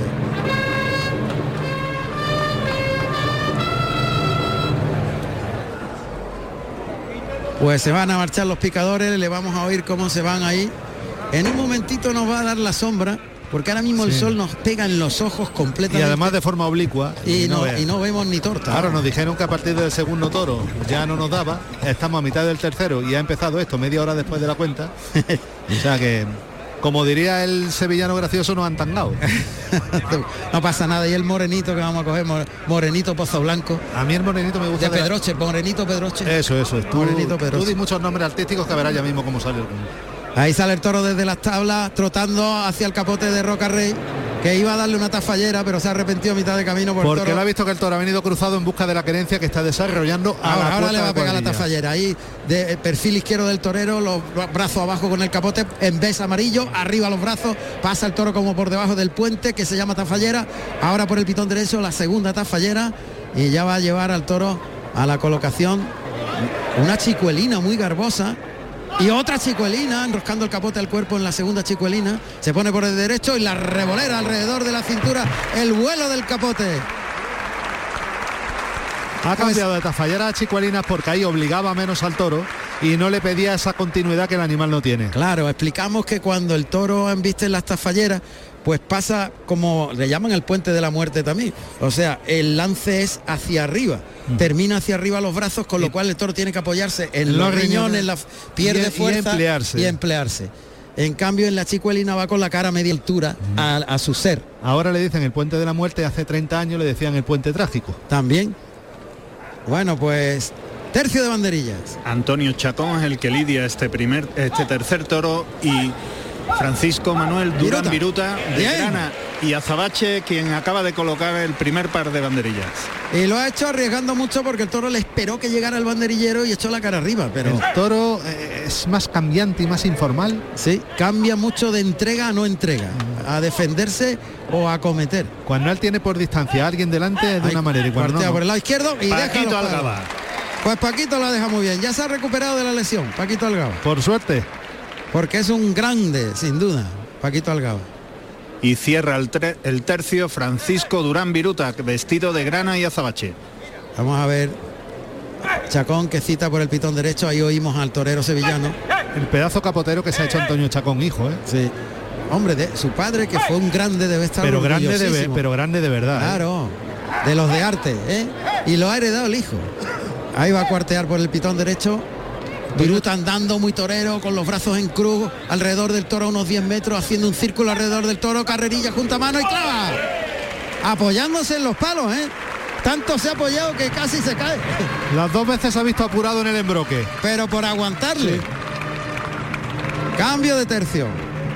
Speaker 3: Pues se van a marchar los picadores, le vamos a oír cómo se van ahí. En un momentito nos va a dar la sombra, porque ahora mismo el sol nos pega en los ojos completamente.
Speaker 6: Y además de forma oblicua.
Speaker 3: Y no vemos ni torta.
Speaker 6: Claro, nos dijeron que a partir del segundo toro ya no nos daba. Estamos a mitad del tercero y ha empezado esto media hora después de la cuenta. O sea que como diría el sevillano gracioso, nos han tangado.
Speaker 3: No pasa nada. Y el morenito que vamos a coger, morenito Pozoblanco.
Speaker 6: A mí el morenito me gusta.
Speaker 3: De Pedroche, morenito Pedroche.
Speaker 6: Eso.
Speaker 3: Morenito Pedroche.
Speaker 6: Tú di muchos nombres artísticos que verás ya mismo cómo sale el mundo.
Speaker 3: Ahí sale el toro desde las tablas, trotando hacia el capote de Roca Rey, que iba a darle una tafallera, pero se ha arrepentido a mitad de camino
Speaker 6: porque
Speaker 3: el toro.
Speaker 6: él ha visto que el toro ha venido cruzado en busca de la querencia que está desarrollando.
Speaker 3: Ahora le va a pegar la tafallera. Ahí de perfil izquierdo del torero, los brazos abajo con el capote, en vez amarillo, arriba los brazos, pasa el toro como por debajo del puente, que se llama tafallera. Ahora por el pitón derecho, la segunda tafallera, y ya va a llevar al toro a la colocación. Una chicuelina muy garbosa. Y otra chicuelina, enroscando el capote al cuerpo en la segunda chicuelina. Se pone por el derecho y la revolera alrededor de la cintura, el vuelo del capote.
Speaker 6: Ha cambiado de tafallera a chicuelinas porque ahí obligaba menos al toro y no le pedía esa continuidad que el animal no tiene.
Speaker 3: Claro, explicamos que cuando el toro embiste en las tafalleras, pues pasa como le llaman el puente de la muerte también. O sea, el lance es hacia arriba. Termina hacia arriba los brazos, con lo cual el toro tiene que apoyarse en los riñones, pierde fuerza y emplearse. En cambio, en la chicuelina va con la cara a media altura a su ser.
Speaker 6: Ahora le dicen el puente de la muerte, hace 30 años le decían el puente trágico.
Speaker 3: También. Bueno, pues tercio de banderillas.
Speaker 7: Antonio Chacón es el que lidia este tercer toro, y Francisco Manuel Durán Viruta de Grana y Azabache, quien acaba de colocar el primer par de banderillas.
Speaker 3: Y lo ha hecho arriesgando mucho porque el toro le esperó que llegara el banderillero y echó la cara arriba. Pero
Speaker 6: el toro es más cambiante y más informal.
Speaker 3: Sí, cambia mucho de entrega a no entrega, a defenderse o a cometer.
Speaker 6: Cuando él tiene por distancia a alguien delante es de una manera, y cuando no,
Speaker 3: por el lado izquierdo y
Speaker 7: Paquito
Speaker 3: deja
Speaker 7: Algaba.
Speaker 3: Pues Paquito la deja muy bien, ya se ha recuperado de la lesión, Paquito Algaba.
Speaker 6: Por suerte.
Speaker 3: Porque es un grande, sin duda, Paquito Algaba.
Speaker 7: Y cierra el tercio Francisco Durán Viruta, vestido de grana y azabache.
Speaker 3: Vamos a ver Chacón, que cita por el pitón derecho. Ahí oímos al torero sevillano.
Speaker 6: El pedazo capotero que se ha hecho Antonio Chacón, hijo, ¿eh?
Speaker 3: Sí. Hombre, de su padre, que fue un grande, debe estar
Speaker 6: pero grande de verdad.
Speaker 3: Claro, de los de arte, ¿eh? Y lo ha heredado el hijo. Ahí va a cuartear por el pitón derecho. Viruta andando muy torero, con los brazos en cruz, alrededor del toro a unos 10 metros, haciendo un círculo alrededor del toro, carrerilla junto a mano y clava. Apoyándose en los palos, ¿eh? Tanto se ha apoyado que casi se cae.
Speaker 6: Las dos veces se ha visto apurado en el embroque.
Speaker 3: Pero por aguantarle. Sí. Cambio de tercio.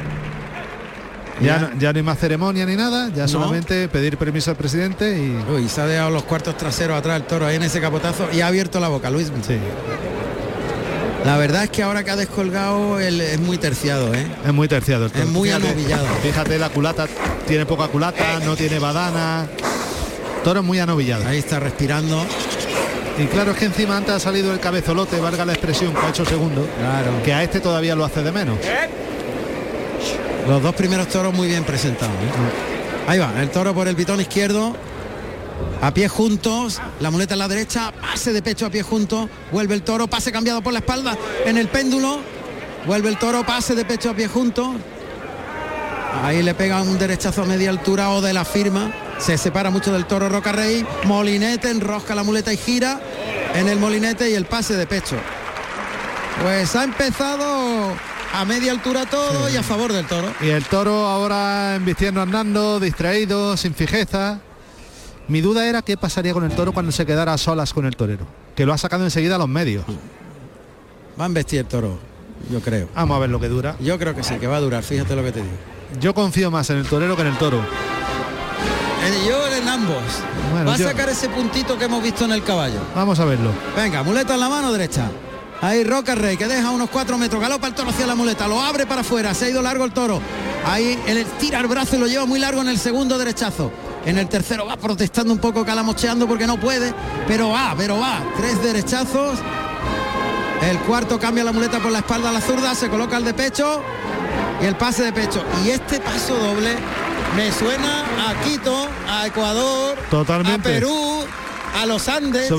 Speaker 6: Ya no hay más ceremonia ni nada, ya solamente pedir permiso al presidente y...
Speaker 3: Uy, se ha dejado los cuartos traseros atrás el toro ahí en ese capotazo y ha abierto la boca, Luis.
Speaker 6: Sí.
Speaker 3: La verdad es que ahora que ha descolgado él es muy terciado, ¿eh?
Speaker 6: Es muy terciado el toro.
Speaker 3: Es muy anovillado.
Speaker 6: Fíjate, la culata tiene poca culata, no tiene badana. Toro es muy anovillado.
Speaker 3: Ahí está respirando.
Speaker 6: Y claro, es que encima antes ha salido el cabezolote, valga la expresión, con 8 segundos.
Speaker 3: Claro.
Speaker 6: Que a este todavía lo hace de menos.
Speaker 3: Los dos primeros toros muy bien presentados, ¿eh? Ahí va, el toro por el pitón izquierdo. A pies juntos, la muleta en la derecha, pase de pecho a pies juntos, vuelve el toro, pase cambiado por la espalda en el péndulo, vuelve el toro, pase de pecho a pies juntos, ahí le pega un derechazo a media altura o de la firma, se separa mucho del toro Roca Rey, molinete, enrosca la muleta y gira en el molinete y el pase de pecho. Pues ha empezado a media altura todo, sí, y a favor del toro.
Speaker 6: Y el toro ahora embistiendo, andando, distraído, sin fijeza. Mi duda era qué pasaría con el toro cuando se quedara a solas con el torero, que lo ha sacado enseguida a los medios.
Speaker 3: Va a embestir el toro, yo creo.
Speaker 6: Vamos a ver lo que dura.
Speaker 3: Yo creo que sí, que va a durar, fíjate lo que te digo.
Speaker 6: Yo confío más en el torero que en el toro.
Speaker 3: Yo en ambos. Bueno, va a sacar ese puntito que hemos visto en el caballo.
Speaker 6: Vamos a verlo.
Speaker 3: Venga, muleta en la mano derecha. Ahí Roca Rey, que deja unos 4 metros, galopa el toro hacia la muleta, lo abre para afuera, se ha ido largo el toro. Ahí él tira el brazo y lo lleva muy largo en el segundo derechazo. En el tercero va protestando un poco, calamocheando porque no puede, pero va. 3 derechazos. El cuarto cambia la muleta por la espalda a la zurda, se coloca el de pecho y el pase de pecho. Y este paso doble me suena a Quito, a Ecuador,
Speaker 6: totalmente,
Speaker 3: a Perú, a los Andes.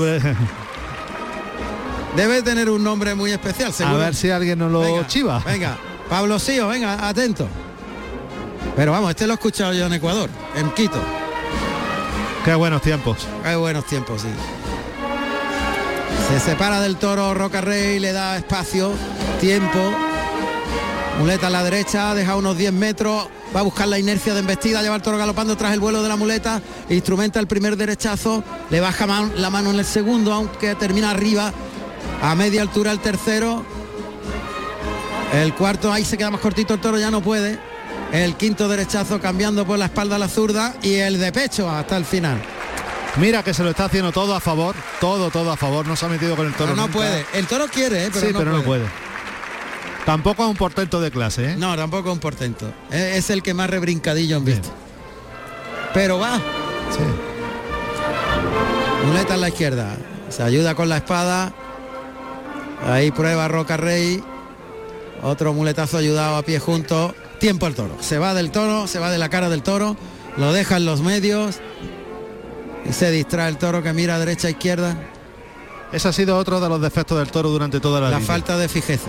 Speaker 3: Debe tener un nombre muy especial, seguro.
Speaker 6: A ver si alguien nos lo chiva.
Speaker 3: Venga, Pablo Sío, venga, atento. Pero vamos, este lo he escuchado yo en Ecuador, en Quito.
Speaker 6: Qué buenos tiempos.
Speaker 3: Qué buenos tiempos, sí. Se separa del toro Roca Rey, le da espacio, tiempo. Muleta a la derecha, deja unos 10 metros, va a buscar la inercia de embestida, lleva el toro galopando tras el vuelo de la muleta, instrumenta el primer derechazo, le baja la mano en el segundo, aunque termina arriba, a media altura el tercero. El cuarto, ahí se queda más cortito el toro, ya no puede. El quinto derechazo cambiando por la espalda a la zurda y el de pecho hasta el final.
Speaker 6: Mira que se lo está haciendo todo a favor, todo a favor, no se ha metido con el toro.
Speaker 3: Pero no
Speaker 6: nunca.
Speaker 3: puede, el toro quiere, pero,
Speaker 6: sí,
Speaker 3: no,
Speaker 6: pero
Speaker 3: puede.
Speaker 6: no puede. Tampoco es un portento de clase, ¿eh?
Speaker 3: No, tampoco es un portento. Es el que más rebrincadillo han visto. Pero va.
Speaker 6: Sí.
Speaker 3: Muleta en la izquierda. Se ayuda con la espada. Ahí prueba Roca Rey. Otro muletazo ayudado a pie junto. Tiempo el toro. Se va del toro, se va de la cara del toro. Lo deja en los medios. Y se distrae el toro que mira a derecha e izquierda.
Speaker 6: Ese ha sido otro de los defectos del toro durante toda la vida.
Speaker 3: Falta de fijeza.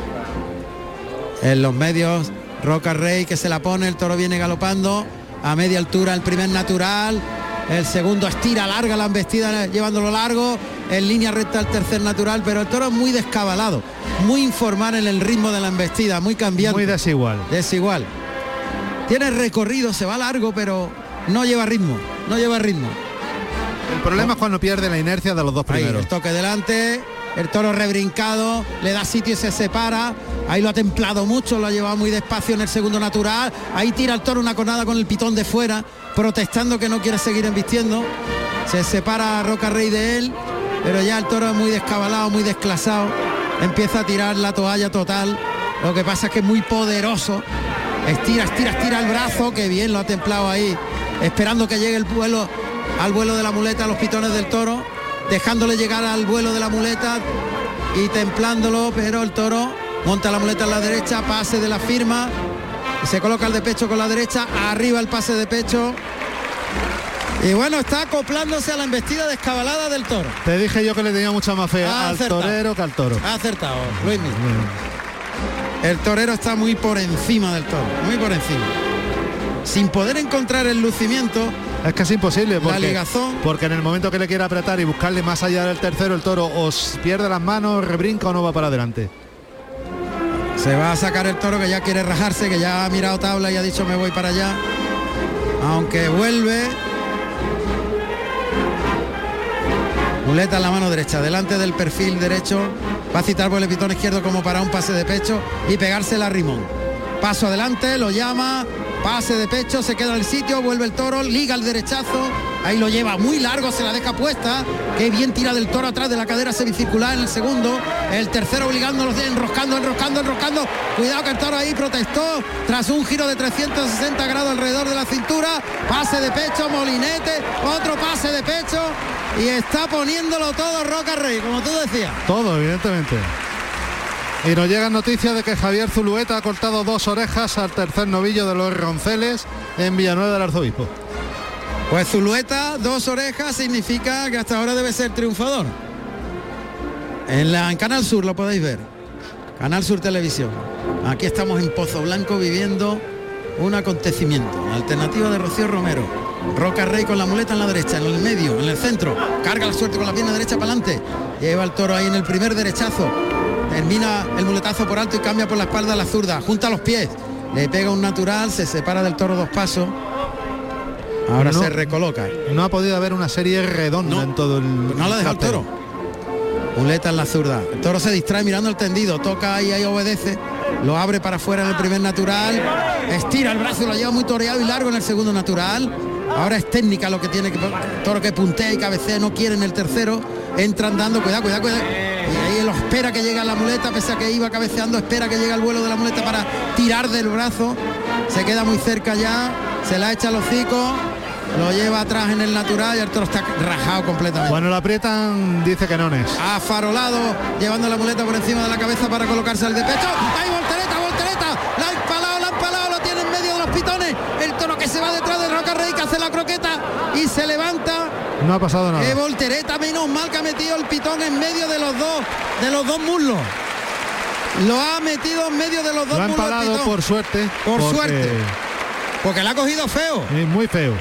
Speaker 3: En los medios, Roca Rey que se la pone, el toro viene galopando a media altura, el primer natural, el segundo estira, larga la embestida llevándolo largo, en línea recta el tercer natural, pero el toro es muy descabalado, muy informal en el ritmo de la embestida, muy cambiante.
Speaker 6: Muy desigual.
Speaker 3: Desigual. Tiene recorrido, se va largo, pero no lleva ritmo, no lleva ritmo.
Speaker 6: El problema es cuando pierde la inercia de los dos primeros.
Speaker 3: Ahí, el toque delante, el toro rebrincado, le da sitio y se separa. Ahí lo ha templado mucho, lo ha llevado muy despacio en el segundo natural. Ahí tira el toro una cornada con el pitón de fuera, protestando que no quiere seguir embistiendo. Se separa Roca Rey de él, pero ya el toro es muy descabalado, muy desclasado. Empieza a tirar la toalla total. Lo que pasa es que es muy poderoso. Estira el brazo, que bien lo ha templado ahí, esperando que llegue el vuelo, al vuelo de la muleta, a los pitones del toro, dejándole llegar al vuelo de la muleta y templándolo, pero el toro monta la muleta en la derecha, pase de la firma, y se coloca el de pecho con la derecha, arriba el pase de pecho. Y bueno, está acoplándose a la embestida descabalada del toro.
Speaker 6: Te dije yo que le tenía mucha más fe al torero que al toro.
Speaker 3: Ha acertado, Luismi. El torero está muy por encima del toro, muy por encima. Sin poder encontrar el lucimiento.
Speaker 6: Es que es imposible,
Speaker 3: porque
Speaker 6: en el momento que le quiera apretar y buscarle más allá del tercero, el toro os pierde las manos, rebrinca o no va para adelante.
Speaker 3: Se va a sacar el toro, que ya quiere rajarse, que ya ha mirado tabla y ha dicho me voy para allá. Aunque vuelve. Muleta en la mano derecha, delante del perfil derecho. Va a citar por el pitón izquierdo como para un pase de pecho y pegársela a Rimón. Paso adelante, lo llama. Pase de pecho, se queda en el sitio, vuelve el toro, liga el derechazo, ahí lo lleva muy largo, se la deja puesta, qué bien tira del toro atrás de la cadera semicircular en el segundo, el tercero obligándolos, enroscando, cuidado que el toro ahí protestó, tras un giro de 360 grados alrededor de la cintura, pase de pecho, molinete, otro pase de pecho, y está poniéndolo todo Roca Rey, como tú decías.
Speaker 6: Todo, evidentemente. Y nos llegan noticias de que Javier Zulueta ha cortado 2 orejas al tercer novillo de los Ronceles en Villanueva del Arzobispo.
Speaker 3: Pues Zulueta, 2 orejas, significa que hasta ahora debe ser triunfador. En Canal Sur lo podéis ver. Canal Sur Televisión. Aquí estamos en Pozo Blanco viviendo un acontecimiento. Alternativa de Rocío Romero. Roca Rey con la muleta en la derecha, en el medio, en el centro. Carga la suerte con la pierna derecha para adelante. Lleva el toro ahí en el primer derechazo. Termina el muletazo por alto y cambia por la espalda a la zurda, junta los pies, le pega un natural, se separa del toro 2 pasos, ahora se recoloca.
Speaker 6: No ha podido haber una serie redonda en todo el...
Speaker 3: No la deja el toro. Muleta en la zurda, el toro se distrae mirando el tendido, toca ahí obedece, lo abre para afuera en el primer natural, estira el brazo, lo lleva muy toreado y largo en el segundo natural. Ahora es técnica lo que tiene, que el toro que puntea y cabecea, no quiere en el tercero, entra andando, cuidado. Y ahí lo espera que llegue a la muleta, pese a que iba cabeceando, espera que llegue al vuelo de la muleta para tirar del brazo. Se queda muy cerca ya, se la echa al hocico, lo lleva atrás en el natural y el toro está rajado completamente.
Speaker 6: Cuando lo aprietan, dice que no es.
Speaker 3: Ha farolado, llevando la muleta por encima de la cabeza para colocarse al de pecho. ¡Ay, voltereta! La ha empalado, lo tiene en medio de los pitones. El toro que se va detrás de Roca Rey, que hace la croqueta y se levanta.
Speaker 6: No ha pasado nada.
Speaker 3: ¡Qué voltereta! Menos mal que ha metido el pitón en medio de los dos muslos. Lo ha metido en medio de los dos muslos.
Speaker 6: Lo ha empalado por suerte.
Speaker 3: Suerte. Porque le ha cogido feo.
Speaker 6: Es muy feo.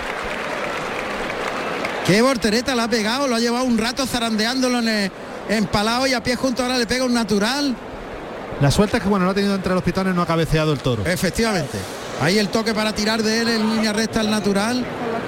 Speaker 3: Qué voltereta le ha pegado, lo ha llevado un rato zarandeándolo en el empalado y a pie junto, ahora le pega un natural.
Speaker 6: La suerte es que bueno, no ha tenido entre los pitones, no ha cabeceado el toro.
Speaker 3: Efectivamente. Ahí el toque para tirar de él en línea recta al natural.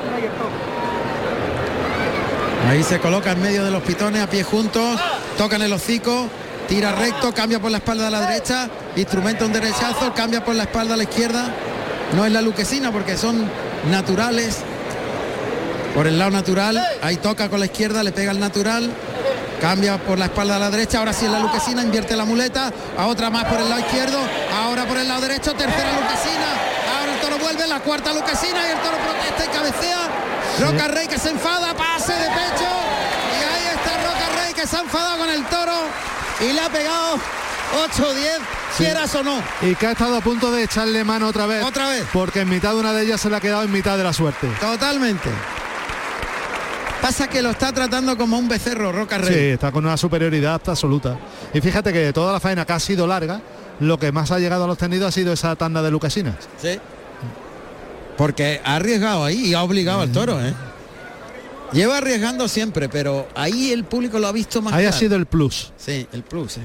Speaker 3: Ahí se coloca en medio de los pitones a pies juntos, toca en el hocico, tira recto, cambia por la espalda a la derecha, instrumenta un derechazo, cambia por la espalda a la izquierda. No es la luquesina porque son naturales. Por el lado natural, ahí toca con la izquierda, le pega el natural, cambia por la espalda a la derecha, ahora sí es la luquesina, invierte la muleta, a otra más por el lado izquierdo, ahora por el lado derecho, tercera luquesina, ahora el toro vuelve, la cuarta luquesina y el toro protesta y cabecea. Roca Rey que se enfada, pase de pecho, y ahí está Roca Rey que se ha enfadado con el toro y le ha pegado 8 o 10, quieras o no.
Speaker 6: Y que ha estado a punto de echarle mano otra vez.
Speaker 3: Otra vez.
Speaker 6: Porque en mitad de una de ellas se le ha quedado en mitad de la suerte.
Speaker 3: Totalmente. Pasa que lo está tratando como un becerro, Roca Rey.
Speaker 6: Sí, está con una superioridad absoluta. Y fíjate que de toda la faena que ha sido larga, lo que más ha llegado a los tendidos ha sido esa tanda de luquesinas.
Speaker 3: Sí. Porque ha arriesgado ahí y ha obligado al toro, ¿eh? Lleva arriesgando siempre, pero ahí el público lo ha visto más.
Speaker 6: Ahí
Speaker 3: claro.
Speaker 6: Ha sido el plus.
Speaker 3: Sí, el plus,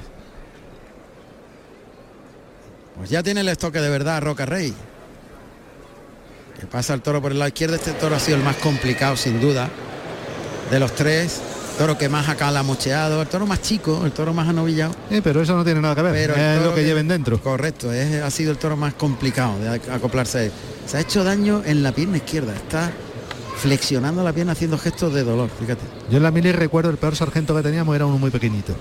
Speaker 3: Pues ya tiene el estoque de verdad Roca Rey. Que pasa el toro por el lado izquierdo. Este toro ha sido el más complicado, sin duda. De los tres, toro que más acá la ha mocheado, el toro más chico, el toro más anovillado.
Speaker 6: Pero eso no tiene nada que ver,
Speaker 3: pero
Speaker 6: es lo que lleven dentro.
Speaker 3: Correcto, ha sido el toro más complicado de acoplarse a él. Se ha hecho daño en la pierna izquierda, está flexionando la pierna haciendo gestos de dolor, fíjate.
Speaker 6: Yo en la mili recuerdo el peor sargento que teníamos era uno muy pequeñito.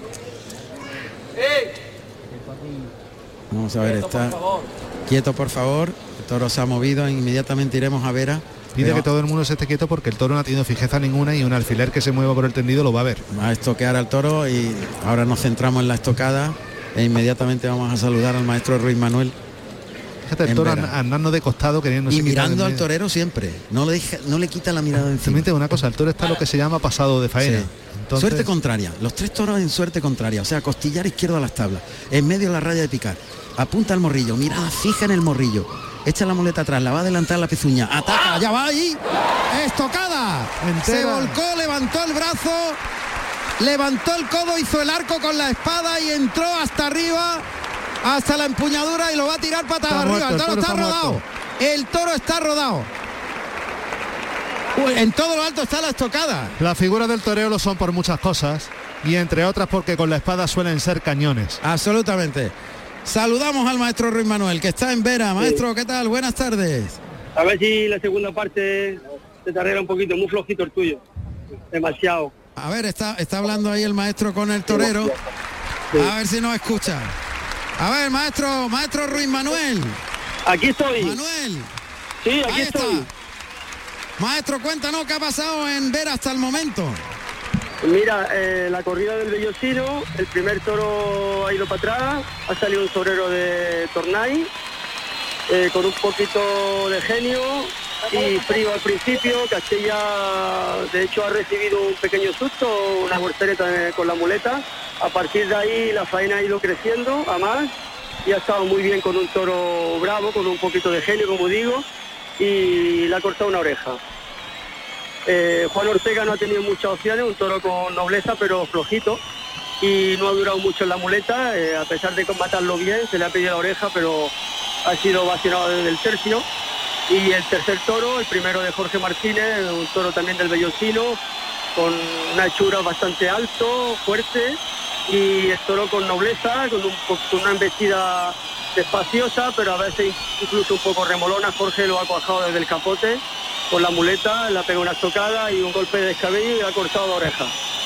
Speaker 3: Vamos a ver, está quieto por favor, el toro se ha movido, inmediatamente iremos a Vera.
Speaker 6: Pide que todo el mundo se esté quieto porque el toro no ha tenido fijeza ninguna y un alfiler que se mueva por el tendido lo va a ver.
Speaker 3: Va a estoquear al toro y ahora nos centramos en la estocada e inmediatamente vamos a saludar al maestro Ruiz Manuel.
Speaker 6: Fíjate, el toro andando de costado queriendo
Speaker 3: y mirando al torero siempre, no le quita la mirada encima.
Speaker 6: Simplemente una cosa, el toro está lo que se llama pasado de faena.
Speaker 3: Sí. Entonces... Suerte contraria, los tres toros en suerte contraria, o sea, costillar izquierdo a las tablas, en medio de la raya de picar, apunta al morrillo, mirada fija en el morrillo. Echa la muleta atrás, la va a adelantar la pezuña, ataca, ya va ahí, estocada, se volcó, levantó el brazo, levantó el codo, hizo el arco con la espada y entró hasta arriba, hasta la empuñadura y lo va a tirar patas arriba. El toro está rodado, el toro está rodado. En todo lo alto está la estocada.
Speaker 6: Las figuras del toreo lo son por muchas cosas y entre otras porque con la espada suelen ser cañones.
Speaker 3: Absolutamente. Saludamos al maestro Ruiz Manuel, que está en Vera. Maestro, ¿qué tal? Buenas tardes.
Speaker 14: A ver si la segunda parte se te arregla un poquito, muy flojito el tuyo. Demasiado.
Speaker 3: A ver, está hablando ahí el maestro con el torero. A ver si nos escucha. A ver, maestro Ruiz Manuel.
Speaker 14: Aquí estoy.
Speaker 3: Manuel.
Speaker 14: Sí, aquí estoy.
Speaker 3: Maestro, cuéntanos qué ha pasado en Vera hasta el momento.
Speaker 14: Mira, la corrida del Bellocino, el primer toro ha ido para atrás, ha salido un torero de Tornay, con un poquito de genio y frío al principio. Castilla, de hecho, ha recibido un pequeño susto, una voltereta con la muleta. A partir de ahí la faena ha ido creciendo a más y ha estado muy bien con un toro bravo, con un poquito de genio, como digo, y le ha cortado una oreja. Juan Ortega no ha tenido muchas opciones, un toro con nobleza pero flojito y no ha durado mucho en la muleta, a pesar de matarlo bien, se le ha pedido la oreja pero ha sido vacionado desde el tercio. Y el tercer toro, el primero de Jorge Martínez, un toro también del Bellocino, con una hechura bastante alto, fuerte, y el toro con nobleza, con una embestida despaciosa pero a veces incluso un poco remolona. Jorge lo ha cuajado desde el capote con la muleta, le ha pegado una estocada y un golpe de descabello y le ha cortado la oreja.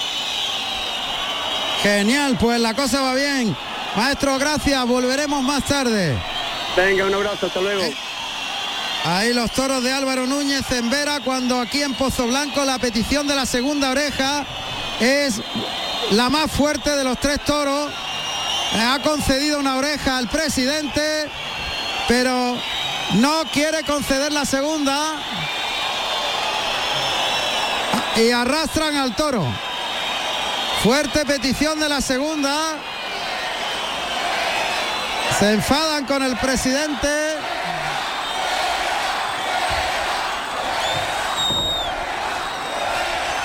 Speaker 3: Genial, pues la cosa va bien. Maestro, gracias, volveremos más tarde.
Speaker 14: Venga, un abrazo, hasta luego.
Speaker 3: Ahí los toros de Álvaro Núñez en Vera, cuando aquí en Pozoblanco la petición de la segunda oreja es la más fuerte de los tres toros. Ha concedido una oreja al presidente, pero no quiere conceder la segunda. Y arrastran al toro. Fuerte petición de la segunda. Se enfadan con el presidente.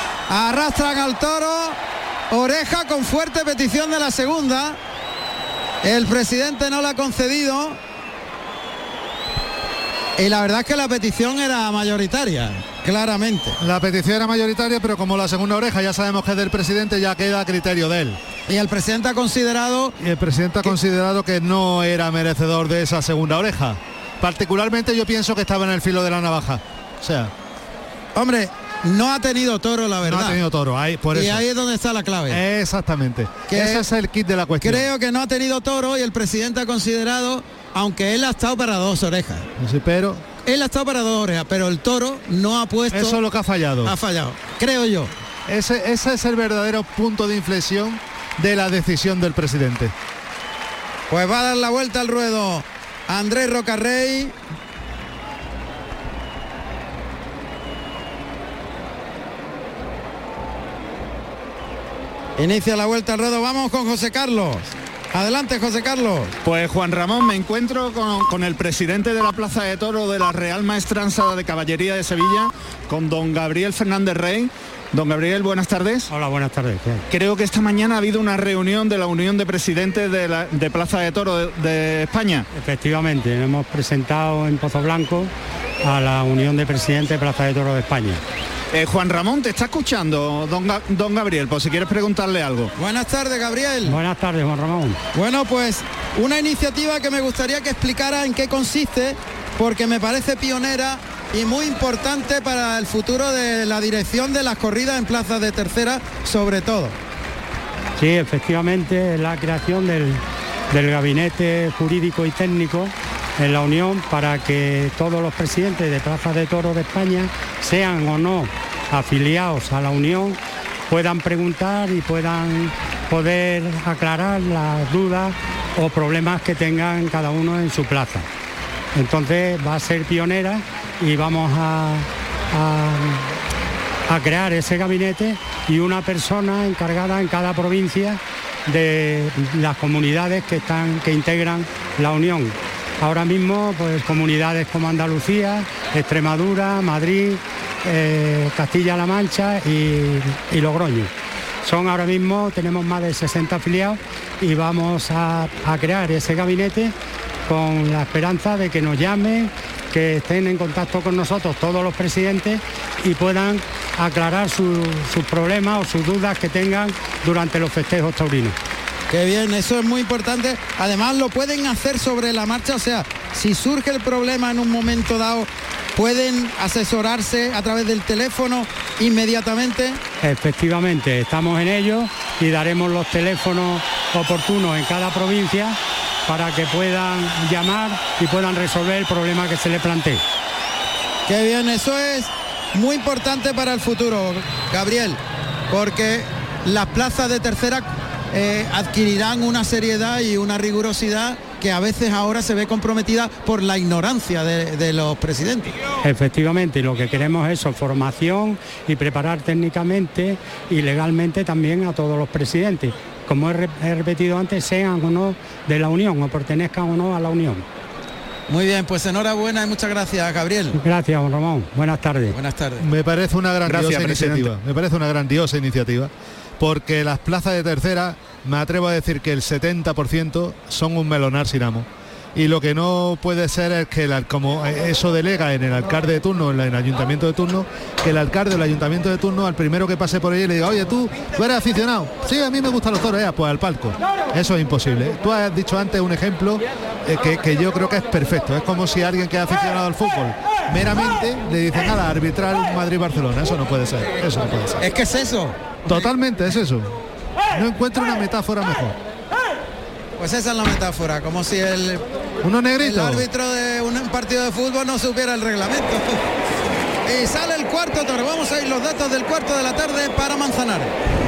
Speaker 3: Arrastran al toro. Oreja con fuerte petición de la segunda. El presidente no la ha concedido. Y la verdad es que la petición era mayoritaria, claramente.
Speaker 6: La petición era mayoritaria, pero como la segunda oreja ya sabemos que es del presidente, ya queda a criterio de él.
Speaker 3: Y el presidente ha considerado...
Speaker 6: que no era merecedor de esa segunda oreja. Particularmente yo pienso que estaba en el filo de la navaja. O sea...
Speaker 3: Hombre, no ha tenido toro, la verdad.
Speaker 6: No ha tenido toro, ahí, por eso.
Speaker 3: Y ahí es donde está la clave.
Speaker 6: Exactamente. Ese es el kit de la cuestión.
Speaker 3: Creo que no ha tenido toro y el presidente ha considerado, aunque él ha estado para 2 orejas.
Speaker 6: Sí, pero...
Speaker 3: Él ha estado para 2 orejas, pero el toro no ha puesto...
Speaker 6: Eso es lo que ha fallado.
Speaker 3: Ha fallado, creo yo.
Speaker 6: Ese es el verdadero punto de inflexión de la decisión del presidente.
Speaker 3: Pues va a dar la vuelta al ruedo Andrés Rocarrey. Inicia la vuelta al ruedo, vamos con José Carlos. Adelante, José Carlos.
Speaker 7: Pues Juan Ramón, me encuentro con el presidente de la Plaza de Toro de la Real Maestranza de Caballería de Sevilla, con don Gabriel Fernández Rey. Don Gabriel, buenas tardes.
Speaker 15: Hola, buenas tardes.
Speaker 7: Creo que esta mañana ha habido una reunión de la Unión de Presidentes de Plaza de Toro de España.
Speaker 15: Efectivamente, hemos presentado en Pozo Blanco a la Unión de Presidentes de Plaza de Toro de España.
Speaker 7: Juan Ramón, te está escuchando don Gabriel, por si quieres preguntarle algo.
Speaker 3: Buenas tardes, Gabriel.
Speaker 15: Buenas tardes, Juan Ramón.
Speaker 3: Bueno, pues una iniciativa que me gustaría que explicara en qué consiste, porque me parece pionera y muy importante para el futuro de la dirección de las corridas en plazas de tercera, sobre todo.
Speaker 15: Sí, efectivamente, es la creación del gabinete jurídico y técnico en la Unión para que todos los presidentes de plazas de toros de España, sean o no afiliados a la Unión, puedan preguntar y puedan poder aclarar las dudas o problemas que tengan cada uno en su plaza. Entonces va a ser pionera y vamos a crear ese gabinete y una persona encargada en cada provincia de las comunidades que integran la Unión. Ahora mismo, pues comunidades como Andalucía, Extremadura, Madrid, Castilla-La Mancha y Logroño. Ahora mismo tenemos más de 60 afiliados y vamos a crear ese gabinete con la esperanza de que nos llamen, que estén en contacto con nosotros todos los presidentes y puedan aclarar sus problemas o sus dudas que tengan durante los festejos taurinos.
Speaker 3: Qué bien, eso es muy importante. Además lo pueden hacer sobre la marcha, o sea, si surge el problema en un momento dado, pueden asesorarse a través del teléfono inmediatamente.
Speaker 15: Efectivamente, estamos en ello y daremos los teléfonos oportunos en cada provincia para que puedan llamar y puedan resolver el problema que se les plantee.
Speaker 3: Qué bien, eso es muy importante para el futuro, Gabriel, porque las plazas de tercera adquirirán una seriedad y una rigurosidad que a veces ahora se ve comprometida por la ignorancia de los presidentes.
Speaker 15: Efectivamente, lo que queremos es eso, formación y preparar técnicamente y legalmente también a todos los presidentes, como he repetido antes, sean o no de la Unión o pertenezcan o no a la Unión.
Speaker 3: Muy bien, pues enhorabuena y muchas gracias, Gabriel.
Speaker 15: Gracias, don Ramón. Buenas tardes.
Speaker 3: Buenas tardes.
Speaker 6: Me parece una grandiosa iniciativa. Me parece una grandiosa iniciativa. Porque las plazas de tercera, me atrevo a decir que el 70% son un melonar sin amo. Y lo que no puede ser es que, como eso delega en el alcalde de turno, en el ayuntamiento de turno, que el alcalde del ayuntamiento de turno, al primero que pase por ahí, le diga, oye, tú eres aficionado. Sí, a mí me gustan los toros, pues al palco. Eso es imposible. Tú has dicho antes un ejemplo que yo creo que es perfecto. Es como si alguien que es aficionado al fútbol meramente le dice, nada, arbitrar Madrid-Barcelona. Eso no puede ser. Eso no puede ser.
Speaker 3: Es que es eso.
Speaker 6: Totalmente, es eso. No encuentro una metáfora mejor.
Speaker 3: Pues esa es la metáfora, como si el árbitro de un partido de fútbol no supiera el reglamento. Y sale el cuarto toro. Vamos a ir los datos del cuarto de la tarde para Manzanares.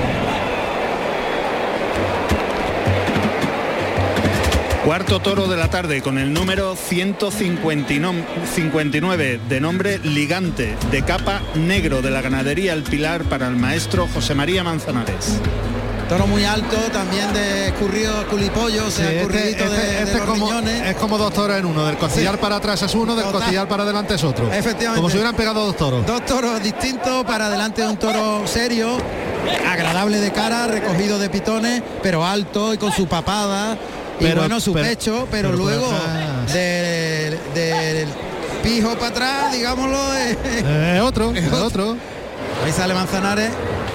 Speaker 7: Cuarto toro de la tarde con el número 159 de nombre Ligante, de capa negro, de la ganadería El Pilar, para el maestro José María Manzanares.
Speaker 3: Toro muy alto, también de escurrido culipollo, o sea,
Speaker 6: sí,
Speaker 3: escurridito de los riñones.
Speaker 6: Es como dos toros en uno, del costillar para atrás es uno, del costillar para adelante es otro.
Speaker 3: Efectivamente.
Speaker 6: Como si hubieran pegado dos toros.
Speaker 3: Dos toros distintos, para adelante de un toro serio, agradable de cara, recogido de pitones, pero alto y con su papada. y bueno, su pecho, pero luego del pijo para atrás, digámoslo,
Speaker 6: otro.
Speaker 3: Ahí sale Manzanares,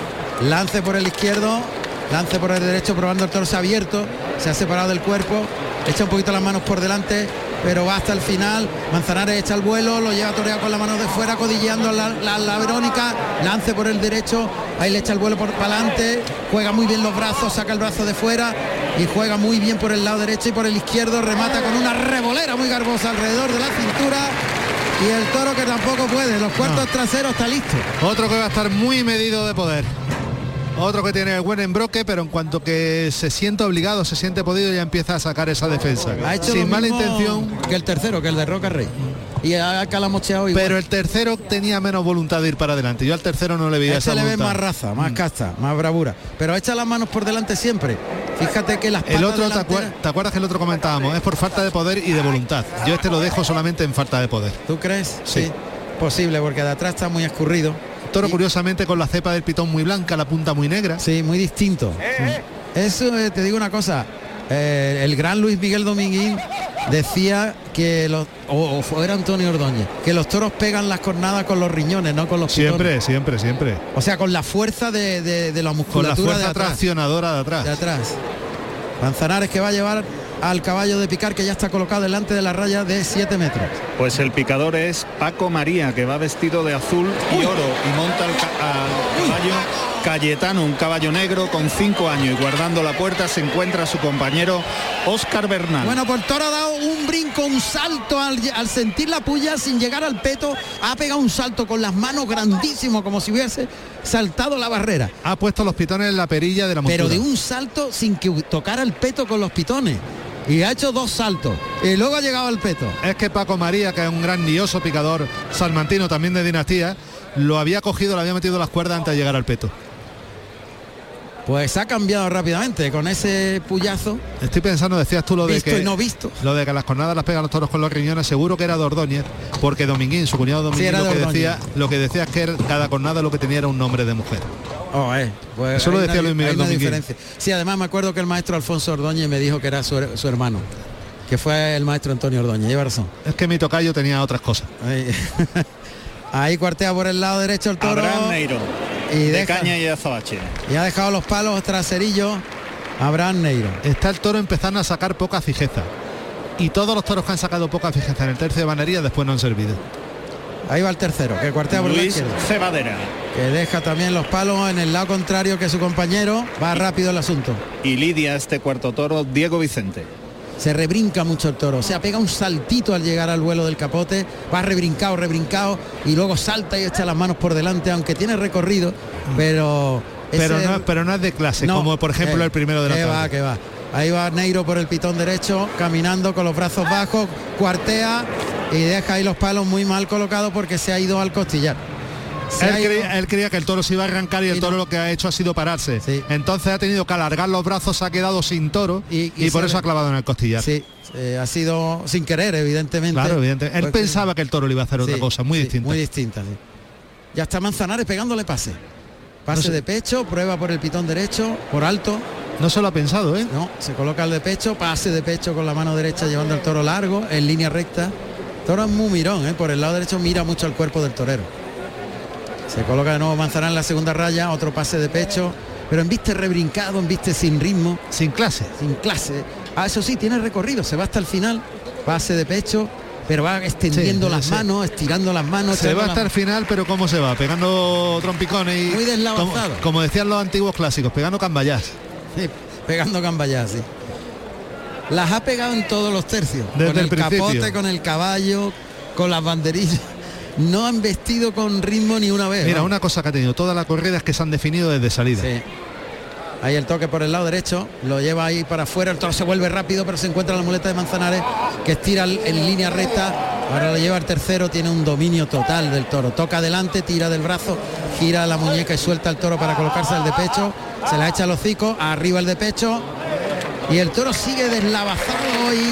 Speaker 3: lance por el izquierdo, lance por el derecho, probando el toro, se ha abierto, se ha separado del cuerpo, echa un poquito las manos por delante, pero va hasta el final. Manzanares echa el vuelo, lo lleva toreado con las manos de fuera, codilleando la Verónica, lance por el derecho, ahí le echa el vuelo para adelante, juega muy bien los brazos, saca el brazo de fuera y juega muy bien por el lado derecho y por el izquierdo, remata con una revolera muy garbosa alrededor de la cintura. Y el toro que tampoco puede, los cuartos traseros está listo.
Speaker 6: Otro que va a estar muy medido de poder. Otro que tiene el buen embroque, pero en cuanto que se siente obligado, se siente podido, ya empieza a sacar esa defensa.
Speaker 3: Ha hecho
Speaker 6: sin mala intención.
Speaker 3: Que el tercero, que el de Roca Rey. Y ha calamocheado igual.
Speaker 6: Pero el tercero tenía menos voluntad de ir para adelante. Yo al tercero no le veía esa voluntad.
Speaker 3: Le ve más raza, más casta, más bravura. Pero echa las manos por delante siempre. Fíjate que las patas
Speaker 6: el otro,
Speaker 3: delanteras...
Speaker 6: ¿te acuerdas que el otro comentábamos? Es por falta de poder y de voluntad. Yo este lo dejo solamente en falta de poder.
Speaker 3: ¿Tú crees?
Speaker 6: Sí.
Speaker 3: Posible, porque de atrás está muy escurrido.
Speaker 6: Toro curiosamente con la cepa del pitón muy blanca, la punta muy negra.
Speaker 3: Sí, muy distinto. Eso te digo una cosa. El gran Luis Miguel Dominguín decía que o era Antonio Ordóñez, que los toros pegan las cornadas con los riñones, no con los pitones.
Speaker 6: Siempre.
Speaker 3: O sea, con la fuerza de la musculatura.
Speaker 6: Con la fuerza traccionadora de atrás.
Speaker 3: De atrás. Manzanares, que va a llevar al caballo de picar, que ya está colocado delante de la raya de 7 metros.
Speaker 7: Pues el picador es Paco María, que va vestido de azul y oro y monta al caballo Cayetano, un caballo negro con 5 años, y guardando la puerta se encuentra su compañero Óscar Bernal.
Speaker 3: Bueno, pues el toro ha dado un brinco, un salto al sentir la puya sin llegar al peto, ha pegado un salto con las manos grandísimo, como si hubiese saltado la barrera.
Speaker 6: Ha puesto los pitones en la perilla de la montura.
Speaker 3: Pero de un salto sin que tocara el peto con los pitones. Y ha hecho 2 saltos y luego ha llegado al peto.
Speaker 6: Es que Paco María, que es un grandioso picador salmantino, también de dinastía, lo había cogido, le había metido las cuerdas antes de llegar al peto.
Speaker 3: Pues ha cambiado rápidamente con ese puyazo.
Speaker 6: Estoy pensando, decías tú lo de
Speaker 3: visto
Speaker 6: que
Speaker 3: y no visto.
Speaker 6: Lo de que las cornadas las pegan los toros con los riñones, seguro que era de Ordóñez, porque Dominguín, su cuñado Dominguín, lo que decía es que cada cornada lo que tenía era un nombre de mujer.
Speaker 3: Pues
Speaker 6: eso lo decía Luis Miguel Dominguín.
Speaker 3: Sí, además me acuerdo que el maestro Alfonso Ordóñez me dijo que era su hermano, que fue el maestro Antonio Ordóñez. Lleva razón.
Speaker 6: Es que mi tocayo tenía otras cosas.
Speaker 3: Ahí cuartea por el lado derecho el toro.
Speaker 7: Abraham Neiro,
Speaker 3: y
Speaker 7: de Caña y Azabache.
Speaker 3: Y ha dejado los palos traserillos Abraham Neiro.
Speaker 6: Está el toro empezando a sacar poca fijeza. Y todos los toros que han sacado poca fijeza en el tercio de banería después no han servido.
Speaker 3: Ahí va el tercero, que cuartea por la izquierda.
Speaker 7: Cebadera,
Speaker 3: que deja también los palos en el lado contrario que su compañero. Va rápido el asunto.
Speaker 7: Y lidia este cuarto toro Diego Vicente.
Speaker 3: Se rebrinca mucho el toro, o sea, pega un saltito al llegar al vuelo del capote, va rebrincado y luego salta y echa las manos por delante, aunque tiene recorrido, pero
Speaker 6: no es de clase, como por ejemplo el primero de la tarde.
Speaker 3: Que va. Ahí va Neiro por el pitón derecho, caminando con los brazos bajos, cuartea y deja ahí los palos muy mal colocados porque se ha ido al costillar.
Speaker 6: Él creía que el toro se iba a arrancar y el toro lo que ha hecho ha sido pararse. Sí. Entonces ha tenido que alargar los brazos, se ha quedado sin toro y por eso ha clavado en el costillar.
Speaker 3: Sí, ha sido sin querer, evidentemente.
Speaker 6: Claro, evidentemente. Él pensaba que el toro le iba a hacer otra cosa muy distinta.
Speaker 3: Muy distinta, sí. Ya está Manzanares pegándole pase. Pase de pecho, prueba por el pitón derecho, por alto.
Speaker 6: No se lo ha pensado, ¿eh?
Speaker 3: No, se coloca el de pecho, pase de pecho con la mano derecha llevando el toro largo, en línea recta. El toro es muy mirón, por el lado derecho mira mucho al cuerpo del torero. Se coloca de nuevo Manzanares en la segunda raya, otro pase de pecho, pero en viste rebrincado, en viste sin ritmo.
Speaker 6: Sin clase.
Speaker 3: Eso sí, tiene recorrido, se va hasta el final, pase de pecho, pero va extendiendo las manos, estirando las manos.
Speaker 6: Se va hasta el final, pero ¿cómo se va? Pegando trompicones y...
Speaker 3: Muy deslavazado.
Speaker 6: Como decían los antiguos clásicos, pegando cambayás.
Speaker 3: Sí, pegando cambayás, sí. Las ha pegado en todos los tercios.
Speaker 6: Desde
Speaker 3: con el
Speaker 6: principio.
Speaker 3: Capote, con el caballo, con las banderillas. No han vestido con ritmo ni una vez.
Speaker 6: Mira, una cosa que ha tenido toda la corrida es que se han definido desde salida.
Speaker 3: Sí. Ahí el toque por el lado derecho, lo lleva ahí para afuera, el toro se vuelve rápido, pero se encuentra la muleta de Manzanares, que estira en línea recta, ahora lo lleva al tercero, tiene un dominio total del toro, toca adelante, tira del brazo, gira la muñeca y suelta el toro para colocarse el de pecho, se la echa al hocico, arriba el de pecho, y el toro sigue deslavazado y...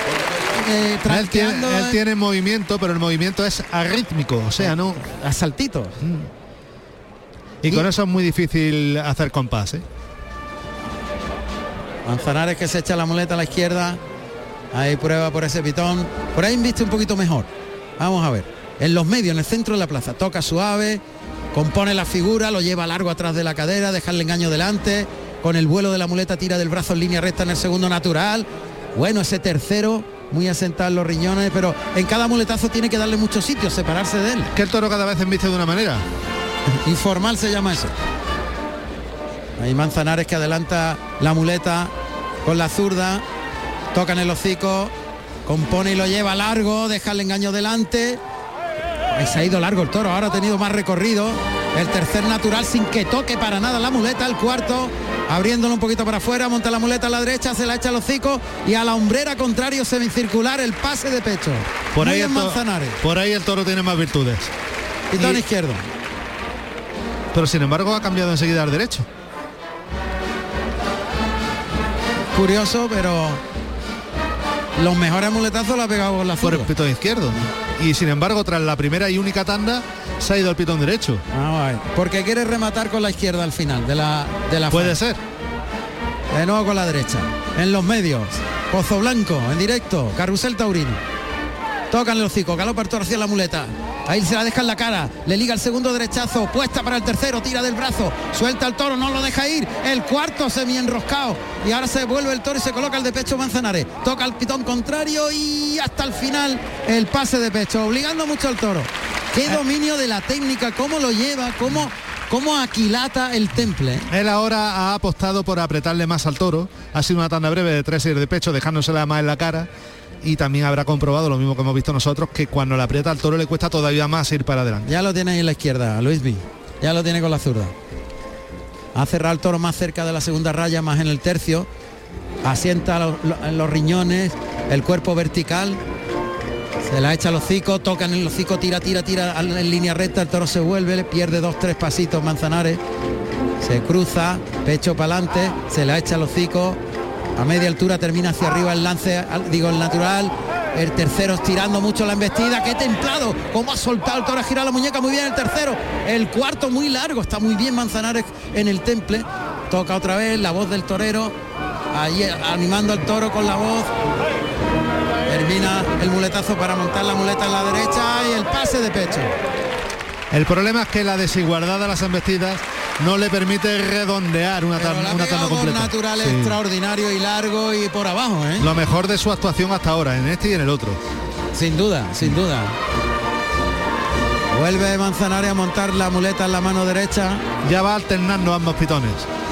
Speaker 6: Él tiene movimiento, pero el movimiento es arrítmico, o sea, no
Speaker 3: a saltitos.
Speaker 6: Y con eso es muy difícil hacer compás,
Speaker 3: Manzanares que se echa la muleta a la izquierda. Ahí prueba por ese pitón. Por ahí viste un poquito mejor. Vamos a ver. En los medios, en el centro de la plaza. Toca suave, compone la figura, lo lleva largo atrás de la cadera, deja el engaño delante. Con el vuelo de la muleta tira del brazo en línea recta en el segundo natural. Bueno, ese tercero, muy asentado en los riñones, pero en cada muletazo tiene que darle muchos sitios, separarse de él.
Speaker 6: Que el toro cada vez embiste de una manera.
Speaker 3: Informal se llama eso. Ahí Manzanares que adelanta la muleta con la zurda. Toca en el hocico, compone y lo lleva largo, deja el engaño delante. Ahí se ha ido largo el toro, ahora ha tenido más recorrido. El tercer natural sin que toque para nada la muleta. El cuarto, abriéndolo un poquito para afuera, monta la muleta a la derecha, se la echa al hocico y a la hombrera contrario semicircular el pase de pecho.
Speaker 6: Por ahí el toro tiene más virtudes.
Speaker 3: Pitón izquierdo.
Speaker 6: Pero sin embargo ha cambiado enseguida al derecho.
Speaker 3: Curioso, pero los mejores muletazos lo ha pegado con la zurda.
Speaker 6: Por el pitón izquierdo. Y sin embargo, tras la primera y única tanda, se ha ido al pitón derecho.
Speaker 3: Porque quiere rematar con la izquierda al final de la
Speaker 6: Puede ser.
Speaker 3: De nuevo con la derecha. En los medios. Pozoblanco, en directo. Carrusel Taurino. Tocan el hocico, galopa el toro hacia la muleta. Ahí se la deja en la cara, le liga el segundo derechazo, puesta para el tercero, tira del brazo, suelta el toro, no lo deja ir, el cuarto semi enroscado y ahora se vuelve el toro y se coloca el de pecho Manzanares, toca el pitón contrario y hasta el final el pase de pecho, obligando mucho al toro. Qué dominio de la técnica, cómo lo lleva, cómo aquilata el temple.
Speaker 6: Él ahora ha apostado por apretarle más al toro, ha sido una tanda breve de 3 6 de pecho, dejándosela más en la cara. Y también habrá comprobado lo mismo que hemos visto nosotros, que cuando le aprieta al toro le cuesta todavía más ir para adelante.
Speaker 3: Ya lo tiene ahí en la izquierda, Luismi. Ya lo tiene con la zurda. Ha cerrado el toro más cerca de la segunda raya, más en el tercio. Asienta los riñones, el cuerpo vertical. Se la echa al hocico, toca en el hocico, tira en línea recta, el toro se vuelve, le pierde 2 3 pasitos Manzanares. Se cruza, pecho para adelante, se la echa al hocico. A media altura termina hacia arriba el lance, el natural. El tercero estirando mucho la embestida. ¡Qué templado! Cómo ha soltado el toro, ha girado la muñeca muy bien el tercero. El cuarto muy largo, está muy bien Manzanares en el temple. Toca otra vez la voz del torero, ahí animando al toro con la voz. Termina el muletazo para montar la muleta en la derecha y el pase de pecho.
Speaker 6: El problema es que la desigualdad de las embestidas no le permite redondear una tanda completa.
Speaker 3: Natural extraordinario y largo y por abajo, ¿eh?
Speaker 6: Lo mejor de su actuación hasta ahora, en este y en el otro.
Speaker 3: Sin duda, sin duda. Vuelve Manzanares a montar la muleta en la mano derecha.
Speaker 6: Ya va alternando ambos pitones.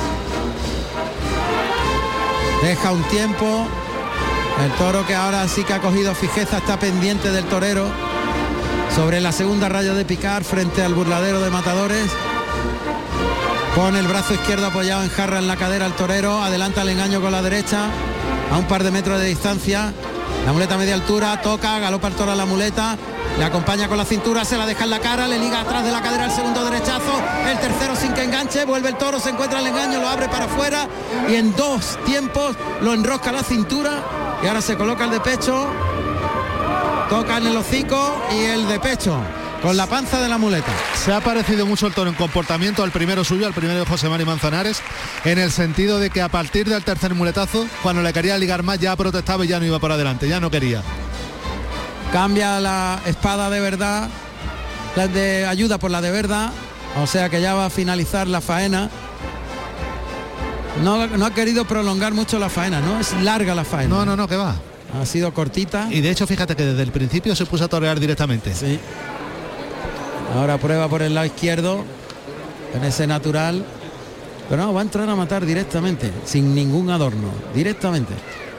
Speaker 3: Deja un tiempo. El toro que ahora sí que ha cogido fijeza, está pendiente del torero. Sobre la segunda raya de picar frente al burladero de matadores. Pone el brazo izquierdo apoyado en jarra en la cadera al torero. Adelanta el engaño con la derecha. A un par de metros de distancia. La muleta a media altura. Toca, galopa el toro a la muleta. Le acompaña con la cintura, se la deja en la cara, le liga atrás de la cadera el segundo derechazo, el tercero sin que enganche, vuelve el toro, se encuentra el engaño, lo abre para afuera y en 2 tiempos lo enrosca a la cintura y ahora se coloca el de pecho, toca en el hocico y el de pecho con la panza de la muleta.
Speaker 6: Se ha parecido mucho el toro en comportamiento al primero suyo, al primero de José Mari Manzanares, en el sentido de que a partir del tercer muletazo, cuando le quería ligar más, ya protestaba y ya no iba por adelante, ya no quería.
Speaker 3: Cambia la espada de verdad, la de ayuda por la de verdad, o sea que ya va a finalizar la faena. No ha querido prolongar mucho la faena, ¿no? Es larga la faena.
Speaker 6: No, que va.
Speaker 3: Ha sido cortita.
Speaker 6: Y de hecho, fíjate que desde el principio se puso a torear directamente.
Speaker 3: Sí. Ahora prueba por el lado izquierdo, en ese natural. Pero no, va a entrar a matar directamente, sin ningún adorno, directamente.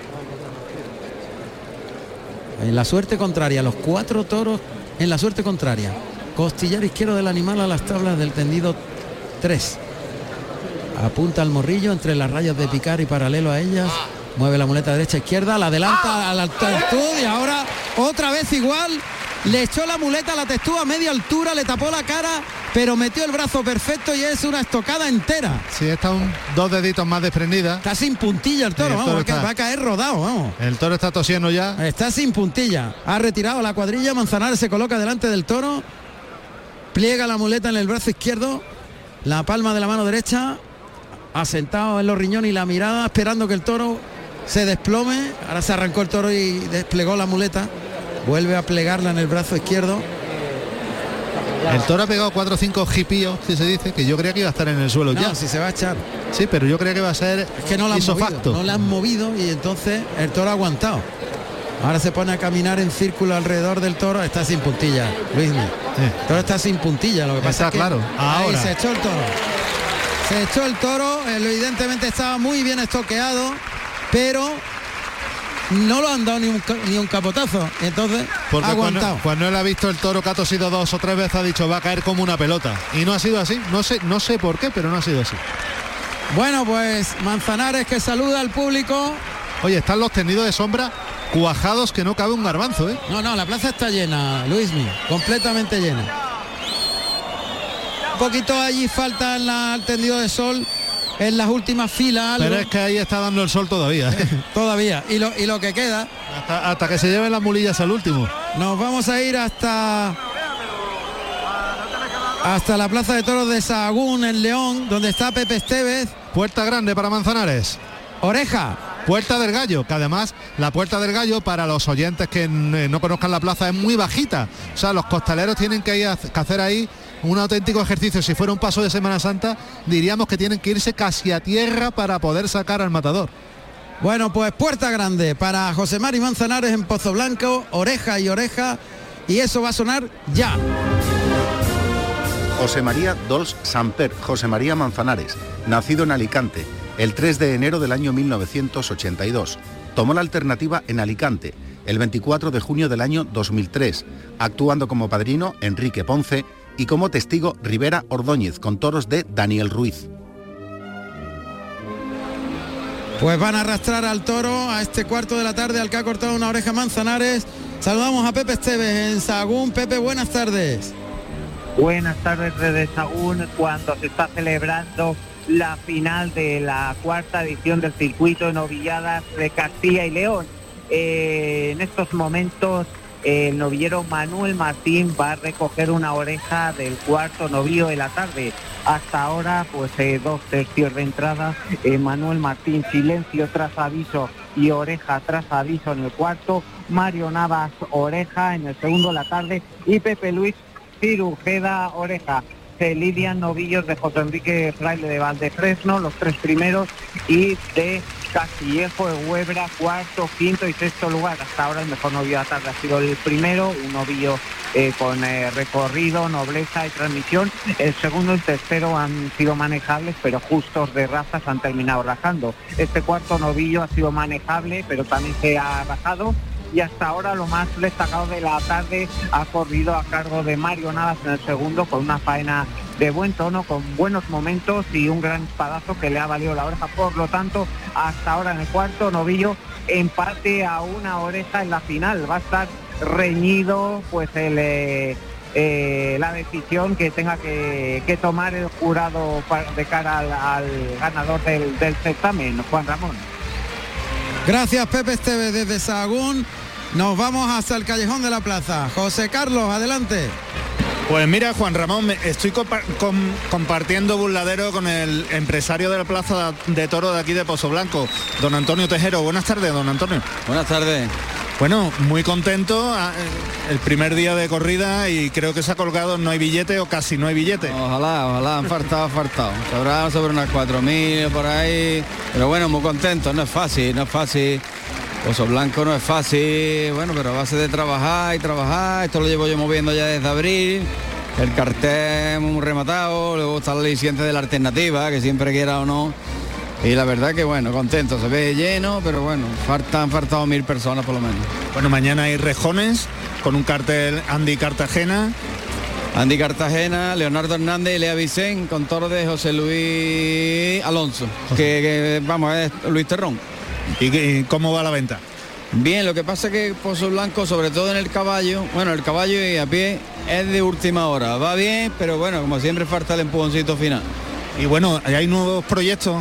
Speaker 3: En la suerte contraria, los 4 toros en la suerte contraria. Costillar izquierdo del animal a las tablas del tendido 3. Apunta al morrillo entre las rayas de picar y paralelo a ellas. Mueve la muleta derecha izquierda, la adelanta a la altitud y ahora otra vez igual. Le echó la muleta a la testúa a media altura, le tapó la cara, pero metió el brazo perfecto y es una estocada entera.
Speaker 6: Sí, está 2 deditos más desprendida.
Speaker 3: Está sin puntilla el toro, vamos, va a caer rodado, vamos.
Speaker 6: El toro está tosiendo ya.
Speaker 3: Está sin puntilla. Ha retirado la cuadrilla, Manzanares se coloca delante del toro. Pliega la muleta en el brazo izquierdo, la palma de la mano derecha. asentado en los riñones y la mirada esperando que el toro se desplome. Ahora se arrancó el toro y desplegó la muleta, vuelve a plegarla en el brazo izquierdo.
Speaker 6: El toro ha pegado 4 o 5 jipillos, si se dice, que yo creía que iba a estar en el suelo ya.
Speaker 3: Si se va a echar.
Speaker 6: Sí, pero yo creía que va a ser
Speaker 3: es que no la han movido y entonces el toro ha aguantado. Ahora se pone a caminar en círculo alrededor del toro. Está sin puntilla, Luismi. El toro está sin puntilla, lo que pasa es que
Speaker 6: claro.
Speaker 3: Ahora se echó el toro. Se echó el toro, evidentemente estaba muy bien estoqueado, pero no lo han dado ni un capotazo. Entonces
Speaker 6: porque
Speaker 3: ha aguantado.
Speaker 6: Cuando él ha visto el toro que ha tosido 2 o 3 veces, ha dicho va a caer como una pelota. Y no ha sido así. No sé por qué, pero no ha sido así.
Speaker 3: Bueno, pues Manzanares, que saluda al público.
Speaker 6: Oye, están los tendidos de sombra cuajados que no cabe un garbanzo, ¿eh?
Speaker 3: No, la plaza está llena, Luismi, completamente llena. Un poquito allí falta el tendido de sol en las últimas filas.
Speaker 6: Pero es que ahí está dando el sol todavía, ¿eh?
Speaker 3: Todavía. Y lo que queda.
Speaker 6: Hasta que se lleven las mulillas al último.
Speaker 3: Nos vamos a ir hasta la plaza de toros de Sahagún en León, donde está Pepe Estévez.
Speaker 6: Puerta grande para Manzanares.
Speaker 3: Oreja.
Speaker 6: Puerta del Gallo, que además la Puerta del Gallo, para los oyentes que no conozcan la plaza, es muy bajita. O sea, los costaleros tienen que hacer ahí un auténtico ejercicio. Si fuera un paso de Semana Santa, diríamos que tienen que irse casi a tierra para poder sacar al matador.
Speaker 3: Bueno, pues puerta grande para José Mari Manzanares en Pozoblanco, oreja y oreja, y eso va a sonar ya.
Speaker 4: José María Dols Samper, José María Manzanares, nacido en Alicante, el 3 de enero del año 1982. Tomó la alternativa en Alicante, el 24 de junio del año 2003, actuando como padrino Enrique Ponce y como testigo Rivera Ordóñez, con toros de Daniel Ruiz.
Speaker 3: Pues van a arrastrar al toro a este cuarto de la tarde, al que ha cortado una oreja Manzanares. Saludamos a Pepe Estévez en Sahagún. Pepe, buenas tardes.
Speaker 16: Buenas tardes desde Sahagún, cuando se está celebrando la final de la cuarta edición del circuito de novilladas de Castilla y León. En estos momentos el novillero Manuel Martín va a recoger una oreja del cuarto novillo de la tarde. Hasta ahora, pues 2 tercios de entrada. Manuel Martín, silencio tras aviso y oreja tras aviso en el cuarto. Mario Navas, oreja en el segundo de la tarde. Y Pepe Luis Cirujeda, oreja. Se lidian novillos de José Enrique Fraile de Valdefresno, los 3 primeros, y de Castillejo de Huebra, cuarto, quinto y sexto lugar. Hasta ahora el mejor novillo de la tarde ha sido el primero, un novillo con recorrido, nobleza y transmisión. El segundo y el tercero han sido manejables, pero justos de razas han terminado rajando. Este cuarto novillo ha sido manejable, pero también se ha rajado. Y hasta ahora lo más destacado de la tarde ha corrido a cargo de Mario Navas en el segundo, con una faena de buen tono, con buenos momentos y un gran espadazo que le ha valido la oreja. Por lo tanto, hasta ahora en el cuarto novillo, empate a una oreja en la final. Va a estar reñido pues la decisión que tenga que tomar el jurado de cara al ganador del certamen, Juan Ramón.
Speaker 3: Gracias, Pepe Estévez desde Sahagún. Nos vamos hasta el callejón de la plaza. José Carlos, adelante.
Speaker 7: Pues mira, Juan Ramón, estoy compartiendo burladero con el empresario de la plaza de toro de aquí de Pozoblanco, don Antonio Tejero. Buenas tardes, don Antonio.
Speaker 17: Buenas tardes.
Speaker 7: Bueno, muy contento, el primer día de corrida, y creo que se ha colgado, no hay billete o casi no hay billete.
Speaker 17: Ojalá, han faltado. Sobrado sobre unas 4.000 por ahí, pero bueno, muy contento, no es fácil. Pozoblanco no es fácil, bueno, pero a base de trabajar, esto lo llevo yo moviendo ya desde abril, el cartel muy rematado, luego está la licencia de la alternativa, que siempre quiera o no, y la verdad que bueno, contento, se ve lleno, pero bueno, han faltado 1.000 personas por lo menos.
Speaker 7: Bueno, mañana hay rejones, con un cartel Andy Cartagena,
Speaker 17: Leonardo Hernández y Lea Vicente, con toro de José Luis Alonso, que vamos, es Luis Terrón.
Speaker 7: ¿Y cómo va la venta?
Speaker 17: Bien, lo que pasa es que Pozoblanco, sobre todo en el caballo y a pie, es de última hora. Va bien, pero bueno, como siempre falta el empujoncito final.
Speaker 7: Y bueno, ¿hay nuevos proyectos?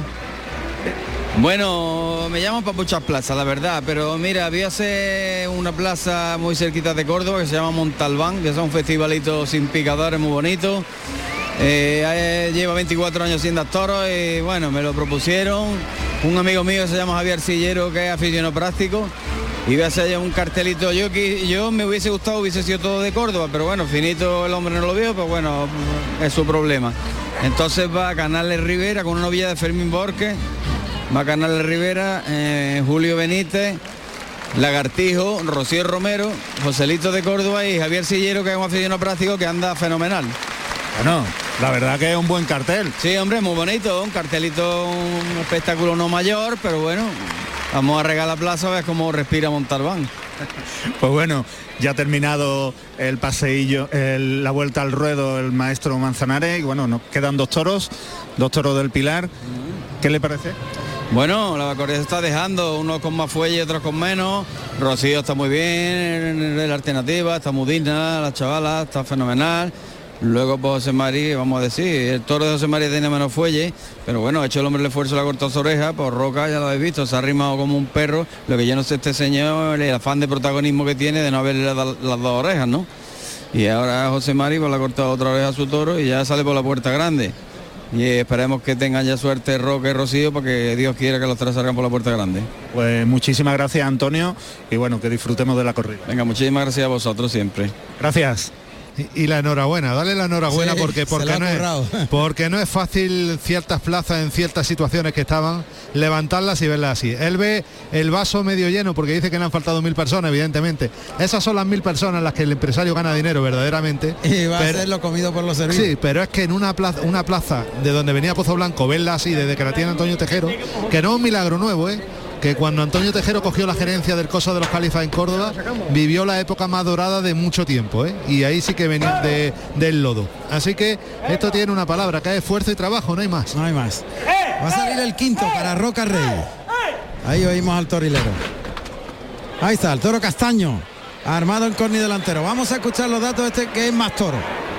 Speaker 17: Bueno, me llaman para muchas plazas, la verdad, pero mira, había una plaza muy cerquita de Córdoba que se llama Montalbán, que es un festivalito sin picadores muy bonito. Lleva 24 años siendo toros y bueno, me lo propusieron. Un amigo mío se llama Javier Sillero, que es aficionado práctico, y voy a hacer un cartelito. Yo me hubiese gustado, hubiese sido todo de Córdoba, pero bueno, finito el hombre no lo vio, pues bueno, es su problema. Entonces va a Canales Rivera con una novia de Fermín Borges, va a Canales Rivera, Julio Benítez, Lagartijo, Rocío Romero, Joselito de Córdoba y Javier Sillero, que es un aficionado práctico que anda fenomenal.
Speaker 7: Bueno, la verdad que es un buen cartel.
Speaker 17: Sí, hombre, muy bonito, un cartelito, un espectáculo no mayor, pero bueno, vamos a regar la plaza a ver cómo respira Montalbán.
Speaker 7: Pues bueno, ya ha terminado el paseillo, la vuelta al ruedo el maestro Manzanares, y bueno, nos quedan dos toros del Pilar. ¿Qué le parece?
Speaker 17: Bueno, la corrida se está dejando, unos con más fuelle y otros con menos. Rocío está muy bien en la alternativa, está muy digna, la chavala está fenomenal. Luego pues José María, vamos a decir, el toro de José María tiene menos fuelle, pero bueno, ha hecho el hombre el esfuerzo, le ha cortado su oreja, por Roca ya lo habéis visto, se ha arrimado como un perro. Lo que yo no sé este señor, el afán de protagonismo que tiene de no haberle dado las dos orejas, ¿no? Y ahora José María pues le ha cortado otra oreja a su toro y ya sale por la puerta grande. Y esperemos que tengan ya suerte Roca y Rocío, porque Dios quiera que los tres salgan por la puerta grande.
Speaker 7: Pues muchísimas gracias, Antonio, y bueno, que disfrutemos de la corrida.
Speaker 17: Venga, muchísimas gracias a vosotros siempre.
Speaker 7: Gracias.
Speaker 6: Y la enhorabuena, dale la enhorabuena,
Speaker 3: Sí,
Speaker 6: porque no es fácil ciertas plazas en ciertas situaciones que estaban, levantarlas y verlas así. Él ve el vaso medio lleno porque dice que le han faltado 1000 personas, evidentemente. Esas son las 1000 personas las que el empresario gana dinero verdaderamente.
Speaker 3: Y va a ser lo comido por los servicios.
Speaker 6: Sí, pero es que en una plaza de donde venía Pozo Blanco, verla así desde que la tiene Antonio Tejero, que no es un milagro nuevo, que cuando Antonio Tejero cogió la gerencia del Coso de los Califas en Córdoba, vivió la época más dorada de mucho tiempo, y ahí sí que venía del lodo. Así que esto tiene una palabra, que es esfuerzo y trabajo, no hay más.
Speaker 3: No hay más. Va a salir el quinto para Roca Rey. Ahí oímos al torilero. Ahí está, el toro castaño, armado en corni delantero. Vamos a escuchar los datos de que es más toro.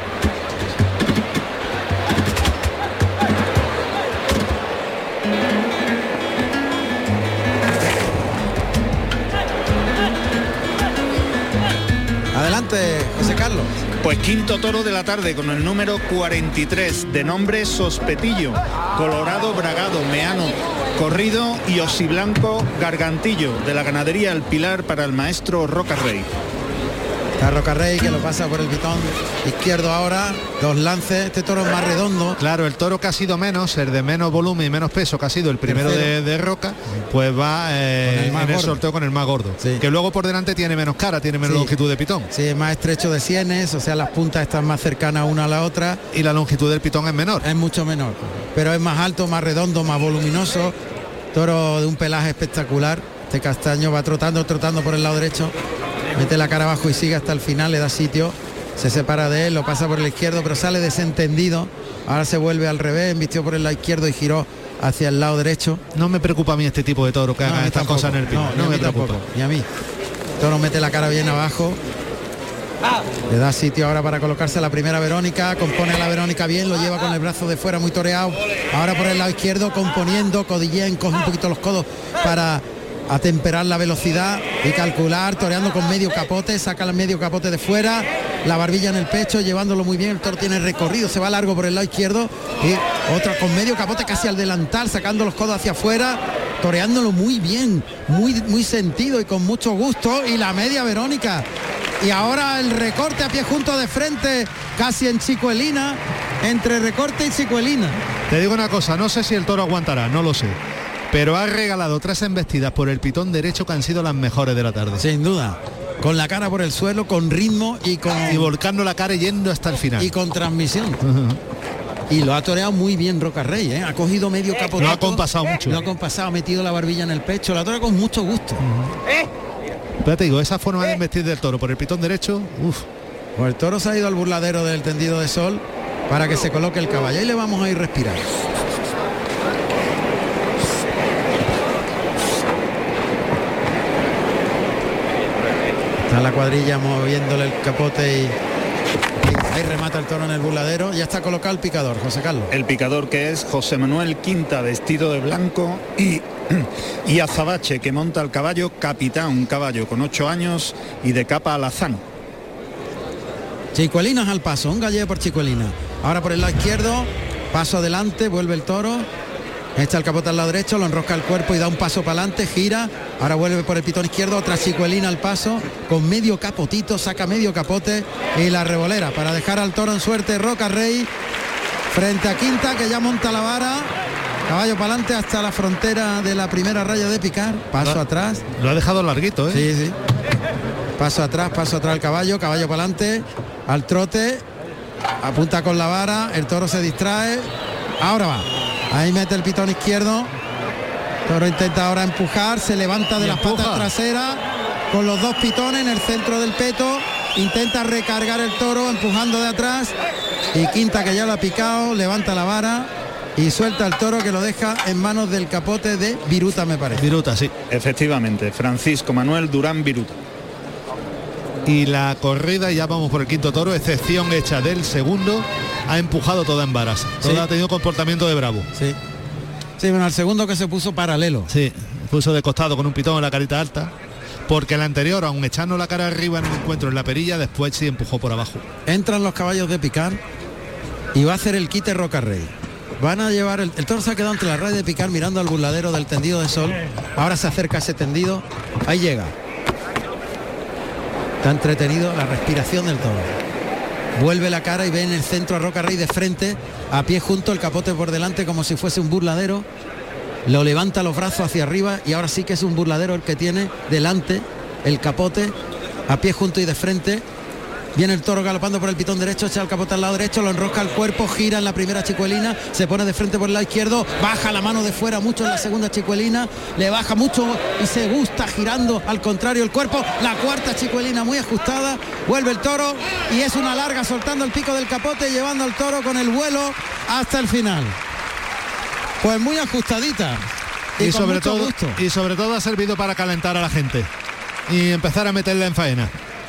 Speaker 3: Adelante, José Carlos.
Speaker 7: Pues quinto toro de la tarde con el número 43, de nombre Sospetillo, colorado, bragado, meano, corrido y osiblanco gargantillo, de la ganadería El Pilar, para el maestro Roca Rey.
Speaker 3: Está Roca Rey, que lo pasa por el pitón izquierdo ahora, 2 lances. Este toro es más redondo.
Speaker 6: Claro, el toro que ha sido menos, el de menos volumen y menos peso, que ha sido el primero de Roca, pues va en el sorteo con el más gordo, sí. Que luego por delante tiene menos cara, tiene menos longitud de pitón.
Speaker 3: Sí, es más estrecho de sienes, o sea, las puntas están más cercanas una a la otra.
Speaker 6: Y la longitud del pitón es menor.
Speaker 3: Es mucho menor, pero es más alto, más redondo, más voluminoso. Toro de un pelaje espectacular. Este castaño va trotando por el lado derecho. Mete la cara abajo y sigue hasta el final, le da sitio, se separa de él, lo pasa por el izquierdo, pero sale desentendido. Ahora se vuelve al revés, embistió por el lado izquierdo y giró hacia el lado derecho.
Speaker 6: No me preocupa a mí este tipo de toro que hagan estas cosas en el pino.
Speaker 3: No me preocupa. Ni a mí. Toro mete la cara bien abajo. Le da sitio ahora para colocarse a la primera Verónica, compone a la Verónica bien, lo lleva con el brazo de fuera muy toreado. Ahora por el lado izquierdo, componiendo, codillea, encoge un poquito los codos para atemperar la velocidad y calcular, toreando con medio capote, saca el medio capote de fuera, la barbilla en el pecho, llevándolo muy bien. El toro tiene recorrido, se va largo por el lado izquierdo y otro con medio capote casi al delantal, sacando los codos hacia afuera, toreándolo muy bien, muy sentido y con mucho gusto. Y la media Verónica, y ahora el recorte a pie junto de frente, casi en chicuelina, entre recorte y chicuelina.
Speaker 6: Te digo una cosa, no sé si el toro aguantará, no lo sé, pero ha regalado 3 embestidas por el pitón derecho que han sido las mejores de la tarde.
Speaker 3: Sin duda, con la cara por el suelo, con ritmo y
Speaker 6: volcando la cara y yendo hasta el final.
Speaker 3: Y con transmisión. Y lo ha toreado muy bien Roca Rey, ha cogido medio capote.
Speaker 6: Lo ha compasado mucho.
Speaker 3: Lo ha compasado, ha metido la barbilla en el pecho, lo ha toreado con mucho gusto.
Speaker 6: Pero te digo, esa forma de embestir del toro por el pitón derecho,
Speaker 3: Pues el toro se ha ido al burladero del tendido de sol para que se coloque el caballo y le vamos a ir respirar. Está la cuadrilla moviéndole el capote y ahí remata el toro en el burladero. Ya está colocado el picador, José Carlos.
Speaker 7: El picador, que es José Manuel Quinta, vestido de blanco, y Azabache, que monta el caballo Capitán, un caballo con 8 años y de capa alazán.
Speaker 3: Chicuelinas al paso, un gallego por Chicuelina. ahora por el lado izquierdo, paso adelante, vuelve el toro, echa el capote al lado derecho, lo enrosca el cuerpo y da un paso para adelante, gira, ahora vuelve por el pitón izquierdo, otra chicuelina al paso, con medio capotito, saca medio capote y la revolera para dejar al toro en suerte. Roca Rey frente a Quinta, que ya monta la vara, caballo para adelante hasta la frontera de la primera raya de picar, paso atrás.
Speaker 6: Lo ha dejado larguito, ¿eh?
Speaker 3: Sí, sí. Paso atrás el caballo para adelante, al trote, apunta con la vara, el toro se distrae, ahora va, ahí mete el pitón izquierdo, el toro intenta ahora empujar, se levanta de las patas traseras, con los dos pitones en el centro del peto, intenta recargar el toro empujando de atrás, y Quinta, que ya lo ha picado, levanta la vara y suelta el toro, que lo deja en manos del capote de Viruta, me parece.
Speaker 6: Viruta, sí.
Speaker 7: Efectivamente, Francisco Manuel Durán Viruta.
Speaker 6: Y la corrida, ya vamos por el quinto toro, excepción hecha del segundo, ha empujado toda en varas. Toda ha tenido comportamiento de bravo.
Speaker 3: Sí. Sí, bueno, el segundo que se puso paralelo.
Speaker 6: Sí, puso de costado con un pitón en la carita alta, porque el anterior, aun echando la cara arriba en el encuentro en la perilla, después sí empujó por abajo.
Speaker 3: Entran los caballos de picar y va a hacer el quite Roca Rey. Van a llevar, el toro se ha quedado entre la raya de picar mirando al burladero del tendido de sol. Ahora se acerca a ese tendido, ahí llega. Está entretenido la respiración del toro. Vuelve la cara y ve en el centro a Roca Rey de frente, a pie junto, el capote por delante como si fuese un burladero. Lo levanta los brazos hacia arriba y ahora sí que es un burladero el que tiene delante el capote, a pie junto y de frente. Viene el toro galopando por el pitón derecho, echa el capote al lado derecho, lo enrosca el cuerpo, gira en la primera chicuelina, se pone de frente por el lado izquierdo, baja la mano de fuera mucho en la segunda chicuelina, le baja mucho y se gusta girando al contrario el cuerpo. La cuarta chicuelina muy ajustada, vuelve el toro y es una larga soltando el pico del capote, llevando al toro con el vuelo hasta el final. Pues muy ajustadita.
Speaker 6: Y sobre todo ha servido para calentar a la gente y empezar a meterla en faena.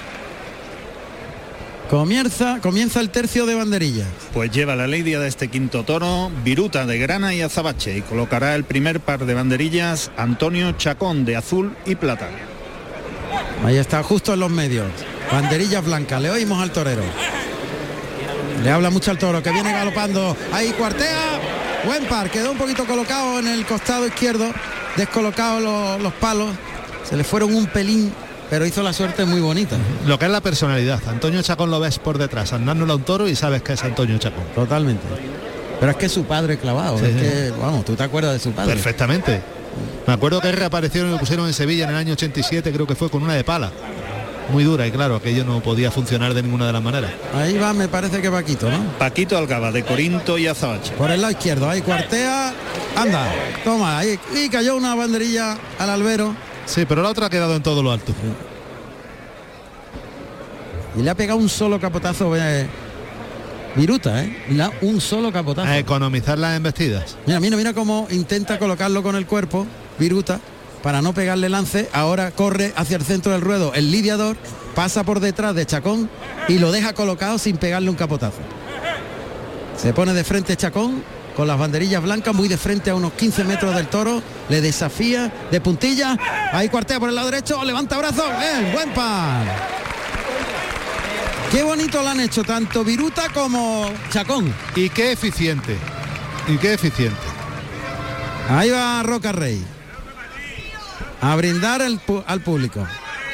Speaker 3: Comienza el tercio de banderillas.
Speaker 7: Pues lleva la lidia de este quinto toro Viruta de grana y azabache, y colocará el primer par de banderillas Antonio Chacón de azul y plata.
Speaker 3: Ahí está, justo en los medios. Banderillas blancas, le oímos al torero. Le habla mucho al toro, que viene galopando. Ahí cuartea, buen par, quedó un poquito colocado en el costado izquierdo, descolocado los palos, se le fueron un pelín, pero hizo la suerte muy bonita.
Speaker 6: Lo que es la personalidad. Antonio Chacón lo ves por detrás, andándole a un toro y sabes que es Antonio Chacón.
Speaker 3: Totalmente. Pero es que es su padre clavado. Sí, es que, vamos, tú te acuerdas de su padre.
Speaker 6: Perfectamente. Me acuerdo que reaparecieron y lo pusieron en Sevilla en el año 87, creo que fue con una de pala. Muy dura y claro, aquello no podía funcionar de ninguna de las maneras.
Speaker 3: Ahí va, me parece que Paquito, ¿no?
Speaker 7: Paquito Algaba, de Corinto y azabache.
Speaker 3: Por el lado izquierdo, ahí cuartea, anda, toma, ahí, y cayó una banderilla al albero.
Speaker 6: Sí, pero la otra ha quedado en todo lo alto.
Speaker 3: Y le ha pegado un solo capotazo Viruta, un solo capotazo.
Speaker 6: A economizar las embestidas.
Speaker 3: Mira cómo intenta colocarlo con el cuerpo, Viruta, para no pegarle lance. Ahora corre hacia el centro del ruedo el lidiador, pasa por detrás de Chacón y lo deja colocado sin pegarle un capotazo. Se pone de frente Chacón, con las banderillas blancas, muy de frente a unos 15 metros del toro, le desafía de puntilla, ahí cuartea por el lado derecho, levanta brazos, buen par. Qué bonito lo han hecho tanto Viruta como Chacón.
Speaker 6: Y qué eficiente.
Speaker 3: Ahí va Roca Rey a brindar al público.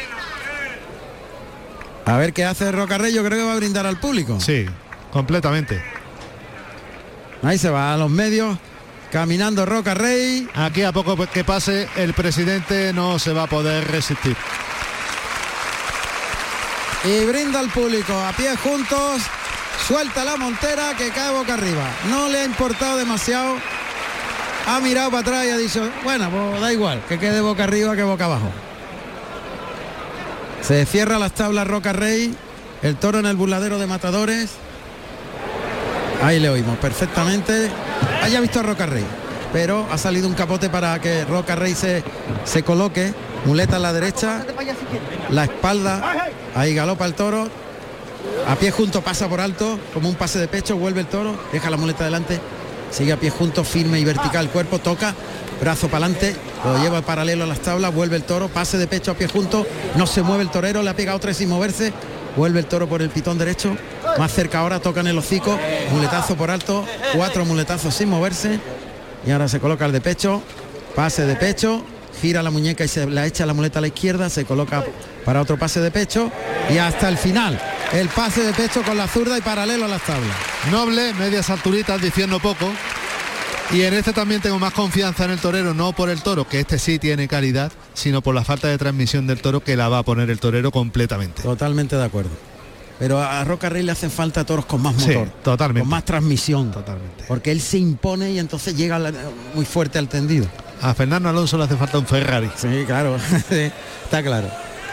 Speaker 3: A ver qué hace Roca Rey, yo creo que va a brindar al público.
Speaker 6: Sí, completamente.
Speaker 3: Ahí se va a los medios, caminando Roca Rey.
Speaker 6: Aquí a poco que pase, el presidente no se va a poder resistir.
Speaker 3: Y brinda al público, a pie juntos, suelta la montera que cae boca arriba. No le ha importado demasiado, ha mirado para atrás y ha dicho, bueno, pues da igual, que quede boca arriba que boca abajo. Se cierra las tablas Roca Rey, el toro en el burladero de matadores. Ahí le oímos perfectamente. Haya visto a Roca Rey, pero ha salido un capote para que Roca Rey se coloque. Muleta a la derecha, la espalda, ahí galopa el toro, a pie junto pasa por alto, como un pase de pecho, vuelve el toro, deja la muleta adelante, sigue a pie junto, firme y vertical, cuerpo toca, brazo para adelante, lo lleva paralelo a las tablas, vuelve el toro, pase de pecho a pie junto, no se mueve el torero, le ha pegado tres sin moverse, vuelve el toro por el pitón derecho, más cerca ahora, tocan el hocico, muletazo por alto, 4 muletazos sin moverse, y ahora se coloca el de pecho, pase de pecho, gira la muñeca y se la echa la muleta a la izquierda, se coloca para otro pase de pecho, y hasta el final, el pase de pecho con la zurda y paralelo a las tablas.
Speaker 6: Noble, medias alturitas, diciendo poco. Y en este también tengo más confianza en el torero, no por el toro, que este sí tiene calidad, sino por la falta de transmisión del toro, que la va a poner el torero completamente.
Speaker 3: Totalmente de acuerdo. Pero a Roca Rey le hacen falta toros con más motor,
Speaker 6: sí, totalmente,
Speaker 3: con más transmisión,
Speaker 6: totalmente,
Speaker 3: porque él se impone y entonces llega muy fuerte al tendido.
Speaker 6: A Fernando Alonso le hace falta un Ferrari.
Speaker 3: Sí, claro, está claro.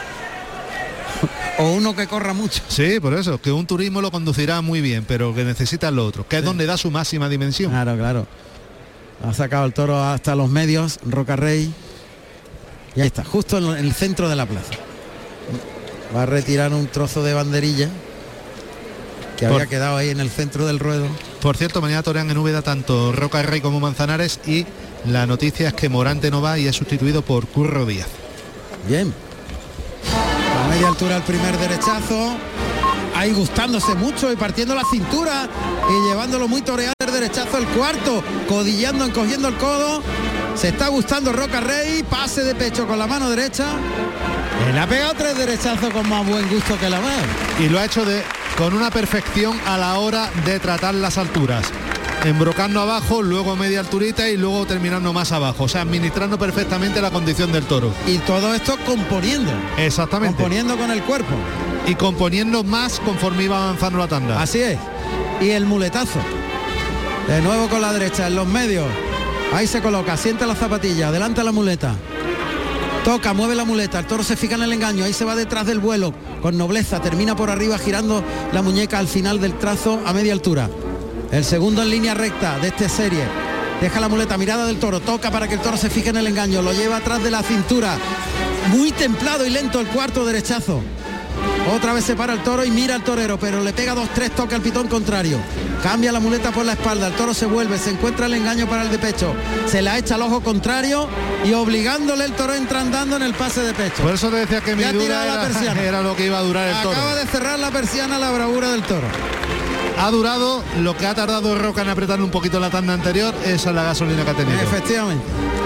Speaker 3: O uno que corra mucho.
Speaker 6: Sí, por eso, que un turismo lo conducirá muy bien, pero que necesita lo otro, que es donde da su máxima dimensión.
Speaker 3: Claro, claro. Ha sacado el toro hasta los medios, Roca Rey. Y ahí está, justo en el centro de la plaza. Va a retirar un trozo de banderilla que había quedado ahí en el centro del ruedo.
Speaker 6: Por cierto, mañana torean en Úbeda tanto Roca Rey como Manzanares, y la noticia es que Morante no va y es sustituido por Curro Díaz.
Speaker 3: Bien. A media altura el primer derechazo. Ahí gustándose mucho y partiendo la cintura y llevándolo muy toreado el derechazo, el cuarto, codillando, encogiendo el codo. Se está gustando Roca Rey, pase de pecho con la mano derecha. Él ha pegado 3 derechazos con más buen gusto que la mano.
Speaker 6: Y lo ha hecho con una perfección a la hora de tratar las alturas. Embrocando abajo, luego media alturita y luego terminando más abajo. O sea, administrando perfectamente la condición del toro.
Speaker 3: Y todo esto componiendo.
Speaker 6: Exactamente.
Speaker 3: Componiendo con el cuerpo.
Speaker 6: Y componiendo más conforme iba avanzando la tanda.
Speaker 3: Así es. Y el muletazo. De nuevo con la derecha, en los medios. Ahí se coloca, sienta la zapatilla, adelanta la muleta. Toca, mueve la muleta, el toro se fija en el engaño, ahí se va detrás del vuelo, con nobleza, termina por arriba girando la muñeca al final del trazo a media altura. El segundo en línea recta de esta serie. Deja la muleta, mirada del toro, toca para que el toro se fije en el engaño, lo lleva atrás de la cintura. Muy templado y lento el cuarto derechazo. Otra vez se para el toro y mira al torero, pero le pega 2-3 toques al pitón contrario. Cambia la muleta por la espalda, el toro se vuelve, se encuentra el engaño para el de pecho, se la echa al ojo contrario y obligándole el toro entra andando en el pase de pecho.
Speaker 6: Por eso te decía que mi duda era lo que iba a durar el toro.
Speaker 3: Acaba de cerrar la persiana la bravura del toro.
Speaker 6: Ha durado lo que ha tardado Roca en apretar un poquito la tanda anterior, esa es la gasolina que ha tenido.
Speaker 3: Efectivamente.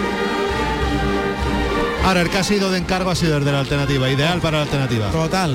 Speaker 6: Ahora el que ha sido de encargo ha sido el de la alternativa, ideal para la alternativa.
Speaker 3: Total.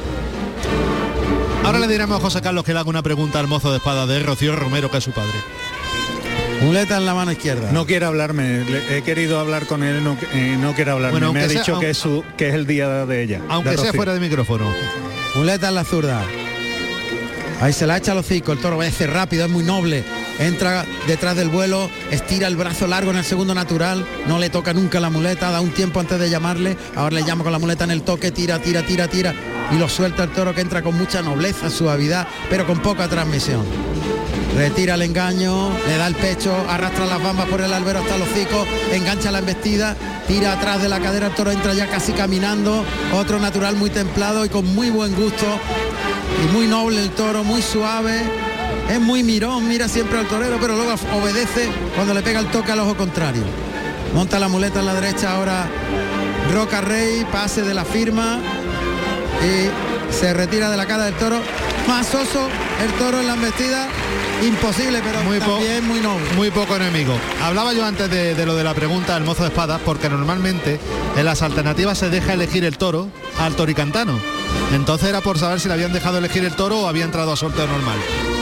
Speaker 6: Ahora le diremos a José Carlos que le haga una pregunta al mozo de espada de Rocío Romero, que es su padre.
Speaker 3: Muleta en la mano izquierda.
Speaker 10: No quiere hablarme, he querido hablar con él, no quiere hablarme. Bueno, me ha dicho que es el día de ella.
Speaker 6: Aunque sea fuera de micrófono.
Speaker 3: Muleta en la zurda. Ahí se la echa al hocico, el toro va a ser rápido, es muy noble. Entra detrás del vuelo, estira el brazo largo en el segundo natural, no le toca nunca la muleta, da un tiempo antes de llamarle, ahora le llama con la muleta en el toque, tira y lo suelta el toro, que entra con mucha nobleza, suavidad, pero con poca transmisión. Retira el engaño, le da el pecho, arrastra las bambas por el albero hasta el hocico, engancha la embestida, tira atrás de la cadera, el toro entra ya casi caminando, otro natural muy templado y con muy buen gusto, y muy noble el toro, muy suave. Es muy mirón, mira siempre al torero, pero luego obedece cuando le pega el toque al ojo contrario. Monta la muleta en la derecha ahora Roca Rey, pase de la firma y se retira de la cara del toro. Más oso el toro en la embestida, imposible, pero también muy noble.
Speaker 6: Muy poco enemigo. Hablaba yo antes de lo de la pregunta del mozo de espadas, porque normalmente en las alternativas se deja elegir el toro al toricantano. Entonces era por saber si le habían dejado elegir el toro o había entrado a sorteo normal.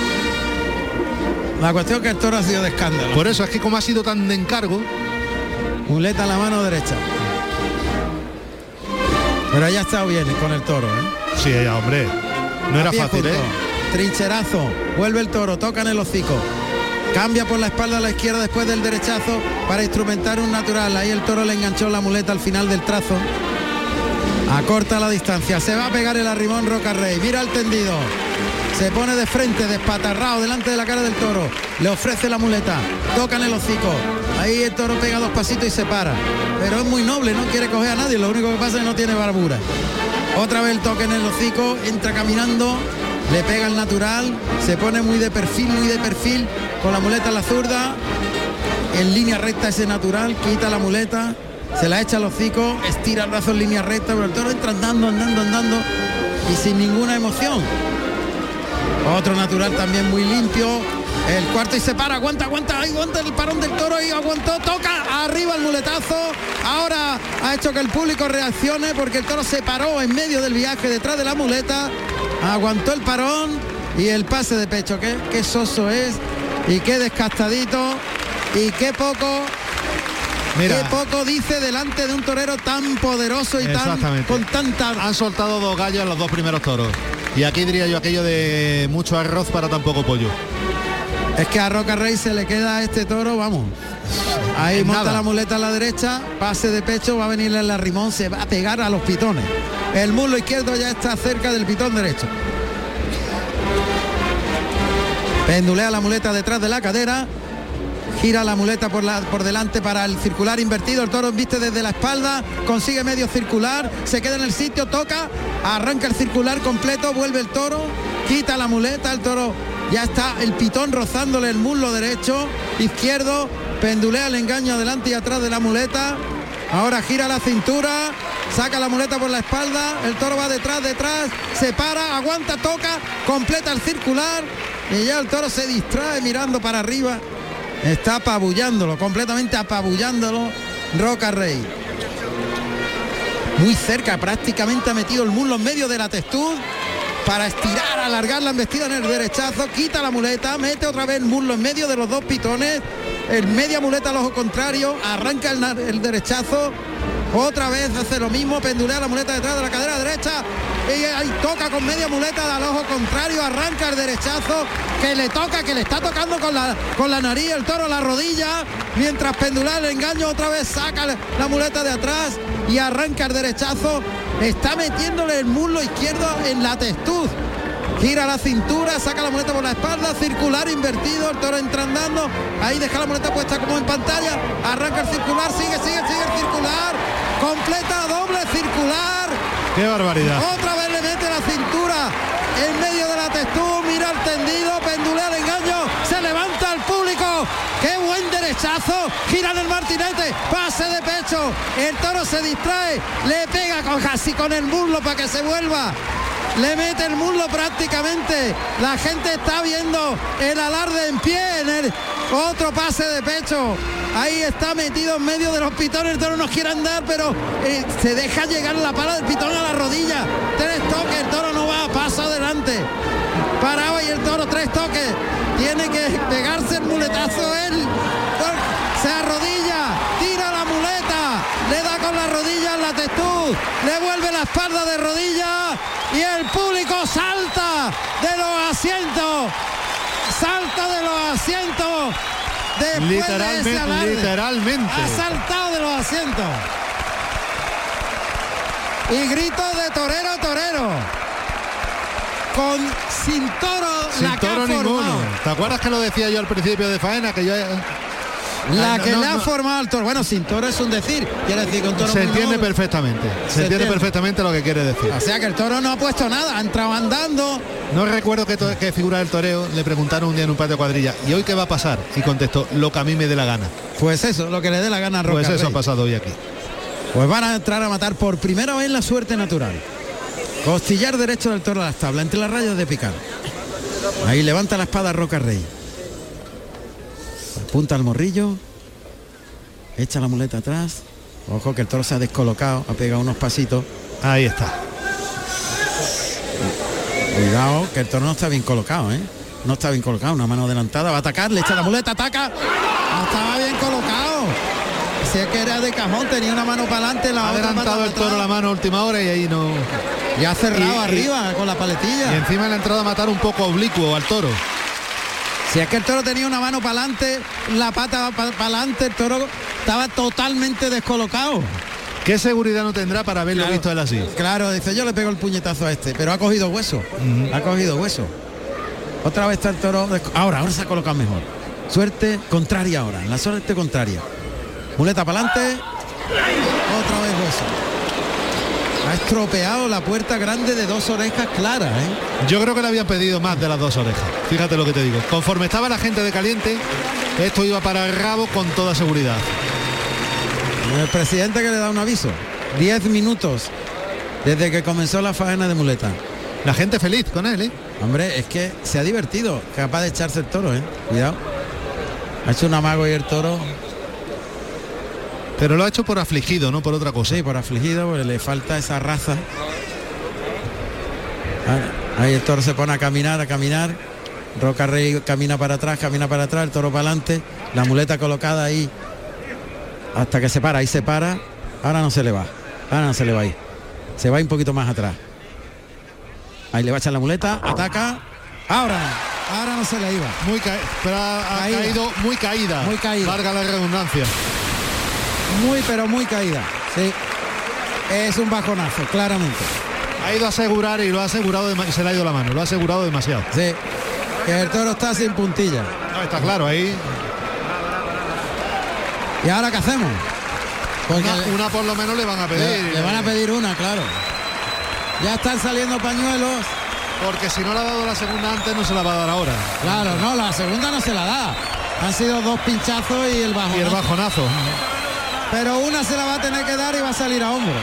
Speaker 3: La cuestión es que el toro ha sido de escándalo.
Speaker 6: Por eso es que como ha sido tan de encargo.
Speaker 3: Muleta en la mano derecha. Pero ya ha estado bien con el toro, ¿eh?
Speaker 6: Sí, ya, hombre. No era fácil,
Speaker 3: junto. Trincherazo. Vuelve el toro, toca en el hocico. Cambia por la espalda a la izquierda después del derechazo para instrumentar un natural. Ahí el toro le enganchó la muleta al final del trazo. Acorta la distancia. Se va a pegar el arrimón Roca Rey. Mira el tendido. Se pone de frente, despatarrado, delante de la cara del toro. Le ofrece la muleta. Toca en el hocico. Ahí el toro pega 2 pasitos y se para. Pero es muy noble, no quiere coger a nadie. Lo único que pasa es que no tiene barbura. Otra vez el toque en el hocico. Entra caminando. Le pega el natural. Se pone muy de perfil. Con la muleta en la zurda. En línea recta ese natural. Quita la muleta. Se la echa al hocico. Estira el brazo en línea recta. Pero el toro entra andando. Y sin ninguna emoción. Otro natural también muy limpio. El cuarto y se para, aguanta el parón del toro y aguantó, toca arriba el muletazo. Ahora ha hecho que el público reaccione porque el toro se paró en medio del viaje detrás de la muleta, aguantó el parón y el pase de pecho. Qué soso es y qué descastadito y qué poco. Mira, qué poco dice delante de un torero tan poderoso y con tanta...
Speaker 6: Han soltado 2 gallos en los 2 primeros toros. Y aquí diría yo aquello de mucho arroz para tan poco pollo.
Speaker 3: Es que a Roca Rey se le queda a este toro, vamos. Ahí monta nada. La muleta a la derecha, pase de pecho, va a venir el arrimón, se va a pegar a los pitones. El muslo izquierdo ya está cerca del pitón derecho. Pendulea la muleta detrás de la cadera. Gira la muleta por delante para el circular invertido. El toro viste desde la espalda, consigue medio circular, se queda en el sitio, toca, arranca el circular completo, vuelve el toro, quita la muleta, el toro ya está el pitón rozándole el muslo derecho, izquierdo, pendulea el engaño adelante y atrás de la muleta. Ahora gira la cintura, saca la muleta por la espalda, el toro va detrás, se para, aguanta, toca, completa el circular y ya el toro se distrae mirando para arriba. Está apabullándolo, completamente apabullándolo Roca Rey. Muy cerca, prácticamente ha metido el muslo en medio de la testud para estirar, alargar la embestida en el derechazo, quita la muleta, mete otra vez el muslo en medio de los 2 pitones, el media muleta al ojo contrario, arranca el derechazo, otra vez hace lo mismo, pendulea la muleta detrás de la cadera derecha y ahí toca con media muleta al ojo contrario, arranca el derechazo que le toca, que le está tocando con la nariz el toro a la rodilla, mientras pendulea el engaño, otra vez saca la muleta de atrás y arranca el derechazo, está metiéndole el muslo izquierdo en la testud. Gira la cintura, saca la muleta por la espalda, circular invertido, el toro entra andando, ahí deja la muleta puesta como en pantalla, arranca el circular, sigue el circular, completa doble circular.
Speaker 6: ¡Qué barbaridad!
Speaker 3: Otra vez le mete la cintura en medio de la testud, mira el tendido, pendulea el engaño, se levanta el público, ¡qué buen derechazo! Gira en el martinete, pase de pecho, el toro se distrae, le pega casi con el muslo para que se vuelva. Le mete el muslo prácticamente. La gente está viendo el alarde en pie en el otro pase de pecho. Ahí está metido en medio de los pitones. El toro no quiere andar, pero se deja llegar la pala del pitón a la rodilla. 3 toques, el toro no va a paso adelante. Paraba y el toro 3 toques. Tiene que pegarse el muletazo él. Se arrodilla, tira la muleta, le da con la rodilla en la testud, le vuelve la espalda de rodilla y el público salta de los asientos después de ese alarde.
Speaker 6: Literalmente.
Speaker 3: Ha saltado de los asientos. Y gritos de torero a torero. Sin toro
Speaker 6: ninguno. ¿Te acuerdas que lo decía yo al principio de faena? Que yo...
Speaker 3: La que le ha formado al toro. Bueno, sin toro es un decir. Quiere decir que un toro
Speaker 6: se entiende perfectamente. Se entiende perfectamente lo que quiere decir.
Speaker 3: O sea que el toro no ha puesto nada, ha entrado andando.
Speaker 6: No recuerdo qué figura del toreo le preguntaron un día en un patio de cuadrilla. ¿Y hoy qué va a pasar? Y contestó, lo que a mí me dé la gana.
Speaker 3: Pues eso, lo que le dé la gana a Roca
Speaker 6: Pues eso
Speaker 3: Rey.
Speaker 6: ha pasado hoy aquí.
Speaker 3: Pues van a entrar a matar por primera vez la suerte natural. Costillar derecho del toro a las tablas, entre las rayas de picar. Ahí levanta la espada Roca Rey. Apunta al morrillo, echa la muleta atrás. Ojo que el toro se ha descolocado, ha pegado unos pasitos.
Speaker 6: Ahí está.
Speaker 3: Cuidado, que el toro no está bien colocado, ¿eh? No está bien colocado, una mano adelantada, va a atacar, le echa la muleta, ataca. No estaba bien colocado. Si es que era de cajón, tenía una mano para adelante, la
Speaker 6: ha
Speaker 3: otra
Speaker 6: adelantado el toro la mano a última hora y ahí no.
Speaker 3: Y ha cerrado arriba con la paletilla.
Speaker 6: Y encima le ha entrado a matar un poco oblicuo al toro.
Speaker 3: Si es que el toro tenía una mano para adelante, la pata para adelante, el toro estaba totalmente descolocado.
Speaker 6: ¿Qué seguridad no tendrá para haberlo visto él así?
Speaker 3: Claro, dice, yo le pego el puñetazo a este, pero ha cogido hueso. Ha cogido hueso. Otra vez está el toro. Ahora se ha colocado mejor. Suerte contraria ahora, la suerte contraria. Muleta para adelante. Otra vez hueso. Ha estropeado la puerta grande de 2 orejas claras, ¿eh?
Speaker 6: Yo creo que le habían pedido más de las 2 orejas. Fíjate lo que te digo. Conforme estaba la gente de caliente, esto iba para el rabo con toda seguridad.
Speaker 3: El presidente que le da un aviso. 10 minutos desde que comenzó la faena de muleta.
Speaker 6: La gente feliz con él, ¿eh?
Speaker 3: Hombre, es que se ha divertido, capaz de echarse el toro, ¿eh? Cuidado. Ha hecho un amago y el toro.
Speaker 6: Pero lo ha hecho por afligido, no por otra cosa.
Speaker 3: Sí, por afligido, porque le falta esa raza. Ahí el toro se pone a caminar. Roca Rey camina para atrás, el toro para adelante. La muleta colocada ahí hasta que se para, ahí se para. Ahora no se le va ahí. Se va un poquito más atrás. Ahí le va a echar la muleta, ataca. Ahora no se le iba.
Speaker 6: Pero ha caído muy caída.
Speaker 3: Muy caída.
Speaker 6: Valga la redundancia.
Speaker 3: Muy caída. Sí. Es un bajonazo, claramente.
Speaker 6: Ha ido a asegurar y lo ha asegurado, se le ha ido la mano, lo ha asegurado demasiado.
Speaker 3: Sí. Que el toro está sin puntilla.
Speaker 6: No, está claro ahí.
Speaker 3: ¿Y ahora qué hacemos?
Speaker 6: Una por lo menos le van a pedir.
Speaker 3: Le van a pedir una, claro. Ya están saliendo pañuelos.
Speaker 6: Porque si no le ha dado la segunda antes, no se la va a dar ahora.
Speaker 3: Claro, no, la segunda no se la da. Han sido 2 pinchazos y el bajonazo. Pero una se la va a tener que dar y va a salir a hombro.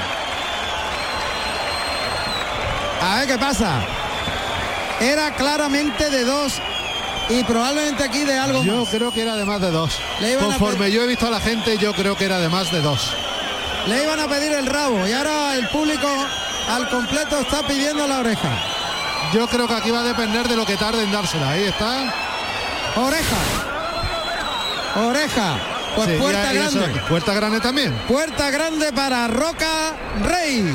Speaker 3: A ver qué pasa. Era claramente de 2 y probablemente aquí de algo
Speaker 6: yo
Speaker 3: más.
Speaker 6: Creo que era de más de 2. Conforme yo he visto a la gente, yo creo que era de más de 2.
Speaker 3: Le iban a pedir el rabo y ahora el público al completo está pidiendo la oreja.
Speaker 6: Yo creo que aquí va a depender de lo que tarde en dársela. Ahí está.
Speaker 3: Oreja. Pues sí, puerta grande.
Speaker 6: Puerta grande también.
Speaker 3: Puerta grande para Roca Rey.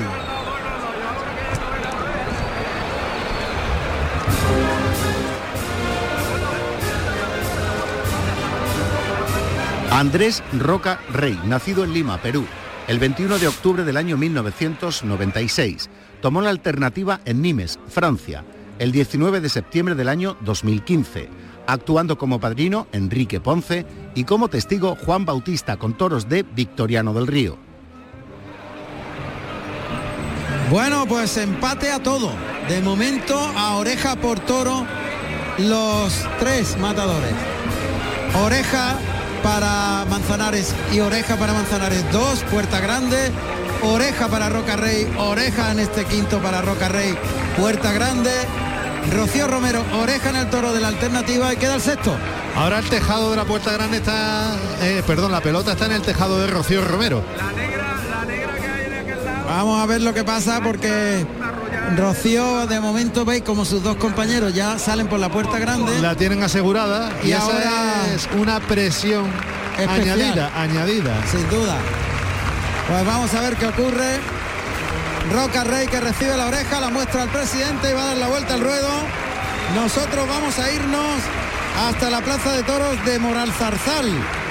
Speaker 4: Andrés Roca Rey, nacido en Lima, Perú, el 21 de octubre del año 1996. Tomó la alternativa en Nimes, Francia, el 19 de septiembre del año 2015, actuando como padrino Enrique Ponce y como testigo Juan Bautista con toros de Victoriano del Río.
Speaker 3: Bueno, pues empate a todo. De momento a oreja por toro los 3 matadores. Oreja para Manzanares y oreja para Manzanares 2, puerta grande. Oreja para Roca Rey, oreja en este quinto para Roca Rey, puerta grande. Rocío Romero, oreja en el toro de la alternativa y queda el sexto.
Speaker 6: Ahora el tejado de la puerta grande está, la pelota está en el tejado de Rocío Romero.
Speaker 9: La negra que hay en aquel lado.
Speaker 3: Vamos a ver lo que pasa porque Rocío de momento veis como sus 2 compañeros ya salen por la puerta grande.
Speaker 6: La tienen asegurada y
Speaker 3: ahora
Speaker 6: esa es una presión añadida.
Speaker 3: Sin duda. Pues vamos a ver qué ocurre. Roca Rey que recibe la oreja, la muestra al presidente y va a dar la vuelta al ruedo. Nosotros vamos a irnos hasta la Plaza de Toros de Moralzarzal,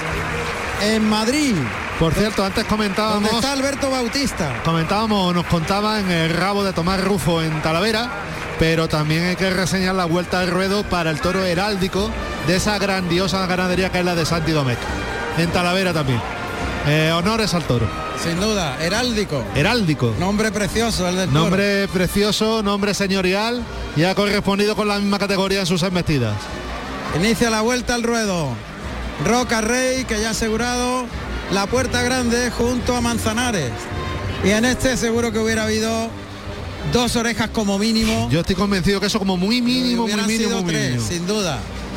Speaker 3: en Madrid.
Speaker 6: Por cierto, antes comentábamos...
Speaker 3: ¿Dónde está Alberto Bautista?
Speaker 6: Nos contaba en el rabo de Tomás Rufo en Talavera, pero también hay que reseñar la vuelta al ruedo para el toro heráldico de esa grandiosa ganadería que es la de Santi Domecq, en Talavera también. Honores al toro.
Speaker 3: Sin duda, heráldico. Nombre precioso el del toro.
Speaker 6: Nombre precioso, nombre señorial y ha correspondido con la misma categoría en sus embestidas.
Speaker 3: Inicia la vuelta al ruedo. Roca Rey, que ya ha asegurado la puerta grande junto a Manzanares. Y en este seguro que hubiera habido 2 orejas como mínimo.
Speaker 6: Yo estoy convencido que eso como muy mínimo,
Speaker 3: hubieran sido 3, sin duda.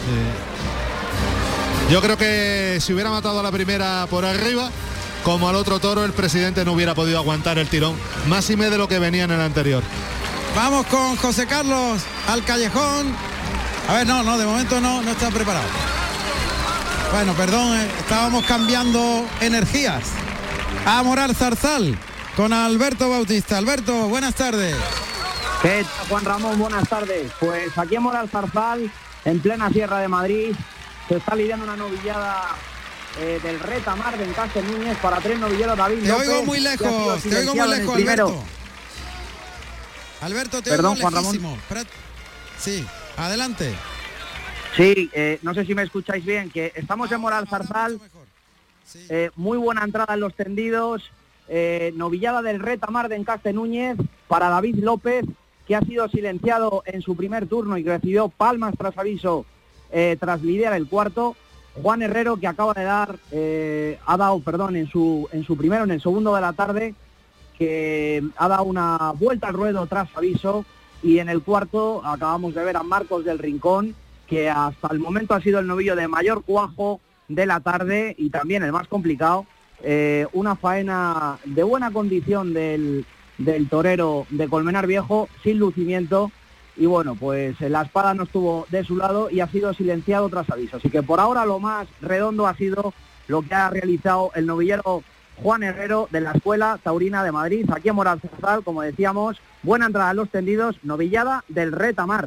Speaker 6: Sí. Yo creo que si hubiera matado a la primera por arriba, como al otro toro, el presidente no hubiera podido aguantar el tirón, máxime de lo que venía en el anterior.
Speaker 3: Vamos con José Carlos al callejón. A ver, no, de momento no está preparado. Bueno, perdón, estábamos cambiando energías. A Moralzarzal con Alberto Bautista. Alberto, buenas tardes.
Speaker 16: ¿Qué tal, Juan Ramón? Buenas tardes. Pues aquí en Moralzarzal, en plena Sierra de Madrid, se está lidiando una novillada del Retamar de Encastre Núñez para 3 novilleros. David
Speaker 3: López. Te oigo muy lejos, Alberto. Alberto, te oigo lejísimo. Sí, adelante.
Speaker 16: Sí, no sé si me escucháis bien, que estamos en Moralzarzal. Sí. Muy buena entrada en los tendidos. Novillada del Retamar de Encastre Núñez para David López, que ha sido silenciado en su primer turno y recibió palmas tras aviso tras lidiar el cuarto. Juan Herrero, que acaba de dar, ha dado en el segundo de la tarde, que ha dado una vuelta al ruedo tras aviso y en el cuarto acabamos de ver a Marcos del Rincón, que hasta el momento ha sido el novillo de mayor cuajo de la tarde y también el más complicado. Una faena de buena condición del torero de Colmenar Viejo, sin lucimiento, y bueno, pues la espada no estuvo de su lado y ha sido silenciado tras aviso. Así que por ahora lo más redondo ha sido lo que ha realizado el novillero Juan Herrero de la Escuela Taurina de Madrid, aquí en Moralzarzal, como decíamos, buena entrada a los tendidos, novillada del Retamar.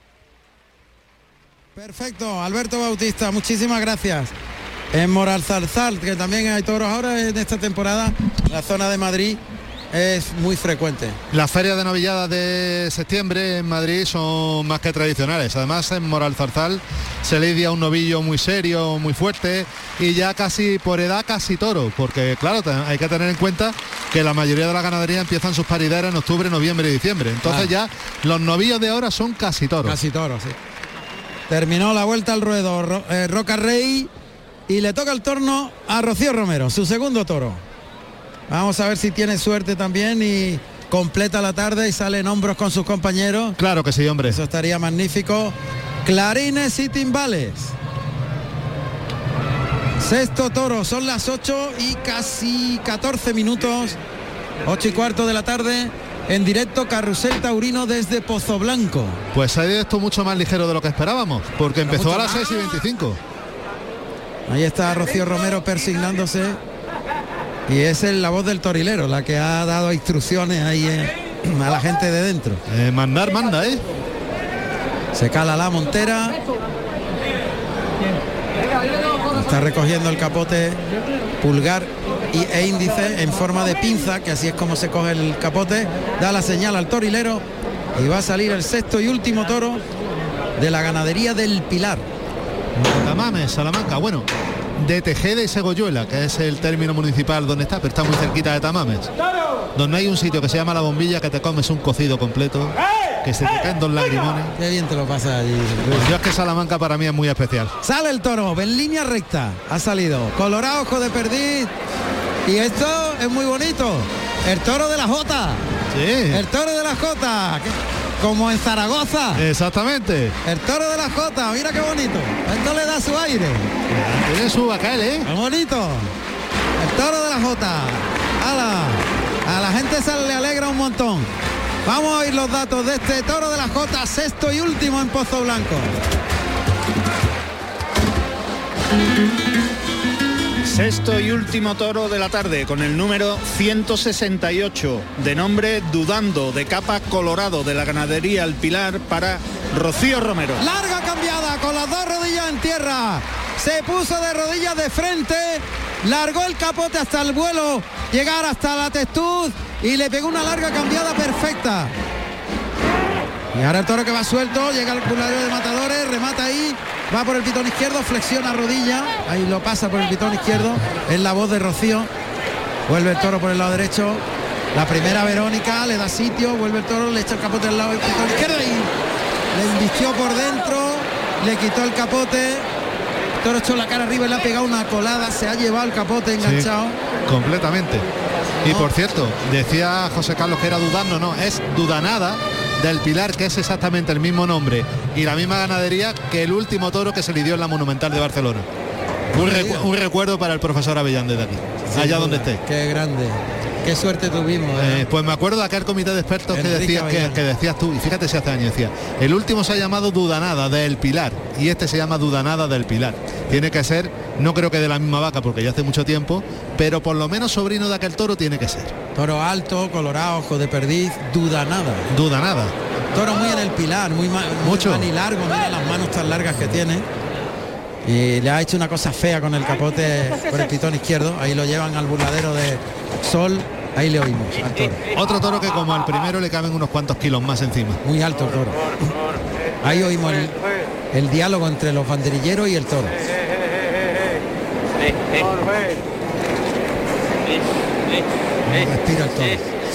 Speaker 3: Perfecto, Alberto Bautista, muchísimas gracias. En Moralzarzal, que también hay toros ahora en esta temporada, la zona de Madrid es muy frecuente.
Speaker 6: Las ferias de novilladas de septiembre en Madrid son más que tradicionales. Además, en Moralzarzal se lidia un novillo muy serio, muy fuerte y ya casi por edad casi toro, porque claro, hay que tener en cuenta que la mayoría de la ganadería empiezan sus parideras en octubre, noviembre y diciembre. Entonces ya los novillos de ahora son casi toros.
Speaker 3: Casi toros, sí. Terminó la vuelta al ruedo Roca Rey y le toca el turno a Rocío Romero, su segundo toro. Vamos a ver si tiene suerte también y completa la tarde y sale en hombros con sus compañeros.
Speaker 6: Claro que sí, hombre.
Speaker 3: Eso estaría magnífico. Clarines y timbales. Sexto toro, son las 8 y casi 14 minutos. 8:15 de la tarde. En directo, Carrusel Taurino desde Pozoblanco.
Speaker 6: Pues ha ido esto mucho más ligero de lo que esperábamos, porque empezó a las 6:25.
Speaker 3: Ahí está Rocío Romero persignándose. Y es la voz del torilero, la que ha dado instrucciones ahí a la gente de dentro.
Speaker 6: Mandar, manda, ¿eh?
Speaker 3: Se cala la montera. Está recogiendo el capote pulgar e índice en forma de pinza, que así es como se coge el capote. Da la señal al torilero y va a salir el sexto y último toro de la ganadería del Pilar.
Speaker 6: Tamames, Salamanca, bueno, de Tejeda y Segoyuela, que es el término municipal donde está, pero está muy cerquita de Tamames, donde hay un sitio que se llama La Bombilla, que te comes un cocido completo, que se te caen 2 lagrimones.
Speaker 3: Qué bien te lo pasas allí.
Speaker 6: Yo es que Salamanca para mí es muy especial.
Speaker 3: Sale el toro, en línea recta, ha salido, colorado, ojo de perdiz, y esto es muy bonito, el toro de la Jota.
Speaker 6: Sí.
Speaker 3: El toro de la Jota, como en Zaragoza.
Speaker 6: Exactamente.
Speaker 3: El toro de la Jota, mira qué bonito. Esto le da su aire.
Speaker 6: Tiene su bacal, ¿eh?
Speaker 3: Qué bonito. El toro de la Jota. A la gente se le alegra un montón. Vamos a oír los datos de este toro de la Jota, sexto y último en Pozoblanco.
Speaker 7: Sexto y último toro de la tarde, con el número 168, de nombre Dudando, de capa colorado, de la ganadería El Pilar, para Rocío Romero.
Speaker 3: Larga cambiada, con las 2 rodillas en tierra, se puso de rodillas de frente, largó el capote hasta el vuelo, llegar hasta la testuz y le pegó una larga cambiada perfecta. Y ahora el toro que va suelto, llega al culadero de matadores, remata ahí, va por el pitón izquierdo, flexiona rodilla, ahí lo pasa por el pitón izquierdo, es la voz de Rocío, vuelve el toro por el lado derecho, la primera Verónica, le da sitio, vuelve el toro, le echa el capote al lado del pitón izquierdo y le embistió por dentro, le quitó el capote, el toro echó la cara arriba y le ha pegado una colada, se ha llevado el capote enganchado.
Speaker 6: Sí, completamente. Y por cierto, decía José Carlos que era Dudando, no, es Dudanada del Pilar, que es exactamente el mismo nombre y la misma ganadería que el último toro que se lidió en la Monumental de Barcelona. Un recuerdo para el profesor Avellán desde aquí, sí, allá donde esté.
Speaker 3: Qué grande, qué suerte tuvimos.
Speaker 6: Pues me acuerdo de aquel comité de expertos que decías tú, y fíjate si hace años decía, el último se ha llamado Dudanada del Pilar y este se llama Dudanada del Pilar. Tiene que ser, no creo que de la misma vaca porque ya hace mucho tiempo, pero por lo menos sobrino de aquel toro tiene que ser.
Speaker 3: Toro alto, colorado, ojo de perdiz, Dudanada.
Speaker 6: Dudanada.
Speaker 3: Toro muy en el Pilar, muy
Speaker 6: mucho
Speaker 3: y largo, mira las manos tan largas que tiene. Y le ha hecho una cosa fea con el capote por el pitón izquierdo, ahí lo llevan al burladero de Sol, ahí le oímos al toro.
Speaker 6: Otro toro que como al primero le caben unos cuantos kilos más encima.
Speaker 3: Muy alto el toro. Ahí oímos el diálogo entre los banderilleros y el toro. Respira el toro.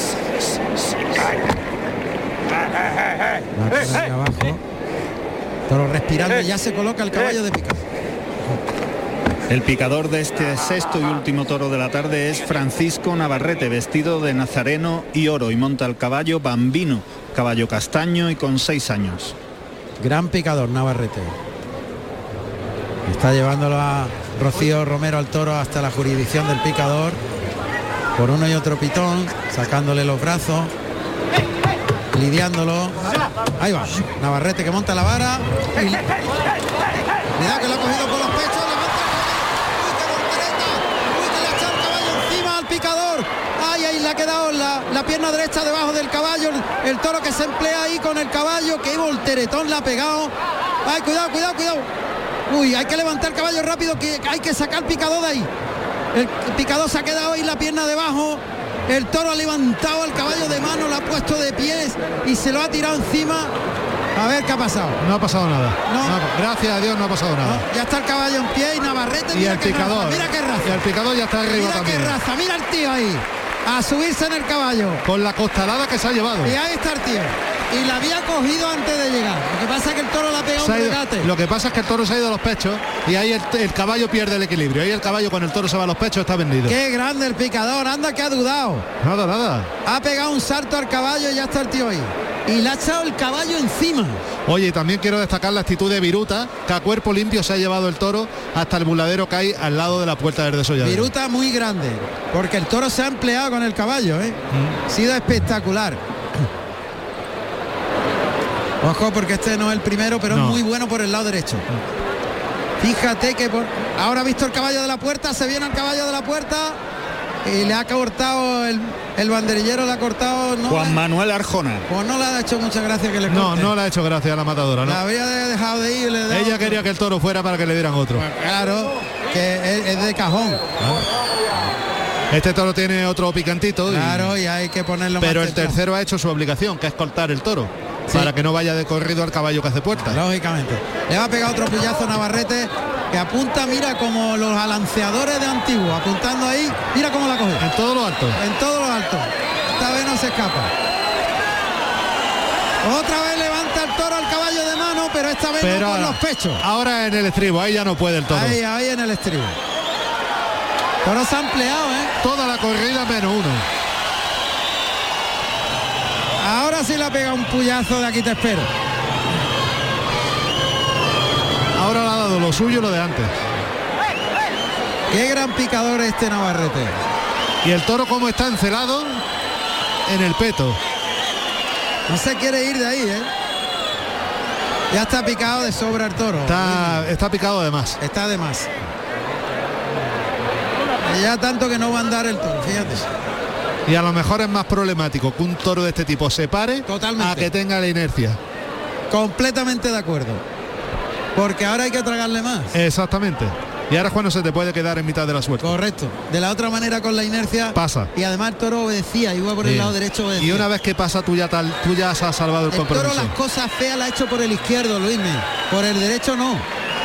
Speaker 3: Abajo. Toro respirando, ya se coloca el caballo de picar.
Speaker 7: El picador de este sexto y último toro de la tarde es Francisco Navarrete, vestido de nazareno y oro, y monta el caballo Bambino, caballo castaño y con 6 años.
Speaker 3: Gran picador Navarrete. Está llevándolo a Rocío Romero al toro hasta la jurisdicción del picador. Por uno y otro pitón, sacándole los brazos, lidiándolo. Ahí va, Navarrete que monta la vara. Y... Cuidado que lo ha cogido por los pechos. Ahí le ha quedado la pierna derecha debajo del caballo, el toro que se emplea ahí con el caballo, que volteretón le ha pegado. Ay, cuidado. Uy, hay que levantar el caballo rápido, que hay que sacar el picador de ahí. El picador se ha quedado ahí la pierna debajo, el toro ha levantado el caballo de mano, lo ha puesto de pies y se lo ha tirado encima. A ver qué ha pasado.
Speaker 6: No ha pasado nada.
Speaker 3: No.
Speaker 6: Gracias a Dios no ha pasado nada.
Speaker 3: No, ya está el caballo en pie y Navarrete.
Speaker 6: Y el picador.
Speaker 3: Mira qué raza.
Speaker 6: Y el picador ya está arriba
Speaker 3: mira
Speaker 6: también.
Speaker 3: Mira qué raza, mira el tío ahí. A subirse en el caballo.
Speaker 6: Con la costalada que se ha llevado.
Speaker 3: Y ahí está el tío. Y la había cogido antes de llegar. Lo que pasa es que el toro la ha pegado un regate.
Speaker 6: Lo que pasa es que el toro se ha ido a los pechos y ahí el caballo pierde el equilibrio. Ahí el caballo con el toro se va a los pechos, está vendido.
Speaker 3: Qué grande el picador, anda que ha dudado.
Speaker 6: Nada.
Speaker 3: Ha pegado un salto al caballo y ya está el tío ahí. Y le ha echado el caballo encima.
Speaker 6: Oye, también quiero destacar la actitud de Viruta, que a cuerpo limpio se ha llevado el toro hasta el buladero que hay al lado de la puerta del desolladero.
Speaker 3: Viruta muy grande, porque el toro se ha empleado con el caballo, Ha sido espectacular. Ojo, porque este no es el primero, pero es muy bueno por el lado derecho. Fíjate que ahora ha visto el caballo de la puerta, se viene el caballo de la puerta y le ha cortado el banderillero, le ha cortado.
Speaker 7: Juan Manuel Arjona.
Speaker 3: Pues no le ha hecho mucha gracia que le corte.
Speaker 6: No le ha hecho gracia a la matadora, ¿no?
Speaker 3: La habría dejado de ir.
Speaker 6: Ella quería que el toro fuera para que le dieran otro.
Speaker 3: Pues claro, que es de cajón.
Speaker 6: Este toro tiene otro picantito.
Speaker 3: Claro, y hay que ponerlo
Speaker 6: más. Pero
Speaker 3: el
Speaker 6: tercero ha hecho su obligación, que es cortar el toro. Sí. Para que no vaya de corrido al caballo que hace puerta.
Speaker 3: Lógicamente. Le va a pegar otro puyazo Navarrete, que apunta, mira, como los alanceadores de antiguo, apuntando ahí, mira cómo la coge.
Speaker 6: En todo lo alto.
Speaker 3: En todo lo alto. Esta vez no se escapa. Otra vez levanta el toro al caballo de mano, pero esta vez no con los pechos.
Speaker 6: Ahora en el estribo, ahí ya no puede el toro.
Speaker 3: Ahí en el estribo. Toro se ha empleado,
Speaker 6: Toda la corrida menos uno.
Speaker 3: Ahora sí le ha pegado un puyazo de aquí te espero.
Speaker 6: Ahora le ha dado lo suyo, lo de antes.
Speaker 3: Qué gran picador este Navarrete.
Speaker 6: Y el toro como está encelado en el peto.
Speaker 3: No se quiere ir de ahí, Ya está picado de sobra el toro.
Speaker 6: Está picado de más.
Speaker 3: Está de más. Y ya tanto que no va a andar el toro, fíjate.
Speaker 6: Y a lo mejor es más problemático que un toro de este tipo se pare a que tenga la inercia.
Speaker 3: Completamente de acuerdo. Porque ahora hay que tragarle más.
Speaker 6: Exactamente. Y ahora es cuando se te puede quedar en mitad de la suerte.
Speaker 3: Correcto. De la otra manera con la inercia
Speaker 6: pasa.
Speaker 3: Y además el toro obedecía, iba por el lado derecho, obedecía.
Speaker 6: Y una vez que pasa tú ya has salvado el compromiso.
Speaker 3: El toro las cosas feas las ha hecho por el izquierdo, Luisme. Por el derecho no.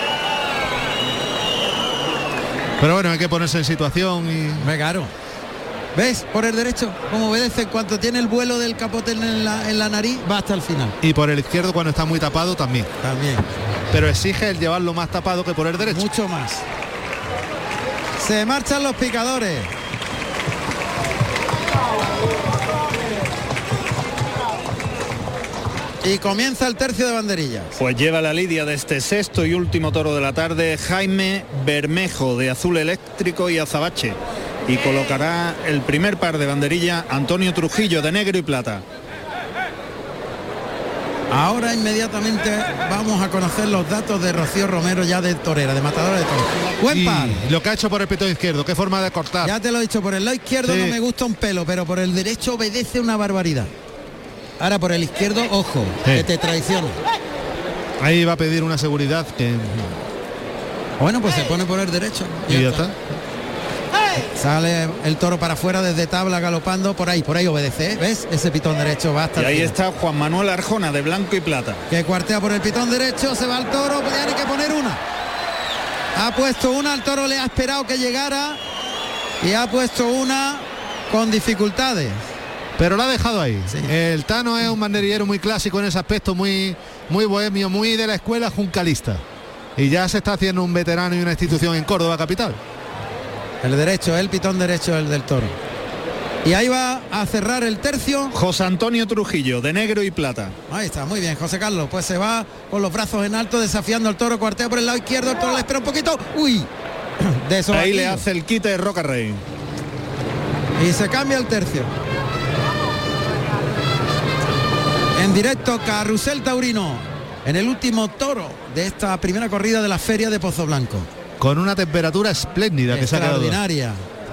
Speaker 6: Pero bueno, hay que ponerse en situación y...
Speaker 3: Claro. ¿Ves? Por el derecho, como obedece, en cuanto tiene el vuelo del capote en la nariz, va hasta el final.
Speaker 6: Y por el izquierdo cuando está muy tapado también.
Speaker 3: También.
Speaker 6: Pero exige el llevarlo más tapado que por el derecho.
Speaker 3: Mucho más. Se marchan los picadores. Y comienza el tercio de banderillas.
Speaker 7: Pues lleva la lidia de este sexto y último toro de la tarde Jaime Bermejo, de azul eléctrico y azabache. Y colocará el primer par de banderilla Antonio Trujillo, de negro y plata.
Speaker 3: Ahora inmediatamente vamos a conocer los datos de Rocío Romero, ya de torera, de matadora de toros. Buen par.
Speaker 6: Lo que ha hecho por el pitón izquierdo, qué forma de cortar.
Speaker 3: Ya te lo he dicho, por el lado izquierdo no me gusta un pelo, pero por el derecho obedece una barbaridad. Ahora por el izquierdo, ojo, que te traiciona.
Speaker 6: Ahí va a pedir una seguridad que...
Speaker 3: Bueno, pues se pone por el derecho.
Speaker 6: Y ya está.
Speaker 3: Sale el toro para afuera desde tabla galopando, por ahí obedece, ¿ves? Ese pitón derecho va hasta
Speaker 7: y ahí está Juan Manuel Arjona, de blanco y plata.
Speaker 3: Que cuartea por el pitón derecho, se va al toro, pues ya hay que poner una. Ha puesto una, al toro le ha esperado que llegara y ha puesto una con dificultades.
Speaker 6: Pero lo ha dejado ahí. Sí. El Tano es un banderillero muy clásico en ese aspecto, muy bohemio, muy de la escuela juncalista. Y ya se está haciendo un veterano y una institución en Córdoba capital.
Speaker 3: El derecho, el pitón derecho, el del toro. Y ahí va a cerrar el tercio
Speaker 7: José Antonio Trujillo, de negro y plata.
Speaker 3: Ahí está, muy bien, José Carlos. Pues se va con los brazos en alto, desafiando al toro, cuartea por el lado izquierdo, el toro le espera un poquito. ¡Uy! De eso
Speaker 7: ahí le hace el quite de Roca Rey.
Speaker 3: Y se cambia el tercio. En directo, Carrusel Taurino, en el último toro de esta primera corrida de la feria de Pozoblanco.
Speaker 6: Con una temperatura espléndida que se ha quedado.
Speaker 3: Extraordinaria.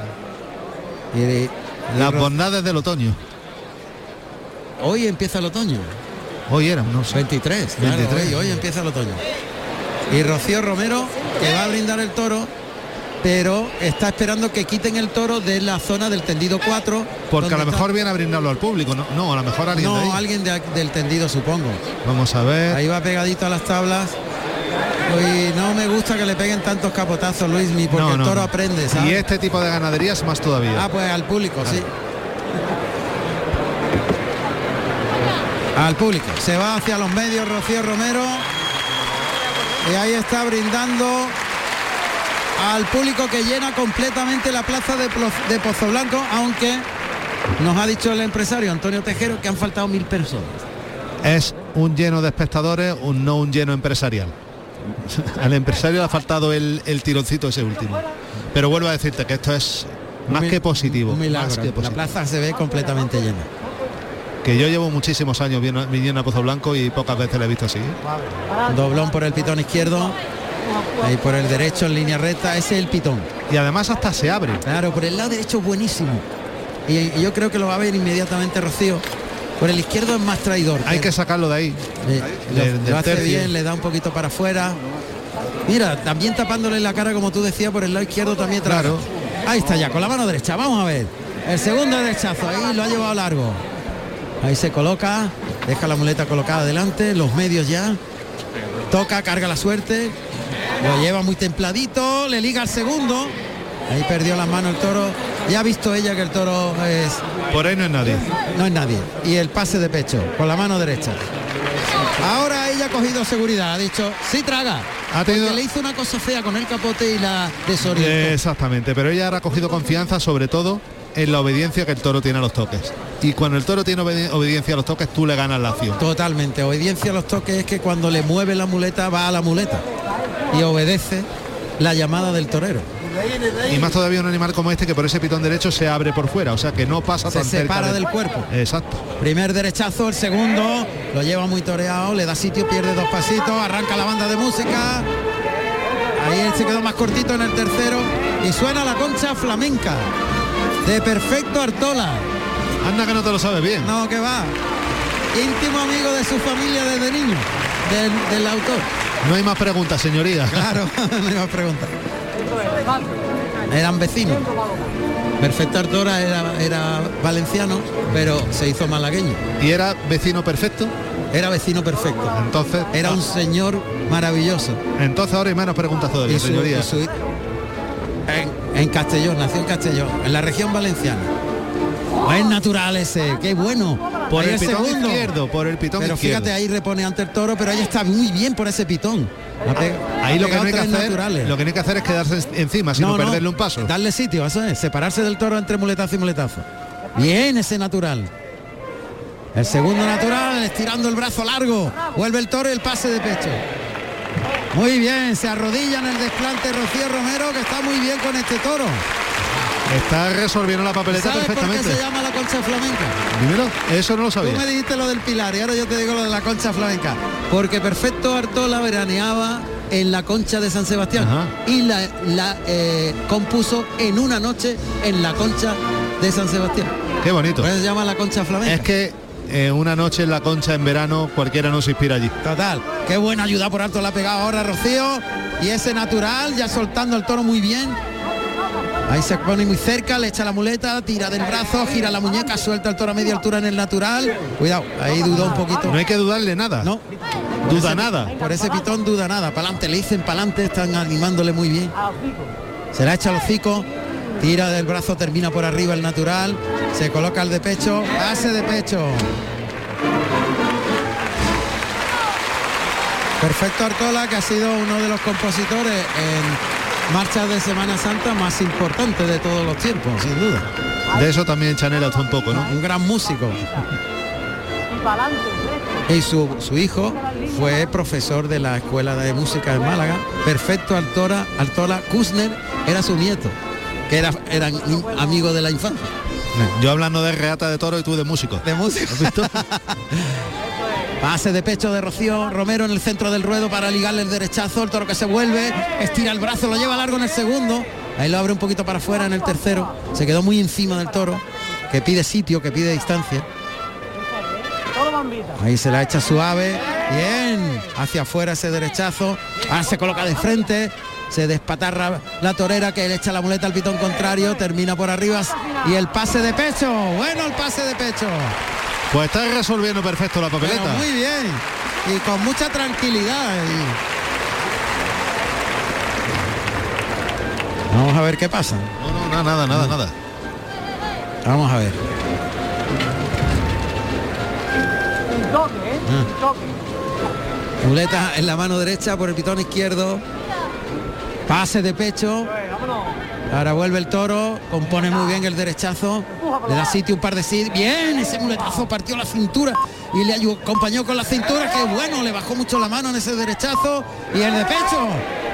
Speaker 6: Las bondades del otoño.
Speaker 3: Hoy empieza el otoño.
Speaker 6: Hoy era, no sé.
Speaker 3: 23, claro,
Speaker 6: 23.
Speaker 3: Hoy empieza el otoño. Y Rocío Romero, que va a brindar el toro, pero está esperando que quiten el toro de la zona del tendido 4.
Speaker 6: Porque a lo mejor viene a brindarlo al público, no, a lo mejor alguien de ahí.
Speaker 3: Alguien del tendido, supongo.
Speaker 6: Vamos a ver.
Speaker 3: Ahí va pegadito a las tablas. Y no me gusta que le peguen tantos capotazos, Luismi, porque el toro aprende, ¿sabes?
Speaker 6: Y este tipo de ganaderías más todavía.
Speaker 3: Ah, pues al público, sí. Al público. Se va hacia los medios Rocío Romero. Y ahí está brindando al público que llena completamente la plaza de Pozoblanco, aunque nos ha dicho el empresario Antonio Tejero que han faltado 1000 personas.
Speaker 6: Es un lleno de espectadores, no un lleno empresarial. Al empresario le ha faltado el tironcito ese último. Pero vuelvo a decirte que esto es más que positivo.
Speaker 3: Un milagro.
Speaker 6: Más que positivo.
Speaker 3: La plaza se ve completamente llena.
Speaker 6: Que yo llevo muchísimos años viniendo a Pozoblanco y pocas veces la he visto así.
Speaker 3: Doblón por el pitón izquierdo. Ahí por el derecho en línea recta, ese es el pitón.
Speaker 6: Y además hasta se abre.
Speaker 3: Claro, por el lado derecho buenísimo. Y yo creo que lo va a ver inmediatamente Rocío. Por el izquierdo es más traidor.
Speaker 6: Hay que sacarlo de ahí.
Speaker 3: Lo hace bien, le da un poquito para afuera. Mira, también tapándole la cara, como tú decías, por el lado izquierdo también traga.
Speaker 6: Claro.
Speaker 3: Ahí está ya, con la mano derecha. Vamos a ver. El segundo derechazo, ahí lo ha llevado largo. Ahí se coloca, deja la muleta colocada adelante, los medios ya. Toca, carga la suerte. Lo lleva muy templadito, le liga al segundo. Ahí perdió la mano el toro. Ya ha visto ella que el toro es...
Speaker 6: Por ahí no es nadie.
Speaker 3: No es nadie. Y el pase de pecho, con la mano derecha. Ahora ella ha cogido seguridad, ha dicho, sí traga. Porque le hizo una cosa fea con el capote y la desorientó.
Speaker 6: Exactamente, pero ella ahora ha cogido confianza sobre todo en la obediencia que el toro tiene a los toques. Y cuando el toro tiene obediencia a los toques, tú le ganas la acción.
Speaker 3: Totalmente, obediencia a los toques es que cuando le mueve la muleta, va a la muleta. Y obedece la llamada del torero.
Speaker 6: Y más todavía un animal como este que por ese pitón derecho se abre por fuera, o sea que no pasa tan cerca.
Speaker 3: Se separa del cuerpo.
Speaker 6: Exacto.
Speaker 3: Primer derechazo, el segundo, lo lleva muy toreado, le da sitio, pierde 2 pasitos, arranca la banda de música. Ahí él se quedó más cortito en el tercero y suena la concha flamenca de Perfecto Artola.
Speaker 6: Anda que no te lo sabes bien.
Speaker 3: No, que va. Íntimo amigo de su familia desde niño, del autor.
Speaker 6: No hay más preguntas, señoría.
Speaker 3: Claro, no hay más preguntas. Eran vecinos. Perfecto Artola era valenciano, pero se hizo malagueño.
Speaker 6: ¿Y era vecino perfecto?
Speaker 3: Era vecino perfecto.
Speaker 6: Entonces
Speaker 3: era un señor maravilloso.
Speaker 6: Entonces ahora hay menos preguntas todavía, señoría.
Speaker 3: En Castellón, nació en Castellón, en la región valenciana. Es natural ese, qué bueno.
Speaker 6: Por
Speaker 3: ahí
Speaker 6: el pitón
Speaker 3: segundo.
Speaker 6: Izquierdo, por el pitón
Speaker 3: pero
Speaker 6: izquierdo.
Speaker 3: Fíjate, ahí repone ante el toro, pero ella está muy bien por ese pitón.
Speaker 6: Ahí lo que no hay que hacer es quedarse encima, sino perderle un paso.
Speaker 3: Darle sitio, eso es, separarse del toro entre muletazo y muletazo. Bien ese natural. El segundo natural, estirando el brazo largo. Vuelve el toro y el pase de pecho. Muy bien, se arrodilla en el desplante Rocío Romero, que está muy bien con este toro.
Speaker 6: Está resolviendo la papeleta perfectamente.
Speaker 3: ¿Por qué se llama la concha flamenca?
Speaker 6: Dímelo, eso no lo sabía.
Speaker 3: Tú me dijiste lo del pilar y ahora yo te digo lo de la concha flamenca. Porque Perfecto Artola veraneaba en la concha de San Sebastián. Ajá. Y la compuso en una noche en la concha de San Sebastián.
Speaker 6: Qué bonito.
Speaker 3: Por eso se llama la concha flamenca.
Speaker 6: Es que una noche en la concha en verano cualquiera no se inspira allí.
Speaker 3: Total. Qué buena ayuda por alto la ha pegado ahora Rocío. Y ese natural ya soltando el toro muy bien. Ahí se pone muy cerca, le echa la muleta, tira del brazo, gira la muñeca, suelta el toro a media altura en el natural. Cuidado, ahí dudó un poquito.
Speaker 6: No hay que dudarle nada.
Speaker 3: No.
Speaker 6: Duda nada.
Speaker 3: Por ese pitón duda nada. Para adelante, le dicen para adelante, están animándole muy bien. Se la echa al hocico, tira del brazo, termina por arriba el natural, se coloca el de pecho, pase de pecho. Perfecto Artola, que ha sido uno de los compositores en marchas de Semana Santa más importantes de todos los tiempos, sin duda.
Speaker 6: De eso también Chanela está un poco, ¿no?
Speaker 3: Un gran músico. Y su hijo fue profesor de la Escuela de Música de Málaga. Perfecto Artola Kushner era su nieto, que eran amigos de la infancia.
Speaker 6: Yo hablando de reata de toro y tú de músico.
Speaker 3: De músico. ¿Has visto? Pase de pecho de Rocío Romero en el centro del ruedo para ligarle el derechazo, el toro que se vuelve, estira el brazo, lo lleva largo en el segundo, ahí lo abre un poquito para afuera en el tercero, se quedó muy encima del toro, que pide sitio, que pide distancia. Ahí se la echa suave, bien, hacia afuera ese derechazo, ahora se coloca de frente, se despatarra la torera que le echa la muleta al pitón contrario, termina por arriba y el pase de pecho, bueno el pase de pecho.
Speaker 6: Pues está resolviendo perfecto la papeleta.
Speaker 3: Pero muy bien y con mucha tranquilidad. Vamos a ver qué pasa.
Speaker 6: No, nada.
Speaker 3: Vamos a ver.
Speaker 9: Un toque.
Speaker 3: Muleta en la mano derecha por el pitón izquierdo. Pase de pecho. Ahora vuelve el toro, compone muy bien el derechazo, le da sitio, un par de sitios, bien, ese muletazo partió la cintura y le acompañó con la cintura, que bueno, le bajó mucho la mano en ese derechazo y el de pecho,